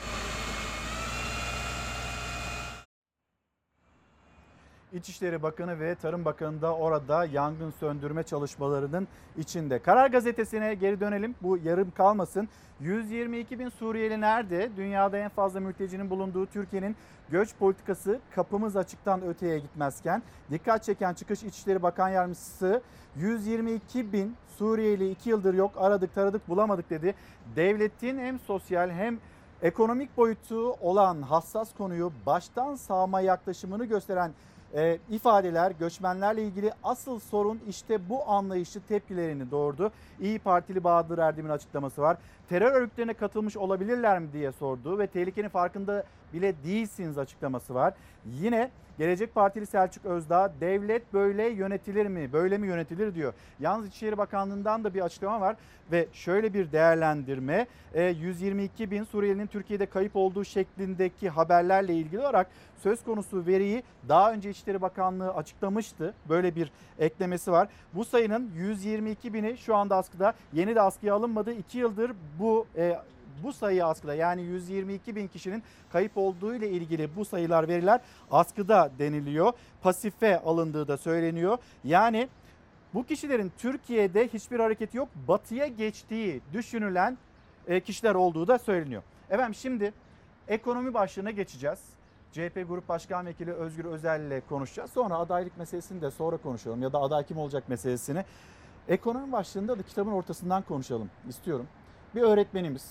Speaker 1: İçişleri Bakanı ve Tarım Bakanı da orada yangın söndürme çalışmalarının içinde. Karar Gazetesi'ne geri dönelim. Bu yarım kalmasın. yüz yirmi iki bin Suriyeli nerede? Dünyada en fazla mültecinin bulunduğu Türkiye'nin göç politikası kapımız açıktan öteye gitmezken dikkat çeken çıkış İçişleri Bakan Yardımcısı yüz yirmi iki bin Suriyeli iki yıldır yok, aradık taradık bulamadık dedi. Devletin hem sosyal hem ekonomik boyutu olan hassas konuyu baştan sağma yaklaşımını gösteren E, ifadeler, göçmenlerle ilgili asıl sorun işte bu anlayışlı tepkilerini doğurdu. İYİ Partili Bahadır Erdem'in açıklaması var. Terör örgütlerine katılmış olabilirler mi diye sordu ve tehlikenin farkında bile değilsiniz açıklaması var. Yine Gelecek Partili Selçuk Özdağ devlet böyle yönetilir mi, böyle mi yönetilir diyor. Yalnız İçişleri Bakanlığı'ndan da bir açıklama var ve şöyle bir değerlendirme, yüz yirmi iki bin Suriyelinin Türkiye'de kayıp olduğu şeklindeki haberlerle ilgili olarak söz konusu veriyi daha önce İçişleri Bakanlığı açıklamıştı. Böyle bir eklemesi var. Bu sayının yüz yirmi iki bini şu anda askıda, yeni de askıya alınmadı. iki yıldır bu e, bu sayı askıda, yani yüz yirmi iki bin kişinin kayıp olduğu ile ilgili bu sayılar, veriler askıda deniliyor. Pasife alındığı da söyleniyor. Yani bu kişilerin Türkiye'de hiçbir hareketi yok, batıya geçtiği düşünülen kişiler olduğu da söyleniyor. Efendim şimdi ekonomi başlığına geçeceğiz. C H P Grup Başkan Vekili Özgür Özel ile konuşacağız. Sonra adaylık meselesini de sonra konuşalım ya da aday kim olacak meselesini. Ekonomi başlığında da kitabın ortasından konuşalım istiyorum. Bir öğretmenimiz.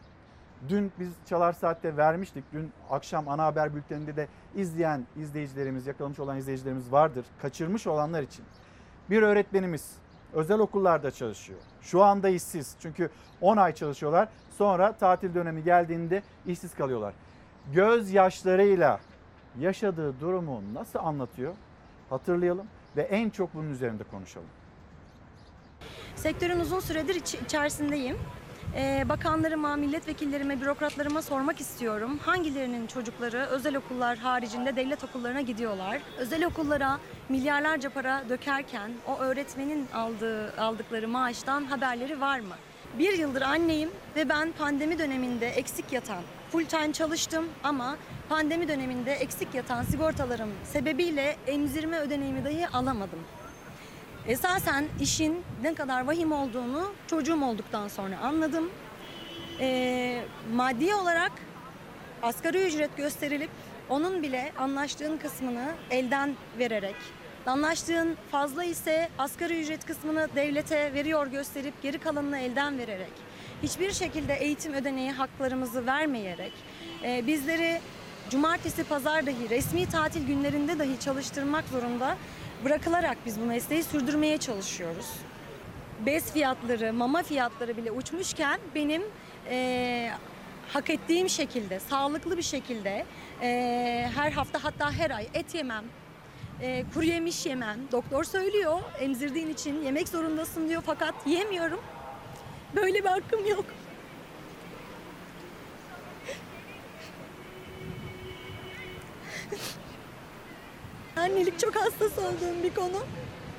Speaker 1: Dün biz Çalar Saat'te vermiştik. Dün akşam ana haber bülteninde de izleyen izleyicilerimiz, yakalamış olan izleyicilerimiz vardır. Kaçırmış olanlar için. Bir öğretmenimiz özel okullarda çalışıyor. Şu anda işsiz. Çünkü on ay çalışıyorlar. Sonra tatil dönemi geldiğinde işsiz kalıyorlar. Gözyaşlarıyla yaşadığı durumu nasıl anlatıyor? Hatırlayalım ve en çok bunun üzerinde konuşalım.
Speaker 21: Sektörün uzun süredir iç- içerisindeyim. Ee, bakanlarıma, milletvekillerime, bürokratlarıma sormak istiyorum. Hangilerinin çocukları özel okullar haricinde devlet okullarına gidiyorlar? Özel okullara milyarlarca para dökerken o öğretmenin aldığı aldıkları maaştan haberleri var mı? Bir yıldır anneyim ve ben pandemi döneminde eksik yatan, full time çalıştım ama pandemi döneminde eksik yatan sigortalarım sebebiyle emzirme ödeneğimi dahi alamadım. Esasen işin ne kadar vahim olduğunu çocuğum olduktan sonra anladım. E, maddi olarak asgari ücret gösterilip onun bile anlaştığın kısmını elden vererek, anlaştığın fazla ise asgari ücret kısmını devlete veriyor gösterip geri kalanını elden vererek, hiçbir şekilde eğitim ödeneği haklarımızı vermeyerek, e, bizleri cumartesi, pazar dahi, resmi tatil günlerinde dahi çalıştırmak zorunda bırakılarak biz bu mesleği sürdürmeye çalışıyoruz. Bez fiyatları, mama fiyatları bile uçmuşken benim e, hak ettiğim şekilde, sağlıklı bir şekilde e, her hafta, hatta her ay et yemem, e, kuru yemiş yemem. Doktor söylüyor, emzirdiğin için yemek zorundasın diyor fakat yemiyorum. Böyle bir hakkım yok. Annelik çok hassas olduğum bir konu.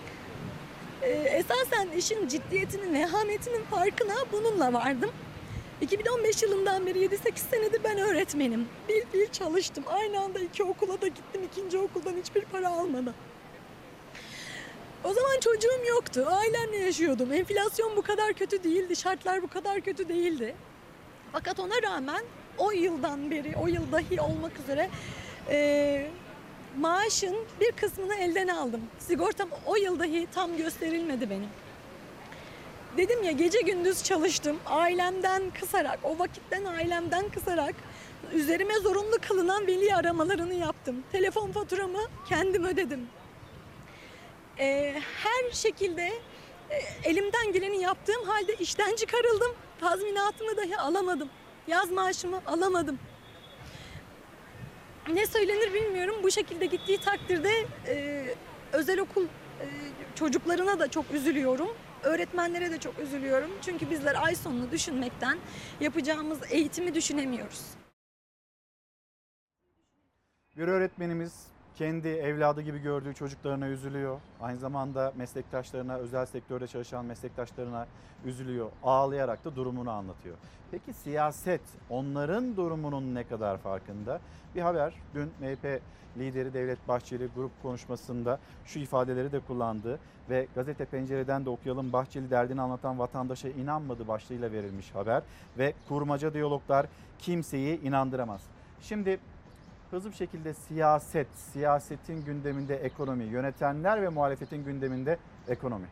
Speaker 21: Ee, esasen işin ciddiyetinin, vehametinin farkına bununla vardım.
Speaker 6: iki bin on beş yılından beri yedi sekiz senedir ben öğretmenim. Bil bil çalıştım. Aynı anda iki okula da gittim. İkinci okuldan hiçbir para almadım. O zaman çocuğum yoktu. Ailemle yaşıyordum. Enflasyon bu kadar kötü değildi. Şartlar bu kadar kötü değildi. Fakat ona rağmen o yıldan beri, o yıl dahi olmak üzere e, maaşın bir kısmını elden aldım. Sigortam o yıl dahi tam gösterilmedi benim. Dedim ya, gece gündüz çalıştım. Ailemden kısarak, o vakitten ailemden kısarak üzerime zorunlu kılınan veli aramalarını yaptım. Telefon faturamı kendim ödedim. Ee, her şekilde e, elimden geleni yaptığım halde işten çıkarıldım. Tazminatımı dahi alamadım. Yaz maaşımı alamadım. Ne söylenir bilmiyorum. Bu şekilde gittiği takdirde e, özel okul e, çocuklarına da çok üzülüyorum. Öğretmenlere de çok üzülüyorum. Çünkü bizler ay sonunu düşünmekten yapacağımız eğitimi düşünemiyoruz.
Speaker 1: Bir öğretmenimiz kendi evladı gibi gördüğü çocuklarına üzülüyor. Aynı zamanda meslektaşlarına, özel sektörde çalışan meslektaşlarına üzülüyor. Ağlayarak da durumunu anlatıyor. Peki siyaset onların durumunun ne kadar farkında? Bir haber, dün M H P lideri Devlet Bahçeli grup konuşmasında şu ifadeleri de kullandı ve gazete Pencere'den de okuyalım. Bahçeli derdini anlatan vatandaşa inanmadı başlığıyla verilmiş haber ve kurmaca diyaloglar kimseyi inandıramaz. Şimdi hızlı bir şekilde siyaset, siyasetin gündeminde ekonomi, yönetenler ve muhalefetin gündeminde ekonomi.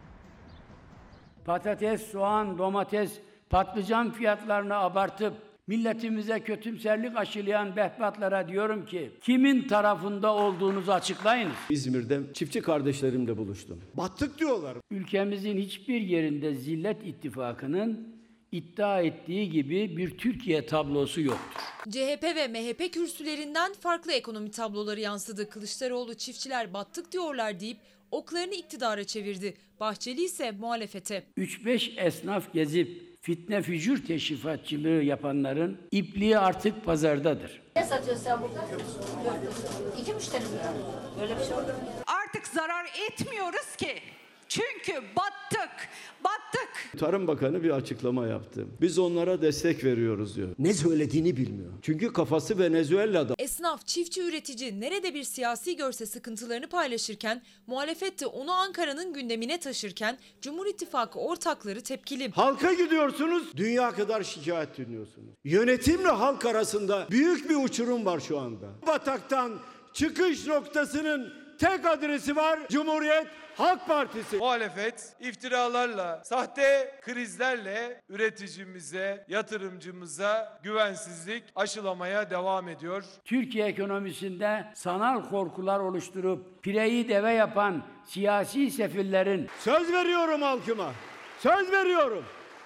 Speaker 8: Patates, soğan, domates, patlıcan fiyatlarını abartıp milletimize kötümserlik aşılayan behbatlara diyorum ki kimin tarafında olduğunuzu açıklayınız.
Speaker 3: İzmir'de çiftçi kardeşlerimle buluştum. Battık diyorlar.
Speaker 8: Ülkemizin hiçbir yerinde Zillet İttifakı'nın iddia ettiği gibi bir Türkiye tablosu yoktur.
Speaker 9: C H P ve M H P kürsülerinden farklı ekonomi tabloları yansıdı. Kılıçdaroğlu çiftçiler battık diyorlar deyip oklarını iktidara çevirdi. Bahçeli ise muhalefete.
Speaker 8: üç beş esnaf gezip fitne fücur teşrifatçılığı yapanların ipliği artık pazardadır.
Speaker 22: Ne satıyorsun sen burada? İki müşteri mi? Böyle bir şey olur mu?
Speaker 24: Artık zarar etmiyoruz ki. Çünkü battık, battık.
Speaker 3: Tarım Bakanı bir açıklama yaptı. Biz onlara destek veriyoruz diyor. Ne söylediğini bilmiyor. Çünkü kafası Venezuela'da.
Speaker 9: Esnaf, çiftçi, üretici nerede bir siyasi görse sıkıntılarını paylaşırken, muhalefet de onu Ankara'nın gündemine taşırken Cumhur İttifakı ortakları tepkili.
Speaker 3: Halka gidiyorsunuz, dünya kadar şikayet dinliyorsunuz. Yönetimle halk arasında büyük bir uçurum var şu anda. Bataktan çıkış noktasının tek adresi var, Cumhuriyet Halk Partisi.
Speaker 25: Muhalefet iftiralarla, sahte krizlerle üreticimize, yatırımcımıza güvensizlik aşılamaya devam ediyor.
Speaker 8: Türkiye ekonomisinde sanal korkular oluşturup pireyi deve yapan siyasi sefillerin...
Speaker 3: Söz veriyorum halkıma, söz veriyorum.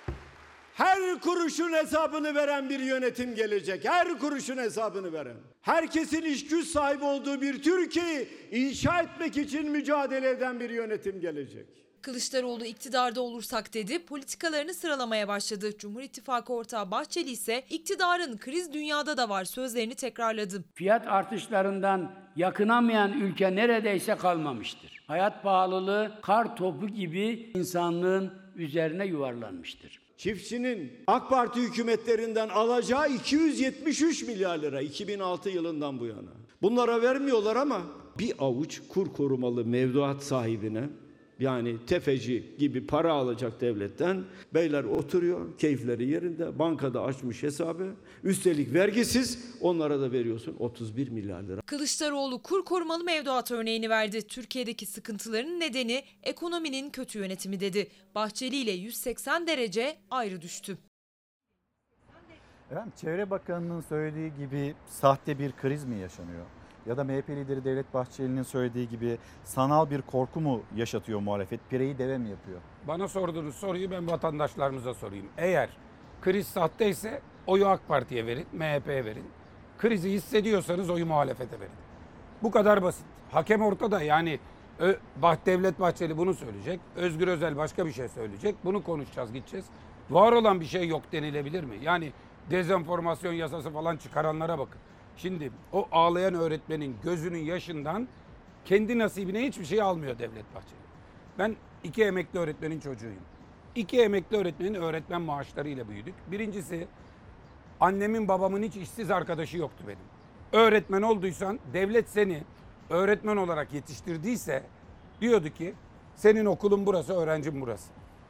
Speaker 3: Her kuruşun hesabını veren bir yönetim gelecek. Her kuruşun hesabını veren. Herkesin iş güç sahibi olduğu bir Türkiye'yi inşa etmek için mücadele eden bir yönetim gelecek.
Speaker 9: Kılıçdaroğlu iktidarda olursak dedi, politikalarını sıralamaya başladı. Cumhur İttifakı ortağı Bahçeli ise iktidarın kriz dünyada da var sözlerini tekrarladı.
Speaker 8: Fiyat artışlarından yakınamayan ülke neredeyse kalmamıştır. Hayat pahalılığı kar topu gibi insanlığın üzerine yuvarlanmıştır.
Speaker 3: Çiftçinin AK Parti hükümetlerinden alacağı iki yüz yetmiş üç milyar lira iki bin altı yılından bu yana. Bunlara vermiyorlar ama bir avuç kur korumalı mevduat sahibine, yani tefeci gibi para alacak devletten beyler oturuyor, keyifleri yerinde, bankada açmış hesabı, üstelik vergisiz, onlara da veriyorsun otuz bir milyar lira.
Speaker 9: Kılıçdaroğlu kur korumalı mevduat örneğini verdi. Türkiye'deki sıkıntıların nedeni ekonominin kötü yönetimi dedi. Bahçeli ile yüz seksen derece ayrı düştü.
Speaker 1: Efendim, Çevre Bakanı'nın söylediği gibi sahte bir kriz mi yaşanıyor? Ya da M H P lideri Devlet Bahçeli'nin söylediği gibi sanal bir korku mu yaşatıyor muhalefet? Pireyi deve mi yapıyor?
Speaker 17: Bana sorduğunuz soruyu ben vatandaşlarımıza sorayım. Eğer kriz sahteyse oyu AK Parti'ye verin, M H P'ye verin. Krizi hissediyorsanız oyu muhalefete verin. Bu kadar basit. Hakem ortada, yani Devlet Bahçeli bunu söyleyecek. Özgür Özel başka bir şey söyleyecek. Bunu konuşacağız, gideceğiz. Var olan bir şey yok denilebilir mi? Yani dezenformasyon yasası falan çıkaranlara bakın. Şimdi o ağlayan öğretmenin gözünün yaşından kendi nasibine hiçbir şey almıyor Devlet Bahçeli. Ben iki emekli öğretmenin çocuğuyum. İki emekli öğretmenin öğretmen maaşlarıyla büyüdük. Birincisi Annemin babamın hiç işsiz arkadaşı yoktu benim. Öğretmen olduysan, devlet seni öğretmen olarak yetiştirdiyse diyordu ki senin okulun burası, öğrencin burası.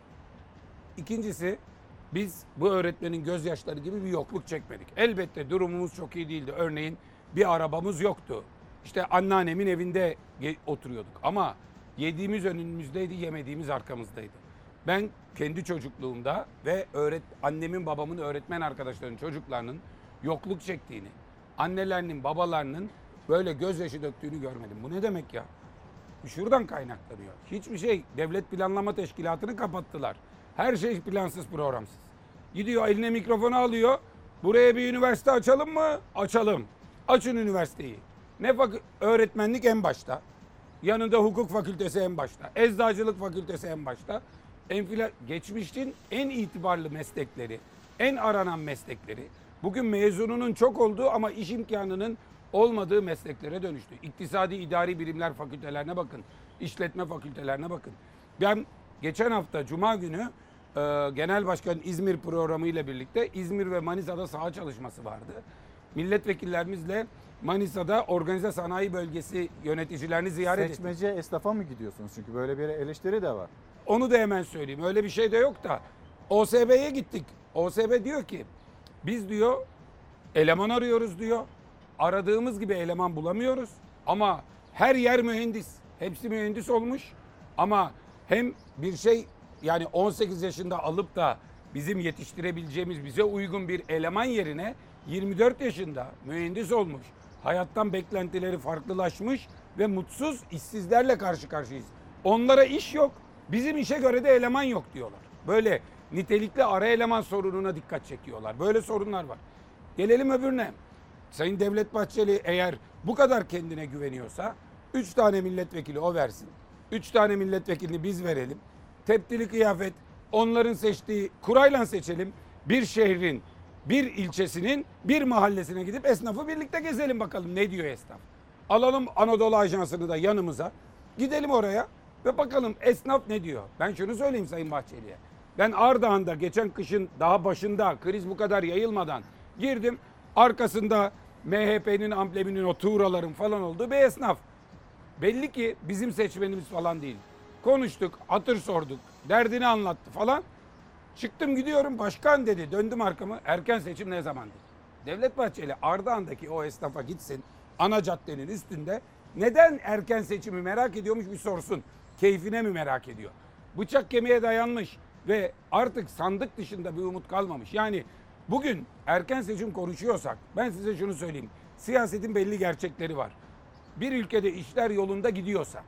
Speaker 17: İkincisi, biz bu öğretmenin gözyaşları gibi bir yokluk çekmedik. Elbette durumumuz çok iyi değildi. Örneğin bir arabamız yoktu. İşte anneannemin evinde oturuyorduk. Ama yediğimiz önümüzdeydi, yemediğimiz arkamızdaydı. Ben kendi çocukluğumda ve öğret annemin babamın öğretmen arkadaşlarının çocuklarının yokluk çektiğini, annelerinin babalarının böyle gözyaşı döktüğünü görmedim. Bu ne demek ya? Şuradan kaynaklanıyor. Hiçbir şey, devlet planlama teşkilatını kapattılar. Her şey plansız programsız. Gidiyor eline mikrofonu alıyor. Buraya bir üniversite açalım mı? Açalım. Açın üniversiteyi. Ne fakü- öğretmenlik en başta. Yanında hukuk fakültesi en başta. Eczacılık fakültesi en başta. Enfila geçmişin en itibarlı meslekleri, en aranan meslekleri, bugün mezununun çok olduğu ama iş imkanının olmadığı mesleklere dönüştü. İktisadi idari bilimler fakültelerine bakın. İşletme fakültelerine bakın. Ben geçen hafta Cuma günü e, Genel Başkan İzmir programı ile birlikte İzmir ve Manisa'da saha çalışması vardı. Milletvekillerimizle Manisa'da organize sanayi bölgesi yöneticilerini ziyaret ettik.
Speaker 1: Seçmece esnafa mı gidiyorsunuz? Çünkü böyle bir eleştiri de var.
Speaker 17: Onu da hemen söyleyeyim. Öyle bir şey de yok da. O S B'ye gittik. O S B diyor ki biz diyor eleman arıyoruz diyor. Aradığımız gibi eleman bulamıyoruz. Ama her yer mühendis. Hepsi mühendis olmuş. Ama hem bir şey yani on sekiz yaşında alıp da bizim yetiştirebileceğimiz bize uygun bir eleman yerine yirmi dört yaşında mühendis olmuş. Hayattan beklentileri farklılaşmış ve mutsuz işsizlerle karşı karşıyayız. Onlara iş yok. Bizim işe göre de eleman yok diyorlar. Böyle nitelikli ara eleman sorununa dikkat çekiyorlar. Böyle sorunlar var. Gelelim öbürüne. Sayın Devlet Bahçeli eğer bu kadar kendine güveniyorsa üç tane milletvekili o versin. üç tane milletvekilini biz verelim. Tepdili kıyafet onların seçtiği kurayla seçelim. Bir şehrin, bir ilçesinin bir mahallesine gidip esnafı birlikte gezelim bakalım ne diyor esnaf. Alalım Anadolu Ajansı'nı da yanımıza. Gidelim oraya ve bakalım esnaf ne diyor. Ben şunu söyleyeyim Sayın Bahçeli'ye. Ben Ardahan'da geçen kışın daha başında kriz bu kadar yayılmadan girdim. Arkasında M H P'nin ambleminin o tuğraların falan olduğu bir esnaf. Belli ki bizim seçmenimiz falan değil. Konuştuk, hatır sorduk, derdini anlattı falan. Çıktım gidiyorum başkan dedi. Döndüm arkamı. Erken seçim ne zaman dedi. Devlet Bahçeli Ardahan'daki o esnafa gitsin. Ana caddenin üstünde. Neden erken seçimi merak ediyormuş bir sorsun. Keyfine mi merak ediyor? Bıçak kemiğe dayanmış ve artık sandık dışında bir umut kalmamış. Yani bugün erken seçim konuşuyorsak ben size şunu söyleyeyim. Siyasetin belli gerçekleri var. Bir ülkede işler yolunda gidiyorsa,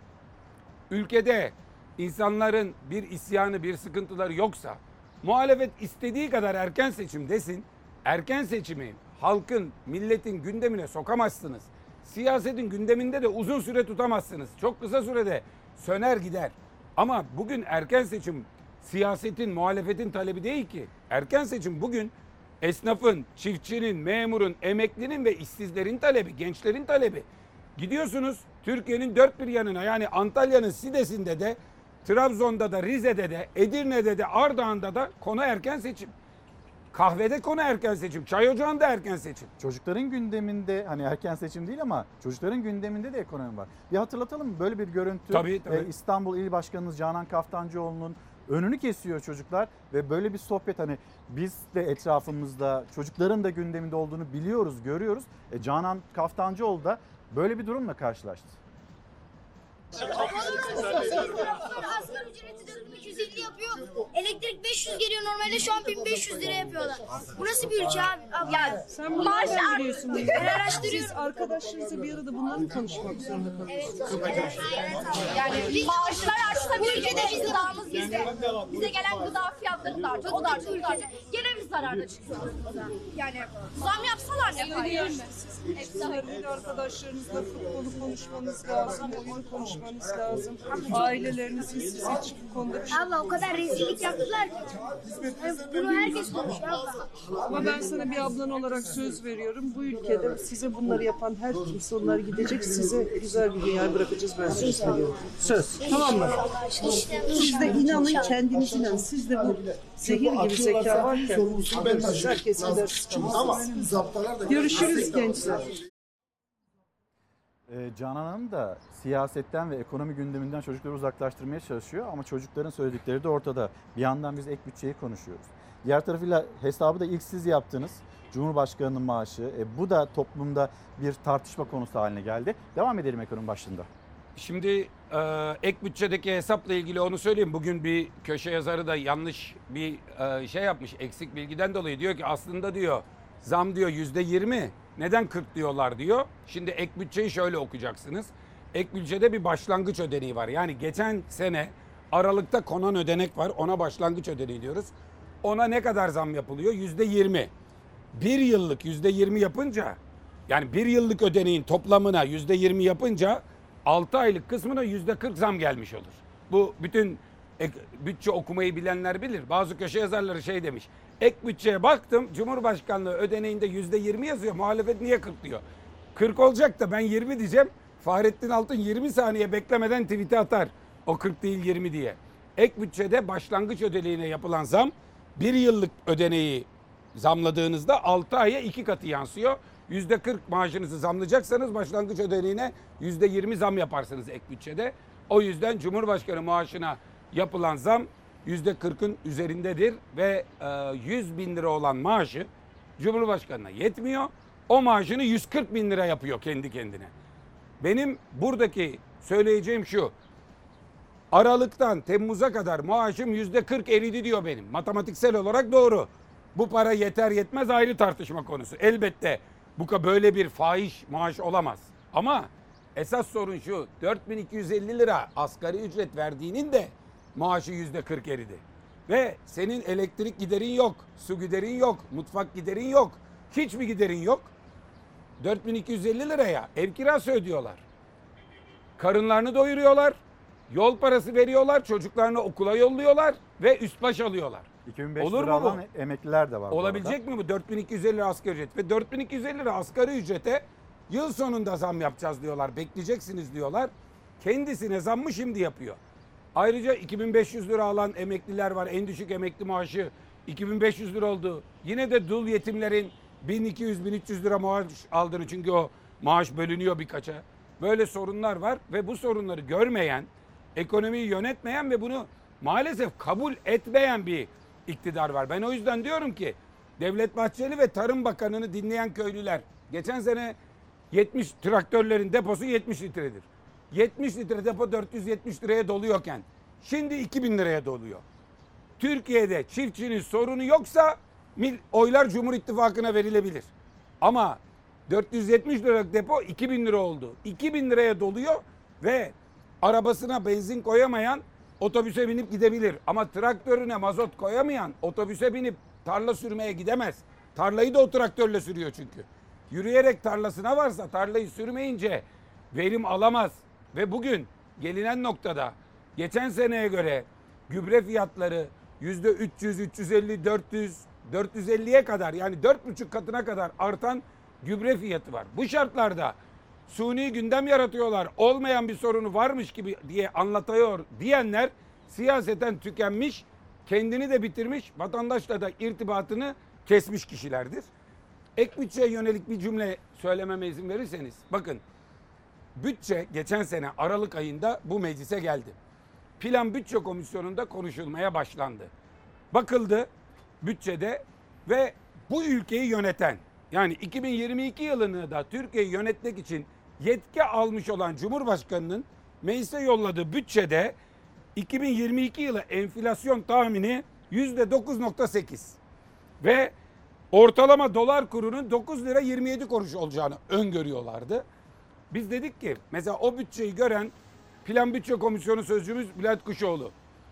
Speaker 17: ülkede insanların bir isyanı, bir sıkıntıları yoksa, muhalefet istediği kadar erken seçim desin, erken seçimi halkın, milletin gündemine sokamazsınız. Siyasetin gündeminde de uzun süre tutamazsınız. Çok kısa sürede söner gider. Ama bugün erken seçim siyasetin, muhalefetin talebi değil ki. Erken seçim bugün esnafın, çiftçinin, memurun, emeklinin ve işsizlerin talebi, gençlerin talebi. Gidiyorsunuz Türkiye'nin dört bir yanına yani Antalya'nın Side'sinde de, Trabzon'da da, Rize'de de, Edirne'de de, Ardahan'da da konu erken seçim. Kahvede konu erken seçim, çay ocağında erken seçim.
Speaker 1: Çocukların gündeminde hani erken seçim değil ama çocukların gündeminde de ekonomi var. Bir hatırlatalım mı? Böyle bir görüntü
Speaker 17: tabii, tabii.
Speaker 1: E, İstanbul İl Başkanımız Canan Kaftancıoğlu'nun önünü kesiyor çocuklar ve böyle bir sohbet hani biz de etrafımızda çocukların da gündeminde olduğunu biliyoruz, görüyoruz. E, Canan Kaftancıoğlu da böyle bir durumla karşılaştı.
Speaker 10: Asgari ücreti dört bin iki yüz elli yapıyor. Elektrik beş yüz geliyor normalde şu an bin beş yüz lira yapıyorlar. Bu nasıl bir ülke abi? abi ya
Speaker 11: sen bunu nereden biliyorsun?
Speaker 10: Ben araştırıyorum.
Speaker 11: Siz arkadaşlarınızla bir arada bunları konuşmak zorunda kalıyorsunuz.
Speaker 10: Evet. Yani maaşlar artsa bir ülkede biz gıdamız bizde. Bize gelen gıda fiyatları da artıyor. O da artıyor. Gene biz zararda çıkıyoruz. Yani zam yapsalar ne fayda?
Speaker 11: Hepsi arkadaşlarınızla futbolu konuşmanız lazım, oyun konuşmanız lazım. Ailelerinizin size hiç bu konuda bir şey
Speaker 10: kadar rezillik yaptılar ki. Yani bunu herkes konuşuyor abla.
Speaker 11: Ama ben sana bir ablan olarak söz veriyorum. Bu ülkede size bunları yapan her kimse onlar gidecek. Size güzel bir dünya bırakacağız, ben söz veriyorum. Söz. Tamam mı? Siz de inanın, kendiniz inanın. Siz de bu zehir gibi zeka varken herkesin dersi çıkmasın. Görüşürüz gençler.
Speaker 1: Ee, Canan Hanım da siyasetten ve ekonomi gündeminden çocukları uzaklaştırmaya çalışıyor ama çocukların söyledikleri de ortada. Bir yandan biz ek bütçeyi konuşuyoruz. Diğer tarafıyla hesabı da ilk siz yaptınız. Cumhurbaşkanının maaşı. E, bu da toplumda bir tartışma konusu haline geldi. Devam edelim ekonomi başlığında.
Speaker 17: Şimdi e, ek bütçedeki hesapla ilgili onu söyleyeyim. Bugün bir köşe yazarı da yanlış bir e, şey yapmış. Eksik bilgiden dolayı diyor ki aslında diyor zam diyor yüzde yirmi. Neden kırk diyorlar diyor. Şimdi ek bütçeyi şöyle okuyacaksınız. Ek bütçede bir başlangıç ödeneği var. Yani geçen sene Aralık'ta konan ödenek var. Ona başlangıç ödeneği diyoruz. Ona ne kadar zam yapılıyor? yüzde yirmi. Bir yıllık yüzde yirmi yapınca, yani bir yıllık ödeneğin toplamına yüzde yirmi yapınca altı aylık kısmına yüzde kırk zam gelmiş olur. Bu bütün ek, bütçe okumayı bilenler bilir. Bazı köşe yazarları şey demiş. Ek bütçeye baktım, Cumhurbaşkanlığı ödeneğinde yüzde yirmi yazıyor. Muhalefet niye kırk diyor? kırk olacak da ben yirmi diyeceğim. Fahrettin Altun yirmi saniye beklemeden tweet'e atar. O kırk değil yirmi diye. Ek bütçede başlangıç ödeneğine yapılan zam bir yıllık ödeneği zamladığınızda altı aya iki katı yansıyor. yüzde kırk maaşınızı zamlayacaksanız başlangıç ödeneğine yüzde yirmi zam yaparsınız ek bütçede. O yüzden Cumhurbaşkanı maaşına yapılan zam yüzde kırkın üzerindedir ve yüz bin lira olan maaşı Cumhurbaşkanı'na yetmiyor. O maaşını yüz kırk bin lira yapıyor kendi kendine. Benim buradaki söyleyeceğim şu. Aralıktan Temmuz'a kadar maaşım yüzde kırk eridi diyor benim. Matematiksel olarak doğru. Bu para yeter yetmez ayrı tartışma konusu. Elbette bu böyle bir fahiş maaş olamaz. Ama esas sorun şu. dört bin iki yüz elli lira asgari ücret verdiğinin de maaşı yüzde kırk eridi. Ve senin elektrik giderin yok, su giderin yok, mutfak giderin yok. Hiçbir giderin yok. dört bin iki yüz elli liraya ev kirası ödüyorlar. Karınlarını doyuruyorlar. Yol parası veriyorlar. Çocuklarını okula yolluyorlar. Ve üst baş alıyorlar.
Speaker 1: iki bin beş yüz
Speaker 17: Olur
Speaker 1: lira
Speaker 17: mu bu?
Speaker 1: alan emekliler de var.
Speaker 17: Olabilecek mi bu? dört bin iki yüz elli lira asgari ücret. Ve dört bin iki yüz elli lira asgari ücrete yıl sonunda zam yapacağız diyorlar. Bekleyeceksiniz diyorlar. Kendisine zammı şimdi yapıyor. Ayrıca iki bin beş yüz lira alan emekliler var. En düşük emekli maaşı iki bin beş yüz lira oldu. Yine de dul yetimlerin bin iki yüz bin üç yüz lira maaş aldığını, çünkü o maaş bölünüyor birkaça. Böyle sorunlar var ve bu sorunları görmeyen, ekonomiyi yönetmeyen ve bunu maalesef kabul etmeyen bir iktidar var. Ben o yüzden diyorum ki Devlet Bahçeli ve Tarım Bakanı'nı dinleyen köylüler, geçen sene yetmiş traktörlerin deposu yetmiş litredir. yetmiş litre depo dört yüz yetmiş liraya doluyorken şimdi iki bin liraya doluyor. Türkiye'de çiftçinin sorunu yoksa oylar Cumhur İttifakı'na verilebilir. Ama dört yüz yetmiş liralık depo iki bin lira oldu. iki bin liraya doluyor ve arabasına benzin koyamayan otobüse binip gidebilir. Ama traktörüne mazot koyamayan otobüse binip tarla sürmeye gidemez. Tarlayı da o traktörle sürüyor çünkü. Yürüyerek tarlasına varsa tarlayı sürmeyince verim alamaz. Ve bugün gelinen noktada geçen seneye göre gübre fiyatları yüzde üç yüz, üç yüz elli, dört yüz, dört yüz elliye kadar, yani dört buçuk katına kadar artan gübre fiyatı var. Bu şartlarda suni gündem yaratıyorlar, olmayan bir sorunu varmış gibi diye anlatıyor diyenler siyaseten tükenmiş, kendini de bitirmiş, vatandaşla da irtibatını kesmiş kişilerdir. Ek bütçeye yönelik bir cümle söylememe izin verirseniz, bakın, bütçe geçen sene Aralık ayında bu meclise geldi. Plan Bütçe Komisyonu'nda konuşulmaya başlandı. Bakıldı bütçede ve bu ülkeyi yöneten, yani iki bin yirmi iki yılını da Türkiye'yi yönetmek için yetki almış olan Cumhurbaşkanı'nın meclise yolladığı bütçede iki bin yirmi iki yılı enflasyon tahmini yüzde dokuz nokta sekiz ve ortalama dolar kurunun dokuz lira yirmi yedi kuruş olacağını öngörüyorlardı. Biz dedik ki mesela o bütçeyi gören Plan Bütçe Komisyonu Sözcümüz Bülent Kuşoğlu,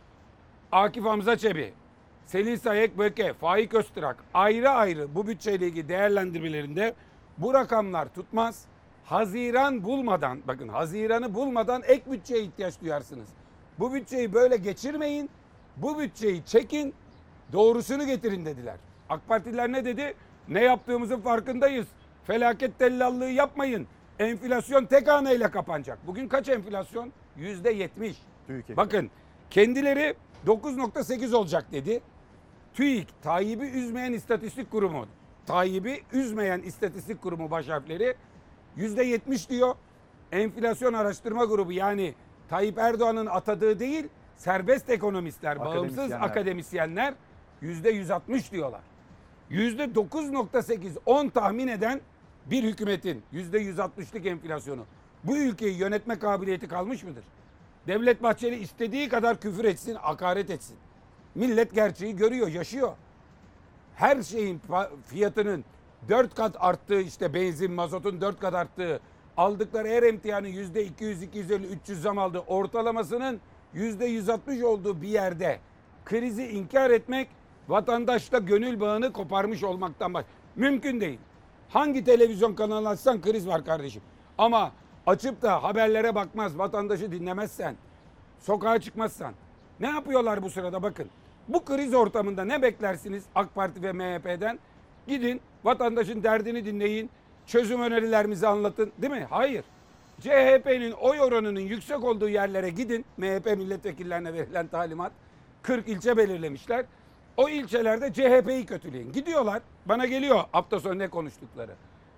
Speaker 17: Akif Hamza Çebi, Selin Sayek Böke, Faik Öztürk ayrı ayrı bu bütçeyle ilgili değerlendirmelerinde bu rakamlar tutmaz. Haziran bulmadan, bakın Haziran'ı bulmadan ek bütçeye ihtiyaç duyarsınız. Bu bütçeyi böyle geçirmeyin. Bu bütçeyi çekin, doğrusunu getirin dediler. AK Partililer ne dedi? Ne yaptığımızın farkındayız. Felaket tellallığı yapmayın. Enflasyon tek haneyle kapanacak. Bugün kaç enflasyon? yüzde yetmiş. Bakın kendileri dokuz nokta sekiz olacak dedi. TÜİK, Tayyip'i üzmeyen istatistik kurumu. Tayyip'i üzmeyen istatistik kurumu baş harfleri yüzde yetmiş diyor. Enflasyon araştırma grubu, yani Tayyip Erdoğan'ın atadığı değil, serbest ekonomistler, bağımsız akademisyenler yüzde yüz altmış diyorlar. yüzde dokuz nokta sekiz on tahmin eden bir hükümetin yüzde yüz altmışlık enflasyonu bu ülkeyi yönetme kabiliyeti kalmış mıdır? Devlet Bahçeli istediği kadar küfür etsin, hakaret etsin. Millet gerçeği görüyor, yaşıyor. Her şeyin fiyatının dört kat arttığı, işte benzin, mazotun dört kat arttığı, aldıkları her emtianın yüzde iki yüz, iki yüz elli, üç yüz zam aldığı, ortalamasının yüzde yüz altmış olduğu bir yerde krizi inkar etmek, vatandaşla gönül bağını koparmış olmaktan baş. Mümkün değil. Hangi televizyon kanalı açsan kriz var kardeşim. Ama açıp da haberlere bakmaz, vatandaşı dinlemezsen, sokağa çıkmazsan ne yapıyorlar bu sırada bakın. Bu kriz ortamında ne beklersiniz AK Parti ve M H P'den? Gidin vatandaşın derdini dinleyin, çözüm önerilerimizi anlatın, değil mi? Hayır. C H P'nin oy oranının yüksek olduğu yerlere gidin. M H P milletvekillerine verilen talimat, kırk ilçe belirlemişler. O ilçelerde C H P'yi kötüleyin. Gidiyorlar. Bana geliyor hafta sonu ne konuştukları.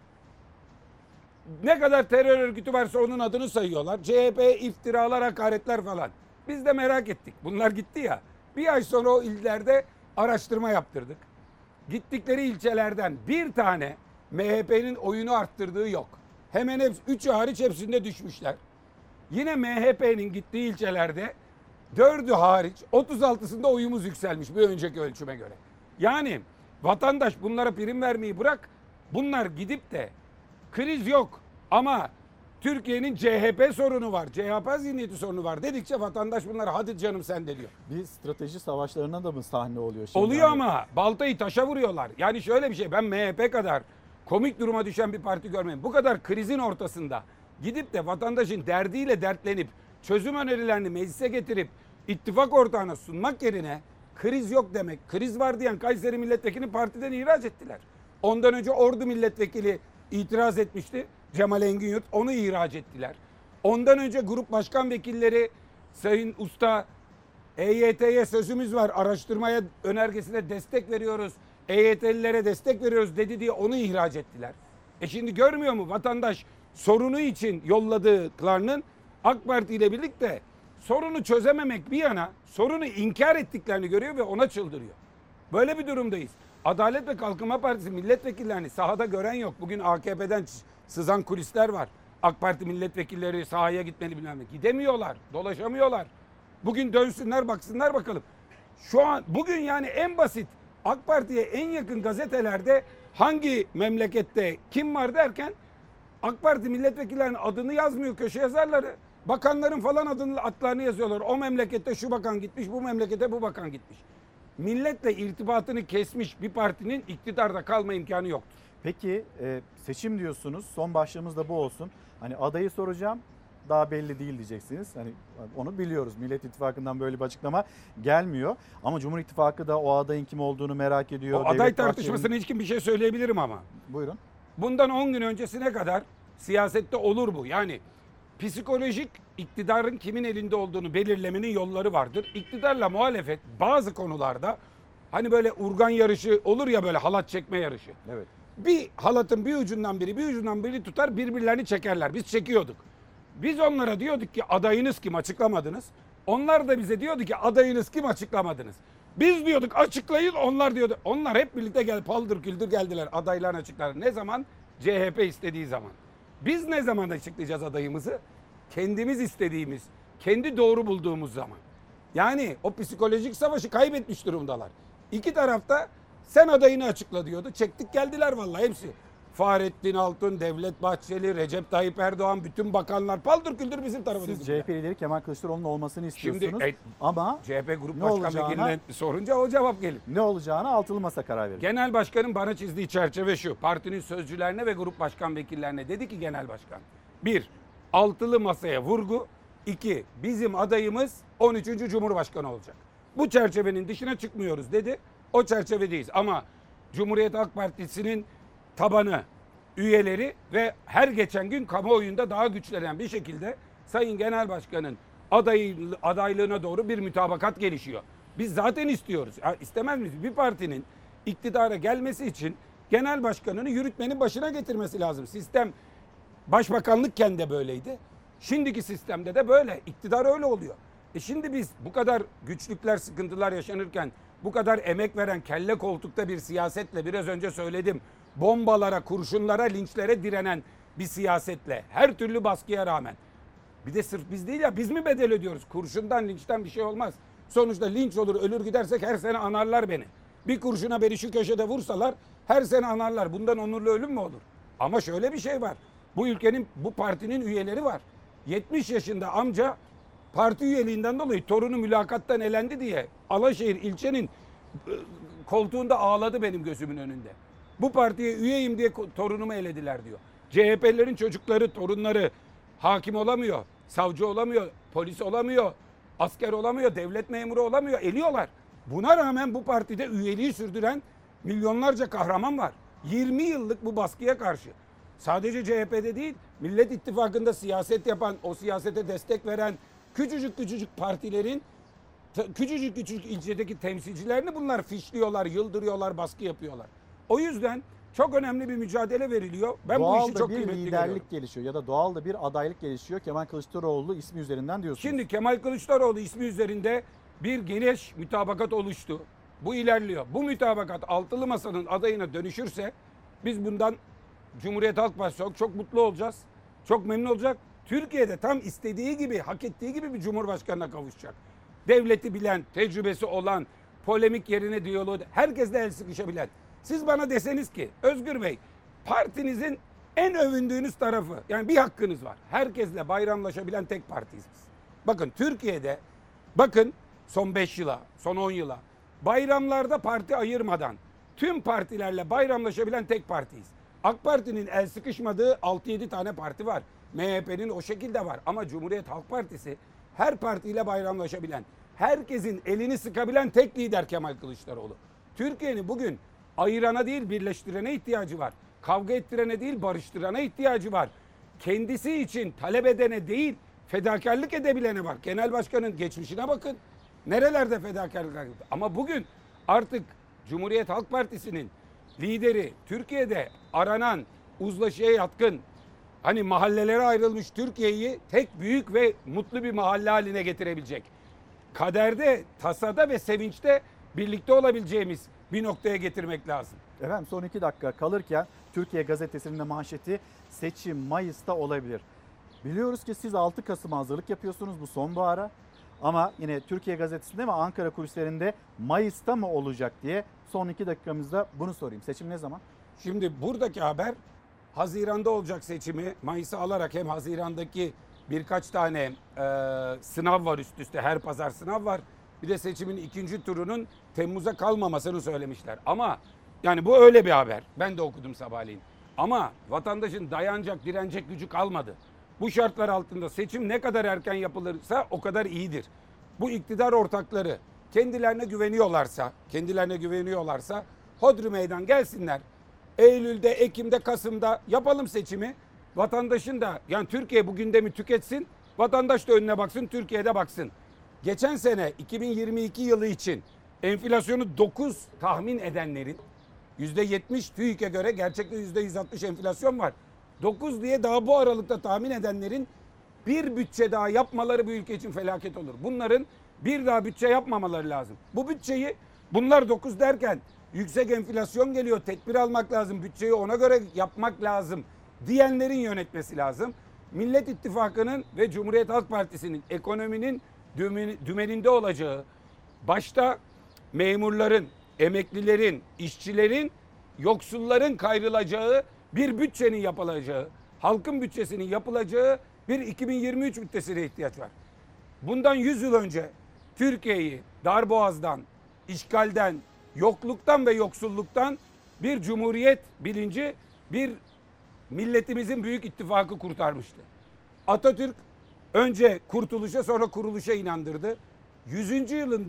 Speaker 17: Ne kadar terör örgütü varsa onun adını sayıyorlar. C H P'ye iftiralar, hakaretler falan. Biz de merak ettik. Bunlar gitti ya. Bir ay sonra o illerde araştırma yaptırdık. Gittikleri ilçelerden bir tane M H P'nin oyunu arttırdığı yok. Hemen hepsi, üçü hariç hepsinde düşmüşler. Yine M H P'nin gittiği ilçelerde dördü hariç otuz altısında oyumuz yükselmiş bir önceki ölçüme göre. Yani vatandaş bunlara prim vermeyi bırak. Bunlar gidip de kriz yok ama Türkiye'nin C H P sorunu var, C H P zihniyeti sorunu var dedikçe vatandaş bunlara hadi canım sen de diyor.
Speaker 1: Bir strateji savaşlarına da mı sahne oluyor şimdi?
Speaker 17: Oluyor yani. Ama baltayı taşa vuruyorlar. Yani şöyle bir şey, ben M H P kadar komik duruma düşen bir parti görmedim. Bu kadar krizin ortasında gidip de vatandaşın derdiyle dertlenip çözüm önerilerini meclise getirip ittifak ortağına sunmak yerine kriz yok demek, kriz var diyen Kayseri milletvekilini partiden ihraç ettiler. Ondan önce Ordu milletvekili itiraz etmişti. Cemal Engin, onu ihraç ettiler. Ondan önce grup başkan vekilleri Sayın Usta E Y T'ye sözümüz var, araştırmaya önergesine destek veriyoruz, E Y T'lilere destek veriyoruz dedi diye onu ihraç ettiler. E şimdi görmüyor mu vatandaş sorunu için yolladıklarının AK Parti ile birlikte sorunu çözememek bir yana sorunu inkar ettiklerini görüyor ve ona çıldırıyor. Böyle bir durumdayız. Adalet ve Kalkınma Partisi milletvekillerini sahada gören yok. Bugün A K P'den sızan kulisler var. AK Parti milletvekilleri sahaya gitmeli bilmem ne. Gidemiyorlar, dolaşamıyorlar. Bugün dönsünler baksınlar bakalım. Şu an bugün yani en basit AK Parti'ye en yakın gazetelerde hangi memlekette kim var derken AK Parti milletvekillerinin adını yazmıyor köşe yazarları. Bakanların falan adını, adlarını yazıyorlar. O memlekette şu bakan gitmiş, bu memlekete bu bakan gitmiş. Milletle irtibatını kesmiş bir partinin iktidarda kalma imkanı yoktur.
Speaker 1: Peki e, seçim diyorsunuz. Son başlığımız da bu olsun. Hani adayı soracağım. Daha belli değil diyeceksiniz. Hani onu biliyoruz. Millet İttifakı'ndan böyle bir açıklama gelmiyor. Ama Cumhur İttifakı da o adayın kim olduğunu merak ediyor.
Speaker 17: O aday Devlet tartışmasına Bahçeli'nin... hiç kim bir şey söyleyebilirim ama.
Speaker 1: Buyurun.
Speaker 17: Bundan on gün öncesine kadar siyasette olur bu. Yani psikolojik iktidarın kimin elinde olduğunu belirlemenin yolları vardır. İktidarla muhalefet bazı konularda hani böyle urgan yarışı olur ya, böyle halat çekme yarışı.
Speaker 1: Evet.
Speaker 17: Bir halatın bir ucundan biri bir ucundan biri tutar, birbirlerini çekerler. Biz çekiyorduk. Biz onlara diyorduk ki adayınız kim, açıklamadınız. Onlar da bize diyordu ki adayınız kim, açıklamadınız. Biz diyorduk açıklayın, onlar diyordu. Onlar hep birlikte gel paldır küldür geldiler, adaylarını açıklar. Ne zaman? C H P istediği zaman. Biz ne zaman açıklayacağız adayımızı? Kendimiz istediğimiz, kendi doğru bulduğumuz zaman. Yani o psikolojik savaşı kaybetmiş durumdalar. İki tarafta sen adayını açıkla diyordu. Çektik geldiler vallahi hepsi. Fahrettin Altun, Devlet Bahçeli, Recep Tayyip Erdoğan, bütün bakanlar paldır küldür bizim tarafımızda.
Speaker 1: Siz C H P lideri Kemal Kılıçdaroğlu'nun olmasını istiyorsunuz.
Speaker 17: Şimdi, e,
Speaker 1: ama
Speaker 17: C H P Grup Başkan Vekili'ne sorunca o cevap gelir.
Speaker 1: Ne olacağını altılı masa karar verir.
Speaker 17: Genel Başkan'ın bana çizdiği çerçeve şu. Partinin sözcülerine ve grup başkan vekillerine dedi ki Genel Başkan. Bir, altılı masaya vurgu. İki, bizim adayımız on üçüncü Cumhurbaşkanı olacak. Bu çerçevenin dışına çıkmıyoruz dedi. O çerçevedeyiz ama Cumhuriyet Halk Partisi'nin tabanı, üyeleri ve her geçen gün kamuoyunda daha güçlenen bir şekilde Sayın Genel Başkan'ın adayı, adaylığına doğru bir mütabakat gelişiyor. Biz zaten istiyoruz. Ya istemez miyiz? Bir partinin iktidara gelmesi için genel başkanını yürütmenin başına getirmesi lazım. Sistem başbakanlıkken de böyleydi. Şimdiki sistemde de böyle. İktidar öyle oluyor. E şimdi biz bu kadar güçlükler, sıkıntılar yaşanırken bu kadar emek veren kelle koltukta bir siyasetle, biraz önce söyledim, bombalara, kurşunlara, linçlere direnen bir siyasetle, her türlü baskıya rağmen. Bir de sırf biz değil ya, biz mi bedel ödüyoruz? Kurşundan, linçten bir şey olmaz. Sonuçta linç olur, ölür gidersek her sene anarlar beni. Bir kurşuna beni şu köşede vursalar her sene anarlar. Bundan onurlu ölüm mü olur? Ama şöyle bir şey var. Bu ülkenin, bu partinin üyeleri var. yetmiş yaşında amca parti üyeliğinden dolayı torunu mülakattan elendi diye Alaşehir ilçenin koltuğunda ağladı benim gözümün önünde. Bu partiye üyeyim diye torunumu elediler diyor. C H P'lilerin çocukları, torunları hakim olamıyor, savcı olamıyor, polis olamıyor, asker olamıyor, devlet memuru olamıyor, eliyorlar. Buna rağmen bu partide üyeliği sürdüren milyonlarca kahraman var. yirmi yıllık bu baskıya karşı. Sadece C H P'de değil, Millet İttifakı'nda siyaset yapan, o siyasete destek veren küçücük küçücük partilerin küçücük küçücük ilçedeki temsilcilerini bunlar fişliyorlar, yıldırıyorlar, baskı yapıyorlar. O yüzden çok önemli bir mücadele veriliyor. Ben
Speaker 1: doğal
Speaker 17: bu işi
Speaker 1: da
Speaker 17: çok
Speaker 1: bir
Speaker 17: kıymetli
Speaker 1: liderlik
Speaker 17: görüyorum.
Speaker 1: gelişiyor ya da doğal da bir adaylık gelişiyor. Kemal Kılıçdaroğlu ismi üzerinden diyorsunuz.
Speaker 17: Şimdi Kemal Kılıçdaroğlu ismi üzerinde bir geniş mütabakat oluştu. Bu ilerliyor. Bu mütabakat altılı masanın adayına dönüşürse biz bundan Cumhuriyet Halk Partisi çok, çok mutlu olacağız. Çok memnun olacak. Türkiye'de tam istediği gibi, hak ettiği gibi bir cumhurbaşkanına kavuşacak. Devleti bilen, tecrübesi olan, polemik yerine diyaloğu, herkesle el sıkışabilen. Siz bana deseniz ki Özgür Bey, partinizin en övündüğünüz tarafı, yani bir hakkınız var. Herkesle bayramlaşabilen tek partiyiz biz. Bakın Türkiye'de, bakın son beş yıla, son on yıla bayramlarda parti ayırmadan tüm partilerle bayramlaşabilen tek partiyiz. AK Parti'nin el sıkışmadığı altı yedi tane parti var. M H P'nin o şekilde var. Ama Cumhuriyet Halk Partisi her partiyle bayramlaşabilen, herkesin elini sıkabilen tek lider Kemal Kılıçdaroğlu. Türkiye'nin bugün ayırana değil birleştirene ihtiyacı var. Kavga ettirene değil barıştırana ihtiyacı var. Kendisi için talep edene değil fedakarlık edebilene var. Genel başkanın geçmişine bakın. Nerelerde fedakarlık etti. Ama bugün artık Cumhuriyet Halk Partisi'nin lideri Türkiye'de aranan, uzlaşıya yatkın, hani mahallelere ayrılmış Türkiye'yi tek büyük ve mutlu bir mahalle haline getirebilecek. Kaderde, tasada ve sevinçte birlikte olabileceğimiz bir noktaya getirmek lazım.
Speaker 1: Efendim son iki dakika kalırken Türkiye Gazetesi'nin de manşeti seçim Mayıs'ta olabilir. Biliyoruz ki siz altı Kasım'a hazırlık yapıyorsunuz bu sonbahara. Ama yine Türkiye Gazetesi'nde ve Ankara kulislerinde Mayıs'ta mı olacak diye son iki dakikamızda bunu sorayım. Seçim ne zaman?
Speaker 17: Şimdi buradaki haber Haziran'da olacak seçimi Mayıs'a alarak hem Haziran'daki birkaç tane e, sınav var üst üste, her pazar sınav var. Bir de seçimin ikinci turunun Temmuz'a kalmamasını söylemişler. Ama yani bu öyle bir haber. Ben de okudum sabahleyin. Ama vatandaşın dayanacak, direnecek gücü kalmadı. Bu şartlar altında seçim ne kadar erken yapılırsa o kadar iyidir. Bu iktidar ortakları kendilerine güveniyorlarsa, kendilerine güveniyorlarsa hodri meydan gelsinler. Eylül'de, Ekim'de, Kasım'da yapalım seçimi. Vatandaşın da yani Türkiye bu gündemi tüketsin. Vatandaş da önüne baksın, Türkiye'de baksın. Geçen sene iki bin yirmi iki yılı için enflasyonu dokuz tahmin edenlerin yüzde yetmiş TÜİK'e göre gerçekte yüzde yüz altmış enflasyon var. dokuz diye daha bu aralıkta tahmin edenlerin bir bütçe daha yapmaları bu ülke için felaket olur. Bunların bir daha bütçe yapmamaları lazım. Bu bütçeyi bunlar dokuz derken yüksek enflasyon geliyor, tedbir almak lazım, bütçeyi ona göre yapmak lazım diyenlerin yönetmesi lazım. Millet İttifakı'nın ve Cumhuriyet Halk Partisi'nin ekonominin dümeninde olacağı, başta memurların, emeklilerin, işçilerin, yoksulların kayrılacağı bir bütçenin yapılacağı, halkın bütçesinin yapılacağı bir iki bin yirmi üç bütçesine ihtiyaç var. Bundan yüz yıl önce Türkiye'yi darboğazdan, işgalden, yokluktan ve yoksulluktan bir cumhuriyet bilinci, bir milletimizin büyük ittifakı kurtarmıştı. Atatürk önce kurtuluşa sonra kuruluşa inandırdı. yüzüncü yılında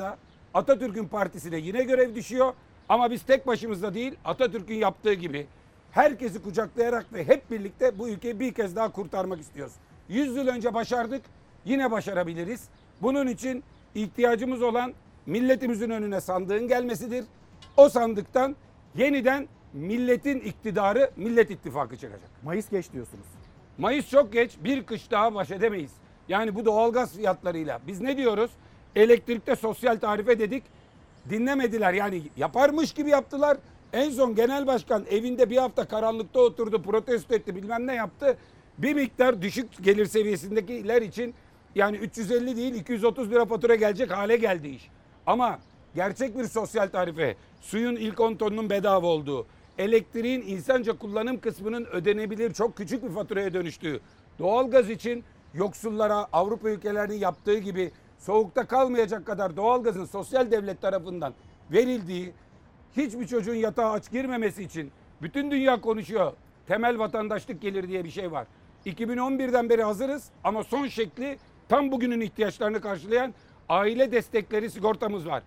Speaker 17: Atatürk'ün partisine yine görev düşüyor. Ama biz tek başımızda değil, Atatürk'ün yaptığı gibi herkesi kucaklayarak ve hep birlikte bu ülkeyi bir kez daha kurtarmak istiyoruz. yüz yıl önce başardık, yine başarabiliriz. Bunun için ihtiyacımız olan milletimizin önüne sandığın gelmesidir. O sandıktan yeniden milletin iktidarı, Millet İttifakı çıkacak.
Speaker 1: Mayıs geç diyorsunuz.
Speaker 17: Mayıs çok geç, bir kış daha baş edemeyiz. Yani bu doğalgaz fiyatlarıyla. Biz ne diyoruz? Elektrikte sosyal tarife dedik. Dinlemediler, yani yaparmış gibi yaptılar. En son genel başkan evinde bir hafta karanlıkta oturdu, protesto etti, bilmem ne yaptı. Bir miktar düşük gelir seviyesindekiler için yani üç yüz elli değil iki yüz otuz lira fatura gelecek hale geldi iş. Ama gerçek bir sosyal tarife, suyun ilk on tonunun bedava olduğu, elektriğin insanca kullanım kısmının ödenebilir çok küçük bir faturaya dönüştüğü, doğalgaz için yoksullara Avrupa ülkelerinin yaptığı gibi soğukta kalmayacak kadar doğalgazın sosyal devlet tarafından verildiği, hiçbir çocuğun yatağa aç girmemesi için bütün dünya konuşuyor. Temel vatandaşlık gelir diye bir şey var. iki bin on birden beri hazırız ama son şekli tam bugünün ihtiyaçlarını karşılayan aile destekleri sigortamız var.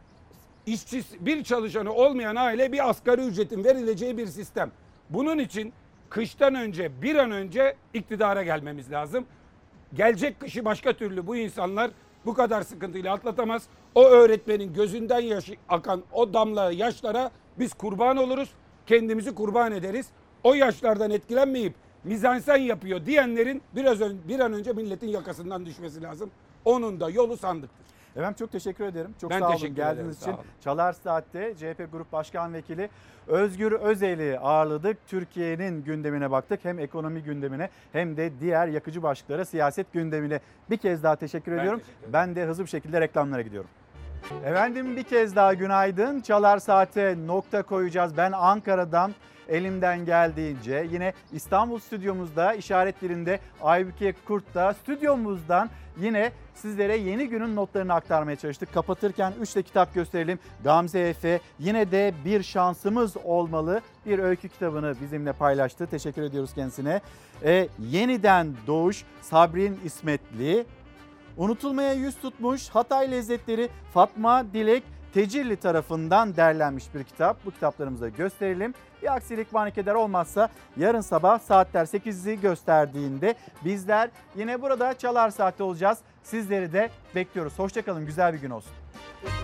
Speaker 17: İşçisi, bir çalışanı olmayan aile bir asgari ücretin verileceği bir sistem. Bunun için kıştan önce, bir an önce iktidara gelmemiz lazım. Gelecek kışı başka türlü bu insanlar bu kadar sıkıntıyla atlatamaz. O öğretmenin gözünden yaşı akan o damla yaşlara biz kurban oluruz. Kendimizi kurban ederiz. O yaşlardan etkilenmeyip mizansen yapıyor diyenlerin biraz ön, bir an önce milletin yakasından düşmesi lazım. Onun da yolu sandıktır.
Speaker 1: Efendim çok teşekkür ederim. Çok
Speaker 17: Ben
Speaker 1: sağ olun
Speaker 17: teşekkür
Speaker 1: geldiğiniz
Speaker 17: ederim,
Speaker 1: için.
Speaker 17: sağ olun.
Speaker 1: Çalar Saat'te C H P Grup Başkan Vekili Özgür Özel'i ağırladık. Türkiye'nin gündemine baktık. Hem ekonomi gündemine hem de diğer yakıcı başlıklara, siyaset gündemine bir kez daha teşekkür
Speaker 17: Ben
Speaker 1: ediyorum.
Speaker 17: teşekkür ederim.
Speaker 1: Ben de hızlı bir şekilde reklamlara gidiyorum. Efendim bir kez daha günaydın. Çalar Saat'e nokta koyacağız. Ben Ankara'dan elimden geldiğince yine İstanbul stüdyomuzda işaret dilinde Aybüke Kurt'ta stüdyomuzdan yine sizlere yeni günün notlarını aktarmaya çalıştık. Kapatırken üç de kitap gösterelim. Gamze Efe yine de bir şansımız olmalı bir öykü kitabını bizimle paylaştı. Teşekkür ediyoruz kendisine. E, yeniden Doğuş Sabrin İsmetli. Unutulmaya yüz tutmuş Hatay lezzetleri Fatma Dilek Tecirli tarafından derlenmiş bir kitap. Bu kitaplarımızı gösterelim. Bir aksilik vanikeder olmazsa yarın sabah saatler sekizi gösterdiğinde bizler yine burada Çalar Saat'te olacağız. Sizleri de bekliyoruz. Hoşça kalın, güzel bir gün olsun.